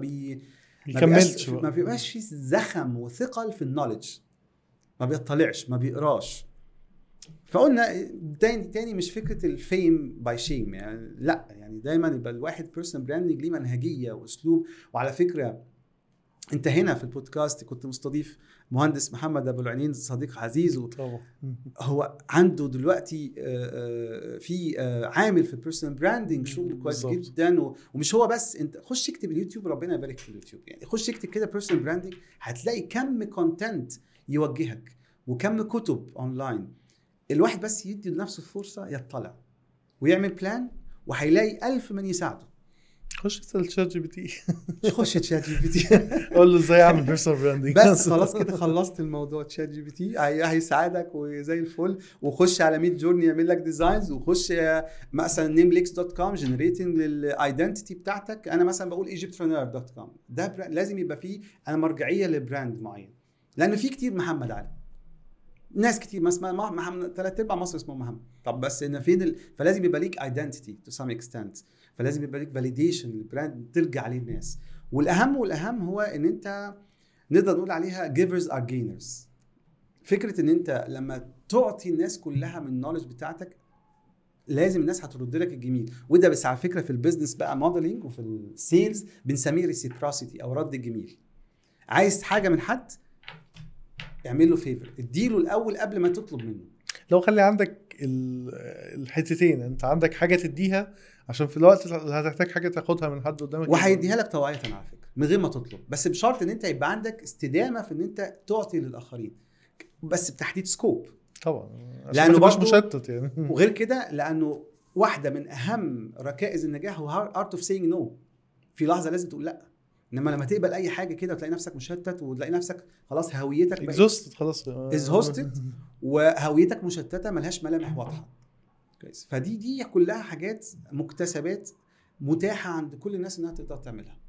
بيبقاش في زخم وثقل في النوليدج، ما بيطلعش، ما بيقراش. فقلنا تاني مش فكره الفيم باي شيم يعني، لا يعني دايما يبقى الواحد بيرسونال براندنج ليه منهجيه واسلوب. وعلى فكره انت هنا في البودكاست كنت مستضيف مهندس محمد ابو العينين، صديق عزيز، طبعا هو عنده دلوقتي في عامل في البيرسونال براندنج شغل كويس بالظبط. جدا، ومش هو بس. انت خش اكتب اليوتيوب، ربنا يبارك في اليوتيوب يعني، خش اكتب كده بيرسونال براندنج، هتلاقي كم كونتنت يوجهك وكم كتب اونلاين. الواحد بس يدي لنفسه فرصه يطلع ويعمل بلان، وهيلاقي 1000 من يساعده. خش تسال شات جي بي تي خش تشات جي بي تي قول له ازاي اعمل بيرسونال براندنج بس خلاص كده خلصت الموضوع. تشات جي بي تي هيساعدك وزي الفل. وخش على ميد جورني يعمل لك ديزاينز، وخش مثلا namelix.com جنريتنج للايدنتيتي بتاعتك. انا مثلا بقول egyptpreneur.com، ده لازم يبقى فيه انا مرجعيه لبراند معين، لان في كتير محمد علي، ناس كتير ما اسمها محمد، 3/4 مصر اسمه محمد. طب بس ان فين فلازم يبقى ليك ايدنتيتي تو سام اكستنت، فلازم يبقى ليك فاليديشن للبراند ترجع عليه الناس. والاهم هو ان انت نقدر نقول عليها givers are gainers. فكرة ان انت لما تعطي الناس كلها من النولج بتاعتك، لازم الناس هترد لك الجميل. وده بس على فكرة في البيزنس بقى موديلنج وفي السيلز بنسميه ريسيبروسيتي او رد الجميل. عايز حاجة من حد، اعمل له فيفر، اديله الاول قبل ما تطلب منه. لو خلي عندك الحتتين، انت عندك حاجه تديها عشان في الوقت اللي هتحتاج حاجه تاخدها من حد قدامك، وهيديها لك طوعية على فكرة من غير ما تطلب، بس بشرط ان انت يبقى عندك استدامة في ان انت تعطي للاخرين، بس بتحديد سكوب طبعا لانه مش برضو مشتت يعني وغير كده لانه واحده من اهم ركائز النجاح هو ارت اوف سينج نو. في لحظه لازم تقول لا. انما لما تقبل اي حاجه كده وتلاقي نفسك مشتت وتلاقي نفسك خلاص هويتك بقت اكزوستد خلاص ازهوستد وهويتك مشتته ملهاش ملامح واضحه. كويس. فدي كلها حاجات مكتسبات متاحه عند كل الناس انها تقدر تعملها.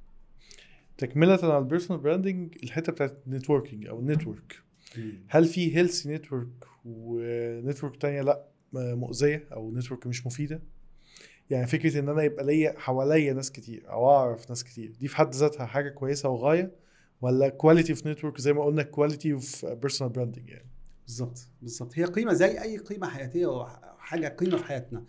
تكمله على البيرسونال براندنج، الحته بتاعت نتوركينج او النتورك، هل في هيلثي نتورك ونتورك تانية لا مؤذيه او نتورك مش مفيده؟ يعني فكره ان انا يبقى ليا حواليا ناس كتير او اعرف ناس كتير، دي في حد ذاتها حاجه كويسه وغايه، ولا كواليتي في نتورك زي ما قلنا كواليتي في بيرسونال براندنج؟ يعني بالظبط هي قيمه زي اي قيمه حياتيه وحاجه قيمه في حياتنا.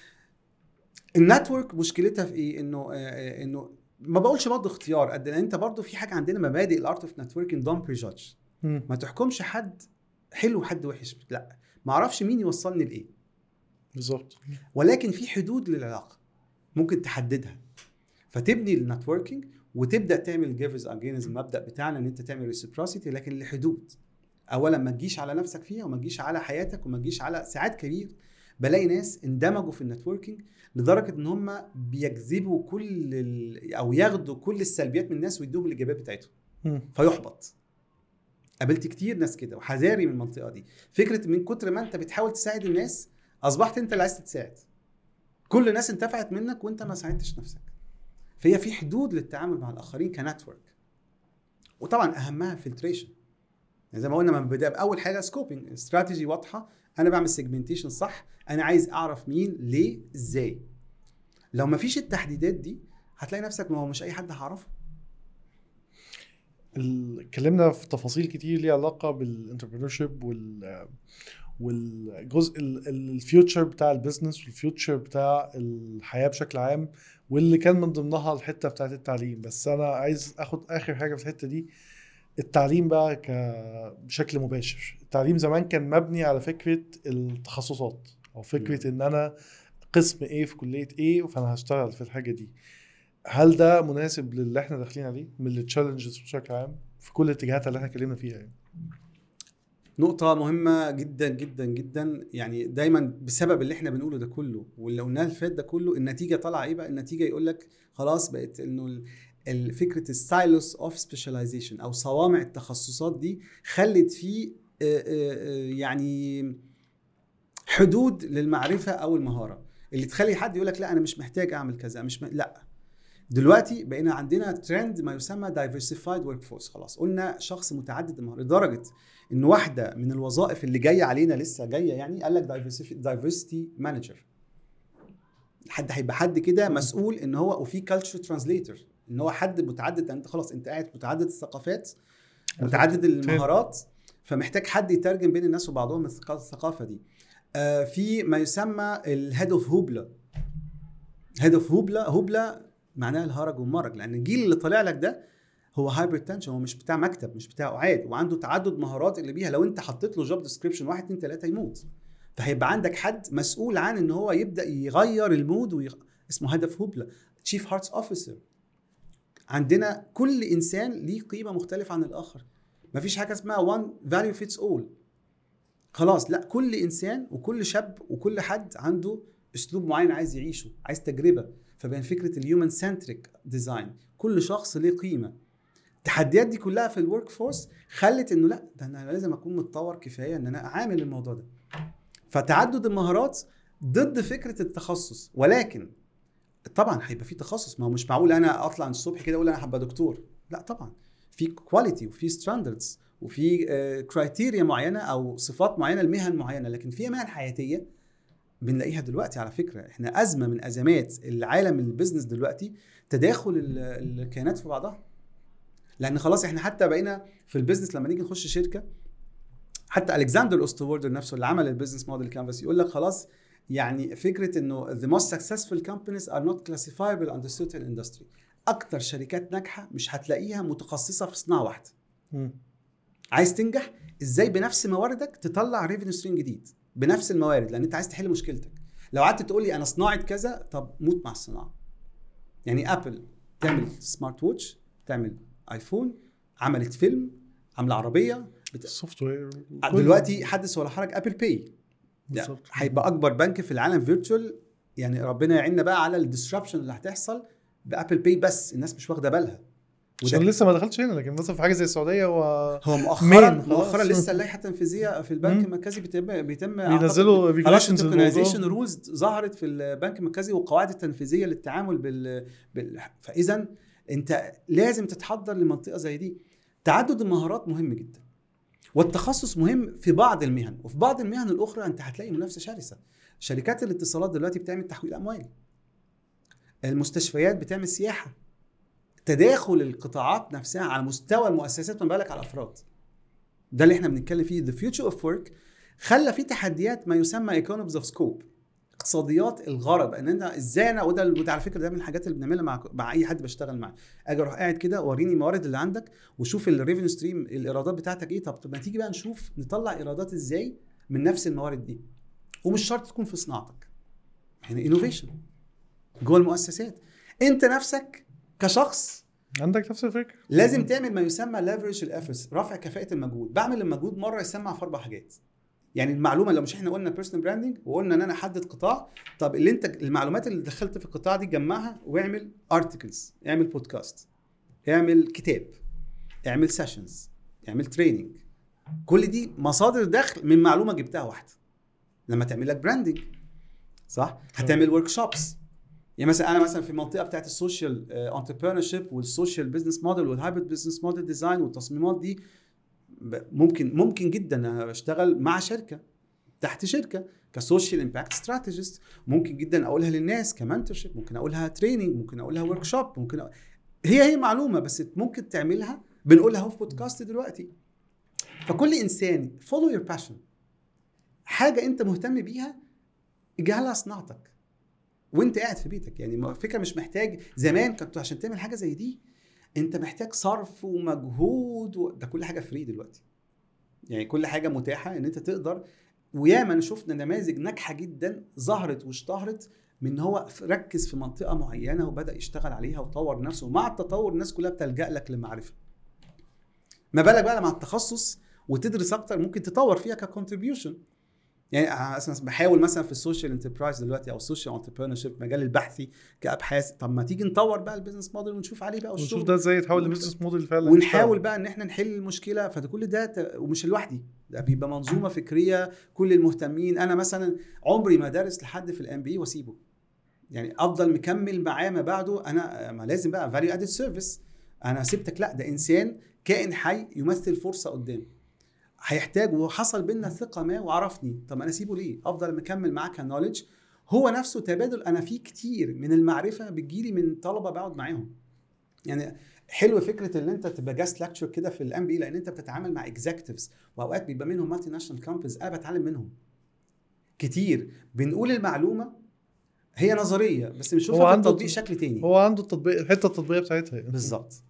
النتورك مشكلتها في ايه؟ انه ما بقولش برضه اختيار قد انت برضه في حاجه عندنا مبادئ الارت اوف نتوركينج، دونت بريجادج. ما تحكمش حد حلو وحد وحش، لا، ما اعرفش مين يوصلني لايه بالظبط، ولكن في حدود للعلاقه ممكن تحددها، فتبني النتوركينج وتبدا تعمل جيفرز اجينز. المبدا بتاعنا ان انت تعمل ريسيبروسيتي لكن لحدود. اولا ما تجيش على نفسك فيها، وما تجيش على حياتك، وما تجيش على ساعات كبير بلاقي ناس اندمجوا في النتوركينج لدرجه ان هم بيجذبوا او ياخدوا كل السلبيات من الناس ويدوهم الايجابيات بتاعتهم فيحبط. قابلت كتير ناس كده وحذاري من المنطقه دي. فكره من كتر ما انت بتحاول تساعد الناس اصبحت انت اللي عايز تتساعد، كل الناس انتفعت منك وانت ما ساعدتش نفسك. فهي في حدود للتعامل مع الاخرين كنتورك، وطبعا اهمها فلتريشن. يعني زي ما قلنا من البدايه، اول حاجه سكوبينج، استراتيجي واضحه، انا بعمل سيجمنتيشن صح، انا عايز اعرف مين ليه ازاي. لو ما فيش التحديدات دي هتلاقي نفسك ما هو مش اي حد هعرفه. اتكلمنا في تفاصيل كتير ليها علاقه بالانتربرينورشيب والجزء الفيوتشر بتاع البيزنس والفيوتشر بتاع الحياه بشكل عام، واللي كان من ضمنها الحته بتاعت التعليم. بس انا عايز اخد اخر حاجه في الحته دي، التعليم بقى بشكل مباشر. التعليم زمان كان مبني على فكره التخصصات او فكره ان انا قسم ايه في كليه ايه فانا هشتغل في الحاجه دي. هل ده مناسب للي احنا داخلين عليه من التشالنجز بشكل عام في كل الاتجاهات اللي احنا اتكلمنا فيها؟ يعني نقطة مهمة جدا جدا جدا. يعني دايما بسبب اللي احنا بنقوله ده كله واللي قلناه الفات ده كله، النتيجة طالعة ايه بقى؟ النتيجة يقول لك خلاص بقت انه فكرة السايلوس اوف سبيشاليزيشن او صوامع التخصصات دي خلت فيه يعني حدود للمعرفة او المهارة اللي تخلي حد يقول لك لا انا مش محتاج اعمل كذا، لا. دلوقتي بقينا عندنا ترند ما يسمى diversified workforce. خلاص قلنا شخص متعدد المهارات، لدرجة ان واحدة من الوظائف اللي جاية علينا لسه جاية يعني قال لك diversity manager. حد هيبقى حد كده مسؤول ان هو، وفي culture translator ان هو حد متعدد. انت خلاص انت قاعد متعدد الثقافات متعدد المهارات، فمحتاج حد يترجم بين الناس وبعضهم الثقافة دي. في ما يسمى الهيد اوف هوبلا. هيد اوف هوبلا معناها الهرج والمرج، لان الجيل اللي طالع لك ده هو هايبرتنشن، هو مش بتاع مكتب، مش بتاع قعاد، وعنده تعدد مهارات اللي بيها لو انت حطيت له جوب ديسكريبشن 1 2 3 يموت. فهيبقى عندك حد مسؤول عن ان هو يبدا يغير المود اسمه هدف هوبلا، تشيف هارتس اوفيسر. عندنا كل انسان ليه قيمه مختلفه عن الاخر، مفيش حاجه اسمها one value fits all خلاص، لا، كل انسان وكل شاب وكل حد عنده اسلوب معين عايز يعيشه، عايز تجربه. فبين فكره الهيومن سنتريك ديزاين، كل شخص ليه قيمه. التحديات دي كلها في الورك فورس خلت انه لا، ده انا لازم اكون متطور كفايه ان انا اعامل الموضوع ده. فتعدد المهارات ضد فكره التخصص، ولكن طبعا هيبقى في تخصص. ما هو مش معقول انا اطلع الصبح كده اقول انا هبقى دكتور، لا طبعا في كواليتي وفي ستاندردز وفي كرايتيريا معينه او صفات معينه لمهن معينه. لكن في مهن حياتيه بنلاقيها دلوقتي، على فكره احنا ازمه من ازمات العالم البيزنس دلوقتي تداخل الكيانات في بعضها. لان خلاص احنا حتى بقينا في البيزنس لما نيجي نخش شركه، حتى الكسندر اوستووردر نفسه اللي عمل البيزنس موديل كانفاس يقول لك خلاص، يعني فكره انه the most successful companies are not classifiable under certain industry. اكتر شركات ناجحه مش هتلاقيها متخصصه في صناعه واحده. عايز تنجح ازاي؟ بنفس مواردك تطلع ريفينيو ستريم جديد بنفس الموارد، لان انت عايز تحل مشكلتك. لو قعدت تقول لي انا صناعه كذا، طب موت مع الصناعه. يعني ابل تعمل سمارت ووتش، تعمل ايفون، عملت فيلم، عامله عربيه، سوفت وير. دلوقتي حدث ولا حرج ابل باي هيبقى اكبر بنك في العالم فيرتشوال. يعني ربنا يعيننا بقى على الديسربشن اللي هتحصل بابل باي، بس الناس مش واخده بالها. عشان لسه ما دخلتش هنا، لكن مثلا في حاجه زي السعوديه هو مؤخرا لسه اللائحه التنفيذيه في البنك المركزي بيتم بينزلوا ريجوليشن رولز ظهرت في البنك المركزي، والقواعد التنفيذيه للتعامل فاذا انت لازم تتحضر لمنطقه زي دي. تعدد المهارات مهم جدا، والتخصص مهم في بعض المهن، وفي بعض المهن الاخرى انت هتلاقي منافسه شرسه. شركات الاتصالات دلوقتي بتعمل تحويل اموال، المستشفيات بتعمل سياحه، تداخل القطاعات نفسها على مستوى المؤسسات، ما بالك على الافراد. ده اللي احنا بنتكلم فيه. The future of work خلى فيه تحديات ما يسمى economies of scope، اقتصاديات الغرض. ان انت ازاي انا، وده على فكره ده من الحاجات اللي بنعملها مع اي حد بشتغل معاه. اجي اروح قاعد كده وريني الموارد اللي عندك وشوف الريفينيو ستريم، الايرادات بتاعتك ايه. طب ما تيجي بقى نشوف نطلع ايرادات ازاي من نفس الموارد دي. ومش شرط تكون في صناعتك، هنا انوفيشن جوه المؤسسات. انت نفسك كشخص عندك نفس الفكره، لازم تعمل ما يسمى leverage الافرس، رفع كفاءه المجهود. بعمل المجهود مره يسمع في 4 حاجات. يعني المعلومه، لو مش احنا قلنا بيرسونال براندنج وقلنا ان انا احدد قطاع، طب اللي انت المعلومات اللي دخلت في القطاع دي جمعها واعمل ارتكلز، اعمل بودكاست، اعمل كتاب، اعمل سيشنز، اعمل تريننج. كل دي مصادر دخل من معلومه جبتها واحده. لما تعمل لك براندنج صح، هتعمل ورك شوبس. يعني مثلا انا مثلا في المنطقه بتاعت السوشيال انتربرينورشيب والسوشيال بزنس موديل والهايبرد بزنس موديل ديزاين والتصميمات دي، ممكن جدا انا اشتغل مع شركه تحت شركه كسوشيال امباكت ستراتيجيست. ممكن جدا اقولها للناس كمنتورشيب، ممكن اقولها تريننج، ممكن اقولها ورك شوب، ممكن هي معلومه بس ممكن تعملها. بنقولها في بودكاست دلوقتي. فكل انسان follow your passion، حاجه انت مهتم بيها اجعلها صناعتك وانت قاعد في بيتك. يعني فكره مش محتاج، زمان كنت عشان تعمل حاجه زي دي انت محتاج صرف ومجهود ده كل حاجه فري دلوقتي. يعني كل حاجه متاحه ان انت تقدر. وياما شفنا نماذج ناجحه جدا ظهرت واشتهرت من ان هو ركز في منطقه معينه وبدا يشتغل عليها وطور نفسه. ومع التطور الناس كلها بتلجأ لك للمعرفه. ما بالك بقى مع التخصص وتدرس اكتر، ممكن تطور فيها ككونتريبيوشن. يعني مثلا بحاول مثلا في السوشيال انتربرايز دلوقتي او السوشيال انتربرينورشيب، مجال البحثي كابحاث. طب ما تيجي نطور بقى البيزنس موديل ونشوف عليه بقى ونشوف ده ازاي يتحول لبيزنس موديل فعلا، ونحاول بقى ان احنا نحل المشكله. فده كل ده ومش لوحدي، ده بيبقى منظومه فكريه كل المهتمين. انا مثلا عمري ما دارس لحد في الام بي واسيبه، يعني افضل مكمل معاه ما بعده. انا ما لازم بقى فاليو ادد سيرفيس، انا سبتك لا، ده انسان كائن حي يمثل فرصه قدام هيحتاج، وحصل بينا ثقه ما وعرفني. طب انا اسيبه ليه؟ افضل مكمل معاه كنوليدج. هو نفسه تبادل. انا في كتير من المعرفه بتجيلي من طلبه بقعد معاهم. يعني حلو فكره ان انت تبقى جاست لاكتشر كده في الام بي، لان انت بتتعامل مع اكزيكتيفز واوقات بيبقى منهم مالتي ناشونال كامبانيز. انا بتعلم منهم كتير. بنقول المعلومه هي نظريه بس بنشوفها في التطبيق شكل تاني. هو عنده التطبيق، الحته التطبيقيه بتاعتها بالظبط.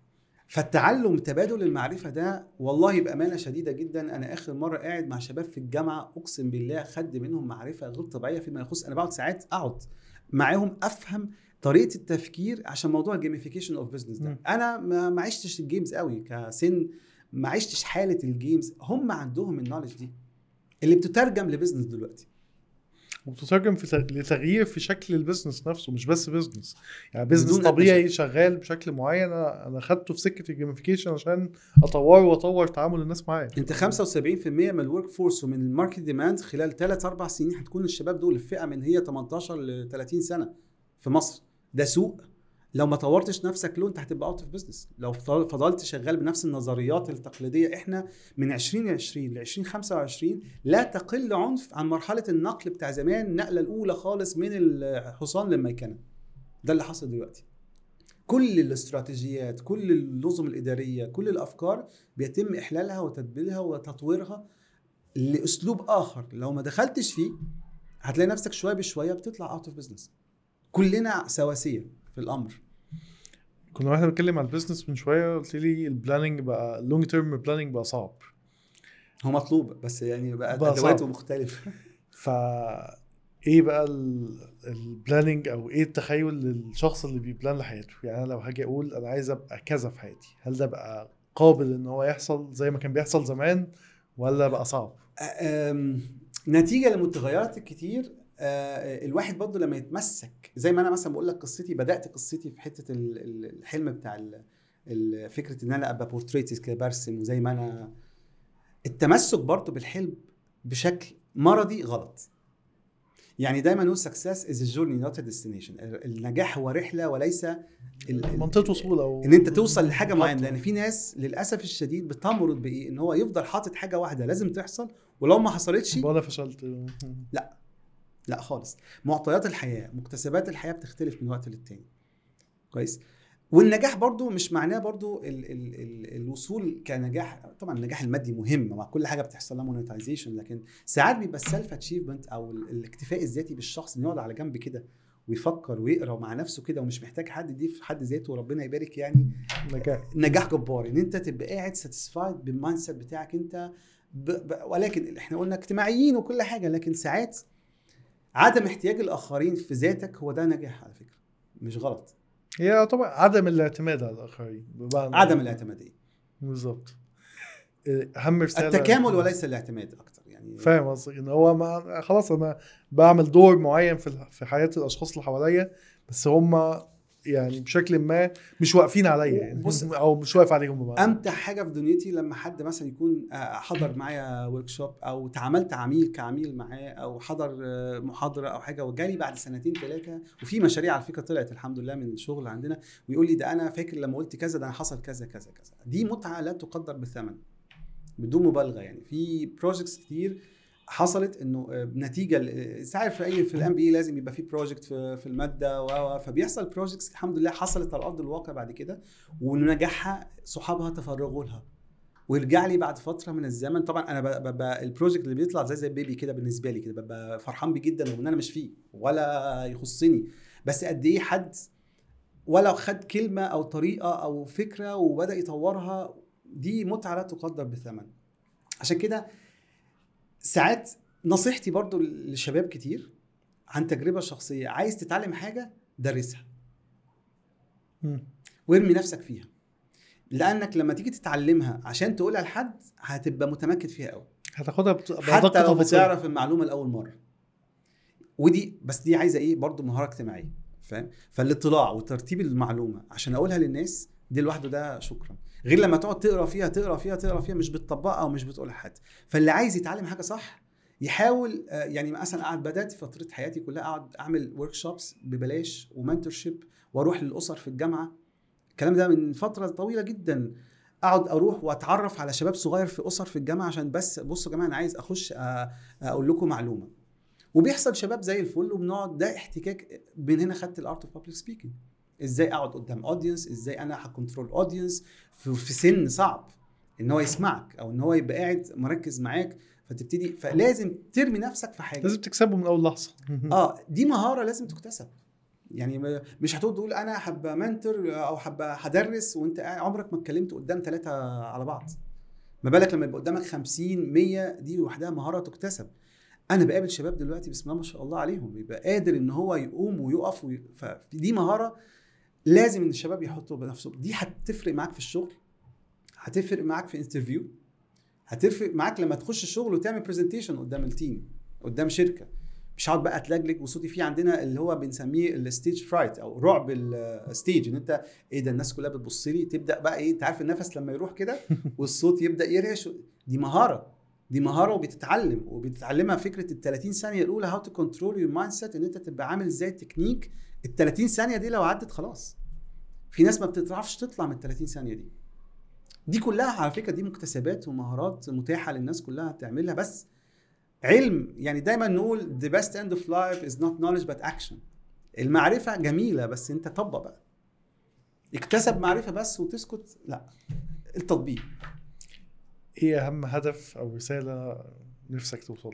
فالتعلم تبادل المعرفه ده والله بامانه شديده جدا. انا اخر مره قاعد مع شباب في الجامعه اقسم بالله خد منهم معرفه غير طبيعيه فيما يخص، انا بقعد ساعات اقعد معاهم افهم طريقه التفكير عشان موضوع الجيميفيكيشن اوف بزنس ده. انا ما عشتش الجيمز قوي كسن، ما عشتش حاله الجيمز، هم عندهم النولج دي اللي بتترجم لبزنس دلوقتي، وبتترجم لتغيير في شكل البيزنس نفسه، مش بس بيزنس يعني بيزنس بدون طبيعي شغال بشكل معين، انا خدته في سكه الجيميفيكيشن عشان اطوره واطور تعامل الناس معايا. انت 75% من الورك فورس ومن الماركت ديماند خلال 3-4 سنين هتكون الشباب دول الفئه من هي 18 ل 30 سنه في مصر. ده سوق لو ما طورتش نفسك له انت هتبقى اوت اوف بزنس. لو فضلت شغال بنفس النظريات التقليديه، احنا من 2020 ل 2025 لا تقل عنف عن مرحله النقل بتاع زمان، النقله الاولى خالص من الحصان للميكنه. ده اللي حصل دلوقتي. كل الاستراتيجيات، كل النظم الاداريه، كل الافكار بيتم احلالها وتدبيرها وتطويرها لاسلوب اخر. لو ما دخلتش فيه هتلاقي نفسك شويه بشويه بتطلع اوت اوف بزنس. كلنا سواسيه في الامر. كنا واحنا بنتكلم على البيزنس من شويه قلت لي البلاننج بقى اللونج تيرم بلاننج بقى صعب. هو مطلوب بس يعني بقى ادواته مختلفه. ايه بقى البلاننج او ايه التخيل للشخص اللي بيبلان لحياته؟ يعني انا لو هاجي اقول انا عايز ابقى كذا في حياتي، هل ده بقى قابل ان هو يحصل زي ما كان بيحصل زمان ولا بقى صعب؟ نتيجه للمتغيرات الكتير. الواحد برضه لما يتمسك زي ما انا مثلا بقول لك قصتي، بدات قصتي في حته الحلم بتاع فكره ان انا ابقى بورتريتس كده برسم، وزي ما انا التمسك برضه بالحلم بشكل مرضي غلط. يعني دايما نقول success is a journey not a destination. النجاح هو رحله وليس منطقه وصول او ان انت توصل لحاجه معينه. لان في ناس للاسف الشديد بتمرض بايه، ان هو يفضل حاطط حاجه واحده لازم تحصل، ولو ما حصلتش وانا فشلت. لا خالص. معطيات الحياه، مكتسبات الحياه بتختلف من وقت للتاني. كويس. والنجاح برضو مش معناه برضو الوصول كنجاح. طبعا النجاح المادي مهم مع كل حاجه بتحصل لها مونيتايزيشن، لكن ساعات بيبقى السيلف اتشيفمنت او الاكتفاء الذاتي بالشخص، انه يقعد على جنب كده ويفكر ويقرا مع نفسه كده ومش محتاج حد دي في حد ذاته، وربنا يبارك. يعني نجاح جبار ان انت تبقى قاعد ساتيسفايد بالمايند سيت بتاعك انت. ولكن احنا قلنا اجتماعيين وكل حاجه، لكن ساعات عدم احتياج الاخرين في ذاتك هو ده نجاح على فكره، مش غلط. هي طبعا عدم الاعتماد على الاخرين، عدم الاعتماديه بالظبط. اهم رساله التكامل وليس الاعتماد اكتر. يعني فاهم قصدي ان هو ما خلاص انا بعمل دور معين في حياه الاشخاص اللي حواليا، بس هم يعني بشكل ما مش واقفين عليا يعني او مش واقف عليهم بمعنى. امتع حاجه في دنيتي لما حد مثلا يكون حضر معايا ورك شوب او تعاملت كعميل معاه او حضر محاضره او حاجه وجالي بعد 2-3 وفي مشاريع على فكره طلعت الحمد لله من الشغل عندنا، ويقول لي ده انا فاكر لما قلت كذا ده انا حصل كذا كذا كذا. دي متعه لا تقدر بالثمن بدون مبالغه. يعني في بروجكتس كتير حصلت انه نتيجه ساعات في الام بي لازم يبقى في بروجكت في الماده فبيحصل بروجكتس الحمد لله حصلت على ارض الواقع بعد كده، ونجاحها صحابها تفرغوا لها ويرجع لي بعد فتره من الزمن. طبعا انا ببقى البروجكت اللي بيطلع زي بيبي كده بالنسبه لي كده، ببقى فرحان بيه جدا وان انا مش فيه ولا يخصني، بس قد ايه حد ولو خد كلمه او طريقه او فكره وبدا يطورها، دي متعه لا تقدر بثمن. عشان كده ساعات نصيحتي برضو للشباب كتير عن تجربة شخصية، عايز تتعلم حاجة درسها وارمي نفسك فيها، لأنك لما تيجي تتعلمها عشان تقولها لحد هتبقى متمكن فيها قوي، هتاخدها حتى لو بتعرف المعلومة لأول مرة. ودي بس دي عايزة ايه برضو مهارة اجتماعية، فاهم؟ فالاطلاع وترتيب المعلومة عشان أقولها للناس دي لوحده ده شكرا، غير لما تقعد تقرا فيها مش بتطبقها او مش بتقولها حد. فاللي عايز يتعلم حاجه صح يحاول يعني مثلا بدات فتره حياتي كلها اقعد اعمل ورك شوبس ببلاش ومنتورشيب واروح للاسر في الجامعه. الكلام ده من فتره طويله جدا، اقعد اروح واتعرف على شباب صغير في اسر في الجامعه عشان بس بصوا يا جماعه انا عايز اخش اقول لكم معلومه. وبيحصل شباب زي الفل وبنقعد ده احتكاك. من هنا خدت الارت اوف بابليك سبيكينج، ازاي اقعد قدام اودينس، ازاي انا هكنترول اودينس في سن صعب ان هو يسمعك او ان هو يبقى قاعد مركز معاك، فتبتدي فلازم ترمي نفسك في حاجه لازم تكسبه من اول لحظه. دي مهاره لازم تكتسب. يعني مش تقول انا حابه منتور او حابه هدرس وانت عمرك ما اتكلمت قدام 3 على بعض، ما بالك لما يبقى قدامك 50 100؟ دي لوحدها مهاره تكتسب. انا بقابل شباب دلوقتي بسم الله ما شاء الله عليهم بيبقى قادر ان هو يقوم ويقف فدي مهاره لازم ان الشباب يحطوا بنفسهم. دي هتفرق معاك في الشغل، هتفرق معاك في انترفيو، هتفرق معاك لما تخش الشغل وتعمل برزنتيشن قدام التيم قدام شركه. مش هقعد بقى اتلجلج وصوتي فيه عندنا اللي هو بنسميه الستيج فرايت او رعب الستيج، ان انت ايه ده الناس كلها بتبص لي، تبدا بقى ايه، انت عارف النفس لما يروح كده والصوت يبدا يرعش. دي مهاره، دي مهاره وبتتعلم وبتتعلمها فكره ال 30 ثانيه الاولى، هاو تو كنترول يور مايند سيت، ان انت تبقى عامل ازاي تكنيك. ال 30 ثانيه دي لو عدت خلاص، في ناس ما بتعرفش تطلع من ال 30 ثانيه دي. دي كلها على فكره دي مكتسبات ومهارات متاحه للناس كلها تعملها، بس علم. يعني دايما نقول the best end of life is not knowledge but action. المعرفة جميلة بس انت طبق بقى، اكتسب معرفة بس وتسكت لا، التطبيق. ايه اهم هدف او رسالة نفسك توصل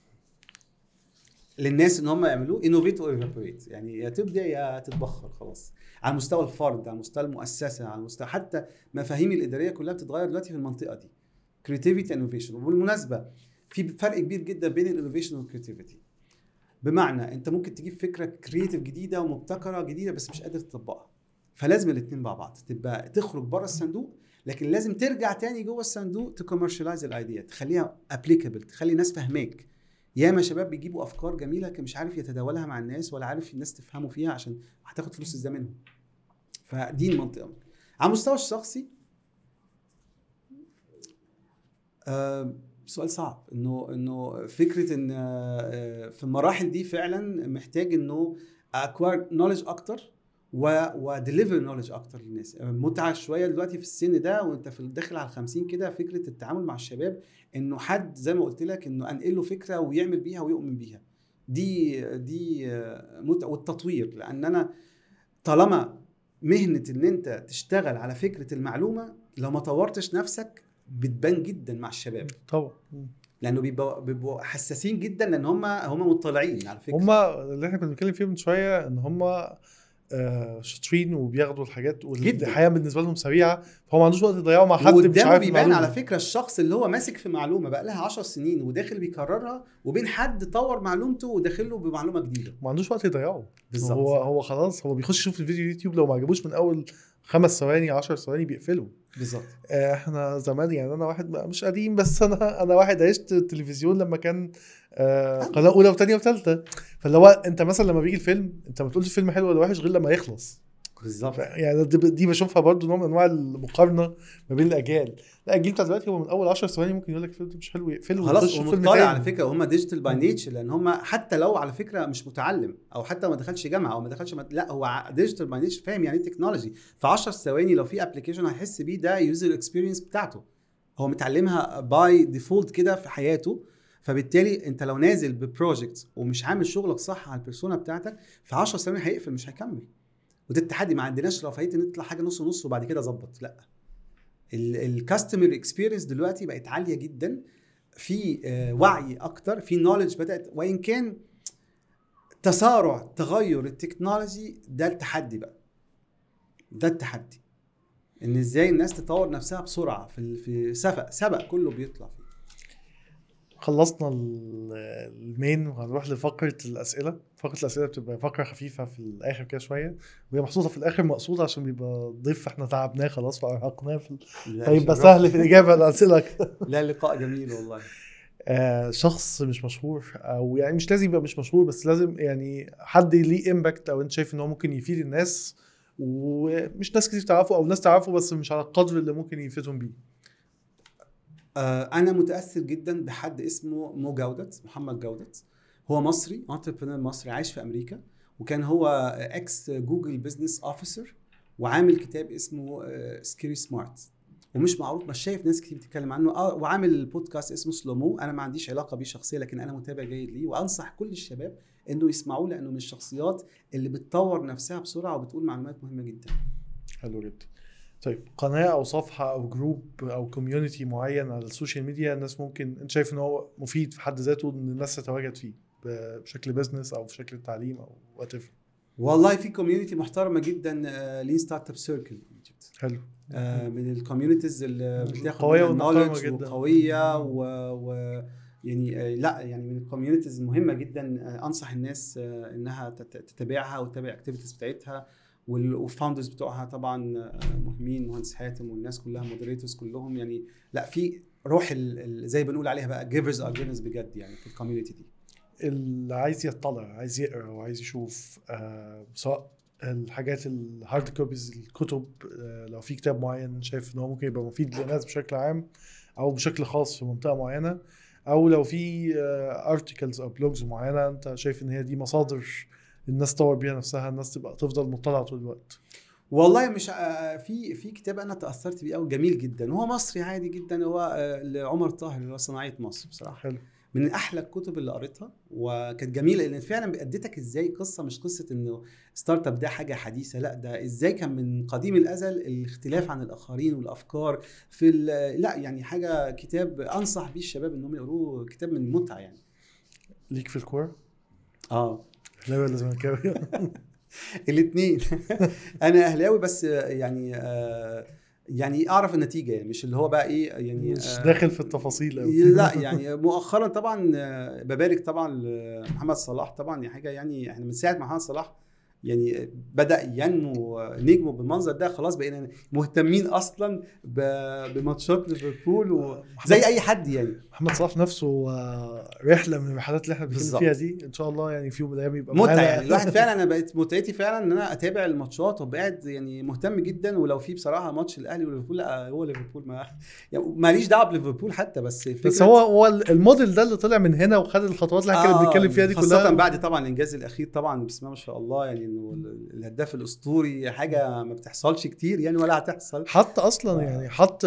للناس ان هم يعملوه innovate or evaporate، يعني يا تبدأ يا تتبخر خلاص، على مستوى الفرد، على مستوى المؤسسة، على مستوى حتى مفاهيم الإدارية كلها بتتغير دلوقتي في المنطقة دي. creativity and innovation. وبالمناسبة في فرق كبير جدا بين الانوفيشن والكريتيفيتي. بمعنى انت ممكن تجيب فكره كرييتيف جديده ومبتكره جديده بس مش قادر تطبقها، فلازم الاثنين مع بعض، تبقى تخرج بره الصندوق لكن لازم ترجع تاني جوه الصندوق تكوميرشلايز الايديا، تخليها ابليكابل، تخلي الناس فاهماك. ياما شباب بيجيبوا افكار جميله لكن مش عارف يتداولها مع الناس ولا عارف الناس تفهموا فيها عشان هتاخد فلوس ازاي منهم. فدي المنطقه. على المستوى الشخصي سؤال صعب، انه فكره ان في المراحل دي فعلا محتاج انه اكوار نوليدج اكتر وديليفر نوليدج اكتر للناس. متعه شويه دلوقتي في السن ده وانت في الداخل على 50 كده، فكره التعامل مع الشباب انه حد زي ما قلت لك انه انقل له فكره ويعمل بيها ويؤمن بيها. دي متعه. والتطوير، لان انا طالما مهنه ان انت تشتغل على فكره المعلومه، لو ما طورتش نفسك بتبان جدا مع الشباب طبعا، لانه بيبقوا حساسين جدا لان هم مطلعين على فكره. هم اللي احنا كنا بنتكلم فيه من شويه ان هم شاطرين وبياخدوا الحاجات والحياه بالنسبه لهم سريعه، فهو ما عندوش وقت يضيعه مع حد مش عارف بيبان المعلومة. على فكره الشخص اللي هو ماسك في معلومه بقى لها 10 سنين وداخل بيكررها، وبين حد طور معلومته وداخل له بمعلومه جديده، ما عندوش وقت يضيعه. بالظبط. هو خلاص هو بيخش يشوف الفيديو يوتيوب، لو ما عجبوش من اول 5 ثواني 10 ثواني بيقفله. بالظبط. احنا زمان، يعني انا واحد مش قديم بس انا واحد عشت التلفزيون لما كان قناه اولى وثانيه وثالثه، فاللي هو انت مثلا لما بيجي الفيلم انت ما تقولش الفيلم حلو ولا وحش غير لما يخلص. بالظبط. يعني دي بشوفها برضو نوع من انواع المقارنه ما بين الاجيال. لا الجيل بتاع دلوقتي هو من اول 10 ثواني ممكن يقول لك الفيلم مش حلو يقفله خلاص. ومطلع على فكره هم ديجيتال باي نيتشر، لان هم حتى لو على فكره مش متعلم او حتى ما دخلش جامعه او ما دخلش لا هو ديجيتال باي نيتشر، فاهم يعني ايه تكنولوجي. في 10 ثواني لو في ابلكيشن هيحس بيه، ده يوزر اكسبيرينس بتاعته، هو متعلمها باي ديفولت كده في حياته. فبالتالي انت لو نازل ببروجكت ومش عامل شغلك صح على البيرسونا بتاعتك، في 10 ثواني هيقفل مش هيكمل. وده التحدي. ما عندناش رفاهيه ان نطلع حاجه نص نص وبعد كده ظبط، لا. الكاستمر اكسبيرينس دلوقتي بقت عاليه جدا، في وعي اكتر، في نوليدج بدات، وان كان تسارع تغير التكنولوجي ده التحدي بقى. ده التحدي ان ازاي الناس تطور نفسها بسرعه في سبق كله بيطلع فيه. خلصنا المين وهنروح لفقرة الأسئلة. فقرة الأسئلة بتبقى فقرة خفيفة في الآخر كده شوية، وهي محطوطة في الآخر مقصودة عشان بيبقى ضيف احنا تعبناه خلاص وأرهقناه فيبقى سهل في الإجابة على الأسئلة. لا لقاء جميل والله. شخص مش مشهور، أو يعني مش لازم يبقى مش مشهور بس لازم يعني حد ليه إمباكت أو أنت شايف إن هو ممكن يفيد الناس ومش ناس كتير تعرفه أو ناس تعرفه بس مش على القدر اللي ممكن يفيدهم بيه. أنا متأثر جدا بحد اسمه محمد جودت. هو مصري، انتربرنور مصري عايش في أمريكا، وكان هو اكس جوجل بزنس اوفيسر، وعامل كتاب اسمه سكيري سمارت، ومش معروف، مش شايف ناس كتير بتتكلم عنه. وعامل بودكاست اسمه سلومو. أنا ما عنديش علاقة بيه شخصية لكن أنا متابع جيد ليه، وأنصح كل الشباب إنه يسمعوه لأنه من الشخصيات اللي بتطور نفسها بسرعة وبتقول معلومات مهمة جدا. حلو جدا. طيب قناة أو صفحة أو جروب أو كوميونيتي معين على السوشيال ميديا الناس ممكن أنت شايف إن هو مفيد في حد ذاته إن الناس تتواجد فيه بشكل بيزنس أو بشكل تعليم أو whatever؟ والله في كوميونتي محترمه جدا، لين ستارت اب سيركل ايجيبت، حلو. من الكوميونيتيز اللي بتاخد قوية منها ومحترمة knowledge جدا. وقويه يعني لا يعني من الكوميونيتيز مهمه جدا. انصح الناس انها تتابعها وتتابع الاكتيفيتيز بتاعتها، والفاوندرز بتوعها طبعا مهمين، مهندس حاتم والناس كلها مودريتورز كلهم يعني. لا في روح زي بنقول عليها بقى جيفرز ار جيفرز بجد يعني في الكوميونتي دي. اللي عايز يطلع، عايز يقرا وعايز يشوف سواء الحاجات الهارد كوبيز الكتب، لو في كتاب معين شايف ان هو ممكن يبقى مفيد للناس بشكل عام او بشكل خاص في منطقة معينة، او لو في ارتكلز او بلوجز معينة انت شايف ان هي دي مصادر الناس تطور بيها نفسها، الناس تبقى تفضل مطلعة طول الوقت. والله مش في كتاب انا تاثرت بيه قوي جميل جدا، وهو مصري عادي جدا، هو لعمر طاهر اللي هو صناعيه مصر بصراحه. حلو. من احلى الكتب اللي قريتها، وكانت جميله لان فعلا بيأدتك ازاي قصه، مش قصه انه ستارت اب ده حاجه حديثه، لا ده ازاي كان من قديم الازل الاختلاف عن الاخرين والافكار في لا يعني حاجه، كتاب انصح بيه الشباب انهم يقروه، كتاب من المتعه يعني. ليك في الكورة؟ اه لا ولا زملكاوي؟ الاثنين. انا اهلاوي بس يعني يعني اعرف النتيجه يعني، مش اللي هو بقى ايه يعني مش داخل في التفاصيل أوي. لا يعني مؤخرا طبعا ببارك طبعا لمحمد صلاح طبعا، يعني حاجه يعني احنا من ساعه محمد صلاح يعني بدأ ينمو نجمه بالمنظر ده، خلاص بقينا مهتمين اصلا بماتشات ليفربول وزي اي حد يعني. محمد صلاح نفسه رحله من الرحلات اللي احنا بنتكلم فيها دي، ان شاء الله يعني في يوم من الايام يبقى متعه يعني. الواحد فعلا انا بقيت متعتي فعلا ان انا اتابع الماتشات وبقعد يعني مهتم جدا، ولو في بصراحه ماتش الاهلي وليفربول لا هو ليفربول، ما يعني ماليش دعوه بليفربول حتى، بس هو الموديل ده اللي طلع من هنا وخد الخطوات اللي احنا كنا بنتكلم فيها دي خاصة كلها. بعد طبعا الانجاز الاخير طبعا بسم الله ما شاء الله يعني، انه الهداف الاسطوري حاجه ما بتحصلش كتير يعني ولا هتحصل. حط اصلا يعني حط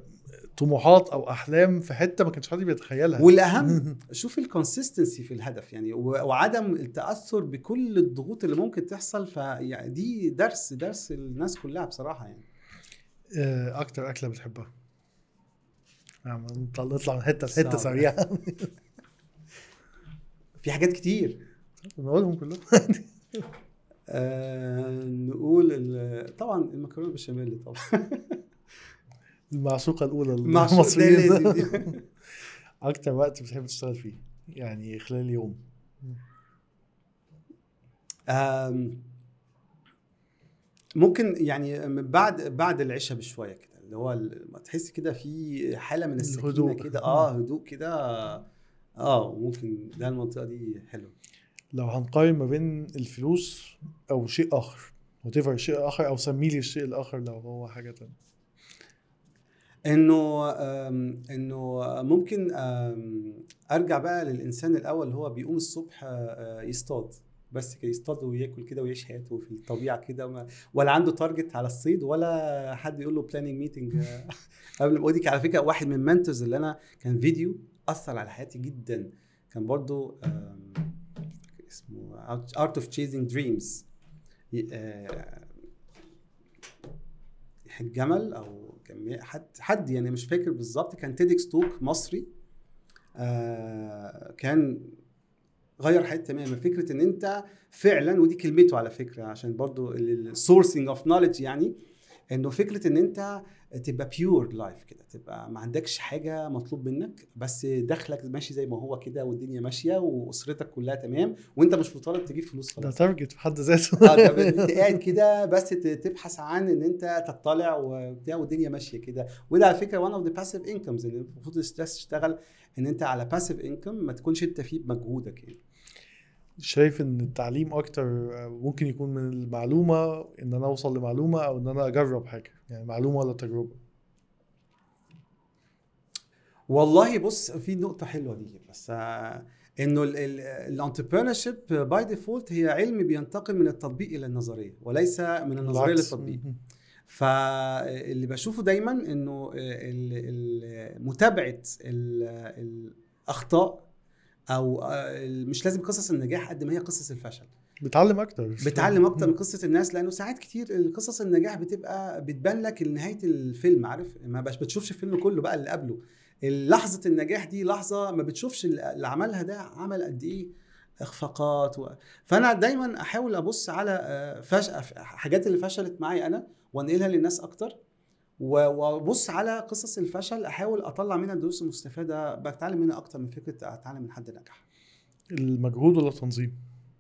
طموحات او احلام في حته ما كانش حد بيتخيلها. والاهم شوف الكونسيستنسي في الهدف يعني، وعدم التاثر بكل الضغوط اللي ممكن تحصل، فيعني دي درس الناس كلها بصراحه يعني. اكتر اكله بتحبها؟ نطلع من حته لحته سريعه. في حاجات كتير نقولهم كلهم. نقول طبعا المكرونه بالبشاميل طبعا. المعشوقه الاولى المصريين. اكتر وقت بتحب تشتغل فيه يعني خلال اليوم؟ ممكن يعني من بعد العشاء بشويه كده، اللي هو ما تحس كده في حاله من السكينه كده، هدوء كده، ممكن ده المنطقه دي حلوه. لو هنقارن ما بين الفلوس او شيء اخر، whatever شيء اخر، او سميلي الشيء الاخر لو هو حاجه تانية، انه ممكن ارجع بقى للانسان الاول اللي هو بيقوم الصبح يصطاد بس كده، يصطاد وياكل كده ويعيش حياته في الطبيعه كده، ولا عنده تارجت على الصيد، ولا حد يقول له بلاننج ميتنج قبل ما اوديك. على فكره واحد من المنتورز اللي انا كان فيديو اثر على حياتي جدا، كان برضو اسمه Art of Chasing Dreams، الجمل او حد يعني مش فاكر بالظبط، كان تيدكس توك مصري، كان غير حياتي تماما. فكره ان انت فعلا، ودي كلمته على فكره عشان برضو السورسنج اوف نوليدج يعني، انه فكره ان انت تبقى بيور لايف كده، تبقى ما عندكش حاجه مطلوب منك، بس دخلك ماشي زي ما هو كده، والدنيا ماشيه واسرتك كلها تمام، وانت مش مطالب تجيب فلوس خلاص. ده تارجت في حد ذاته. انت قاعد كده بس تبحث عن ان انت تطلع وبتاع، والدنيا ماشيه كده. وده على فكره one of the passive incomes اللي المفروض تشتغل، ان انت على passive income ما تكونش انت فيه بمجهودك يعني. شايف ان التعليم اكتر ممكن يكون من المعلومه، ان انا اوصل لمعلومه، او ان انا اجرب حاجه، يعني معلومه ولا تجربه؟ والله بص في نقطه حلوه دي، بس انه الانتربرينورشيب باي ديفولت هي علم بينتقل من التطبيق الى النظريه، وليس من النظريه للتطبيق. فاللي بشوفه دايما انه متابعه الاخطاء، او مش لازم قصص النجاح قد ما هي قصص الفشل، بتعلم اكتر من قصه الناس، لانه ساعات كتير قصص النجاح بتبقى بتبان لك نهايه الفيلم، عارف، ما بتشوفش الفيلم كله بقى اللي قبله. لحظه النجاح دي لحظه ما بتشوفش اللي عملها ده عمل قد ايه اخفاقات فانا دايما احاول ابص على حاجات اللي فشلت معي انا وانقلها للناس اكتر، وابص على قصص الفشل احاول اطلع منها الدروس المستفاده بتعلم منها اكتر من فكره اتعلم من حد نجح. المجهود ولا التنظيم؟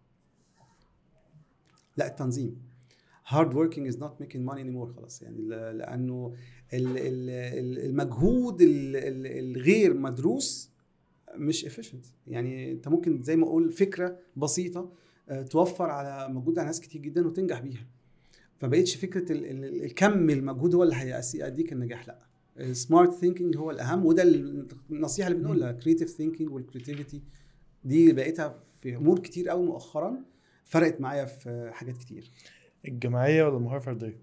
لا التنظيم. hard working is not making money anymore خلاص يعني، لانه المجهود الغير مدروس مش efficient. يعني انت ممكن زي ما اقول فكره بسيطه توفر على مجهود على ناس كتير جدا وتنجح بيها، فبقيتش فكره الكم المجهود هو اللي هيديك النجاح. لا، السمارت ثينكينج هو الاهم، وده النصيحه اللي بنقولها. كريتيف ثينكينج والكريتيفيتي دي بقيتها في امور كتير قوي مؤخرا، فرقت معايا في حاجات كتير. الجماعيه ولا المهاره الفرديه؟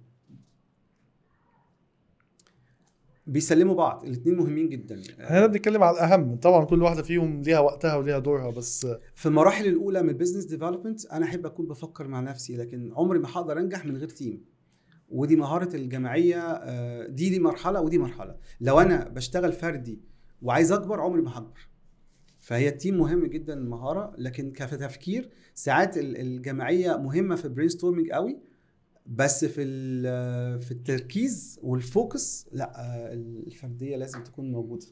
بيسلموا بعض، الاثنين مهمين جدا. احنا بنتكلم على الاهم طبعا، كل واحده فيهم ليها وقتها وليها دورها، بس في المراحل الاولى من البيزنس ديفلوبمنت انا احب اكون بفكر مع نفسي، لكن عمري ما هقدر انجح من غير تيم. ودي مهاره الجماعيه، دي مرحله ودي مرحله. لو انا بشتغل فردي وعايز اكبر عمري ما هكبر. فهي التيم مهم جدا المهاره، لكن كتفكير ساعات الجماعيه مهمه في البرين ستورمينج قوي، بس في التركيز والفوكس لا، الفرديه لازم تكون موجوده.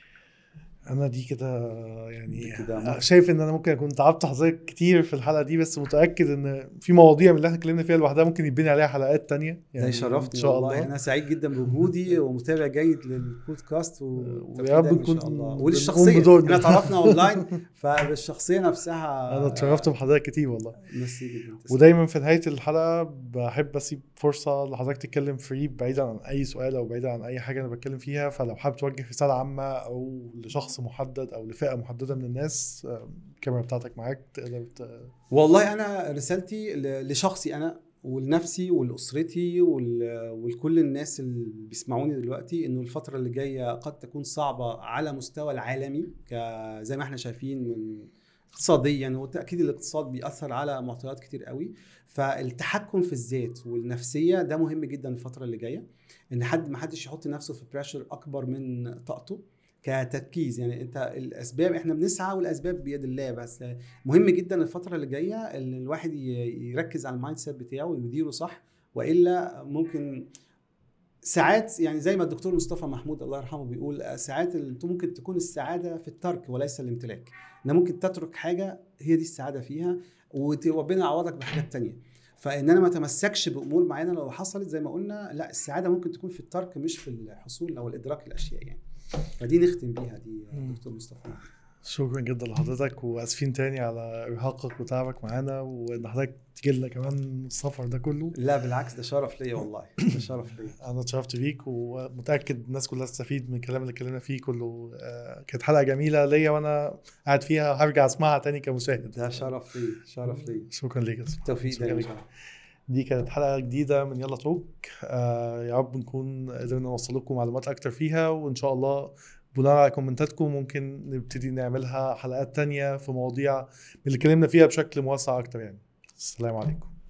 انا دي كده يعني شايف ان انا ممكن اكون تعبت حضرتك كتير في الحلقه دي، بس متاكد ان في مواضيع من اللي احنا اتكلمنا فيها لوحدها ممكن يبني عليها حلقات تانية. يعني ده شرفتني ان شاء الله. انا سعيد جدا بوجودي ومتابع جيد للبودكاست، ويا رب نكون وللشخصيه احنا تعرفنا اونلاين، فالشخصيه نفسها انا اتشرفت بحضرتك كتير والله. ميرسي جدا. ودايما في نهايه الحلقه بحب اسيب فرصه لحضرتك تتكلم فري بعيدا عن اي سؤال او بعيدا عن اي حاجه انا بتكلم فيها. فلو حابب توجه رساله عامه او لشخص محدد او لفئه محدده من الناس، الكاميرا بتاعتك معاك تقدر والله انا رسالتي لشخصي انا ولنفسي ولأسرتي ولكل الناس اللي بيسمعوني دلوقتي، انه الفتره اللي جايه قد تكون صعبه على مستوى العالمي، زي ما احنا شايفين من اقتصاديا، وتأكيد الاقتصاد بيأثر على معطيات كتير قوي. فالتحكم في الذات والنفسيه ده مهم جدا الفتره اللي جايه، ان ما حدش يحط نفسه في بريشر اكبر من طاقته كتركيز. يعني انت الاسباب احنا بنسعى والاسباب بيد الله، بس مهم جدا الفتره اللي جايه ان الواحد يركز على المايند سيت بتاعه ويديره صح، والا ممكن ساعات يعني زي ما الدكتور مصطفى محمود الله يرحمه بيقول، ساعات ممكن تكون السعاده في الترك وليس الامتلاك. ان ممكن تترك حاجه هي دي السعاده فيها، وربنا يعوضك بحاجات تانية. فان انا ما تمسكش بامور معينه لو حصلت زي ما قلنا، لا السعاده ممكن تكون في الترك مش في الحصول او الادراك الاشياء يعني. فدي نختم بيها دي دكتور مصطفى. شكرا جدا لحضرتك، واسفين تاني على ارهاقك وتعبك معانا، وان حضرتك تجي لنا كمان السفر ده كله. لا بالعكس، ده شرف ليا والله، ده شرف ليا. انا اتشرفت بيك، ومتاكد الناس كلها تستفيد من الكلام اللي اتكلمنا فيه كله. كانت حلقه جميله ليا وانا قاعد فيها، هرجع اسمعها تاني كمشاهد. ده شرف لي، شرف لي. شكرا ليك. توفيق. دي كانت حلقه جديده من يلا توك. يا رب نكون قدرنا نوصل لكم معلومات اكتر فيها، وان شاء الله بناء على كومنتاتكم ممكن نبتدي نعملها حلقات تانية في مواضيع من اللي اتكلمنا فيها بشكل موسع اكتر يعني. السلام عليكم.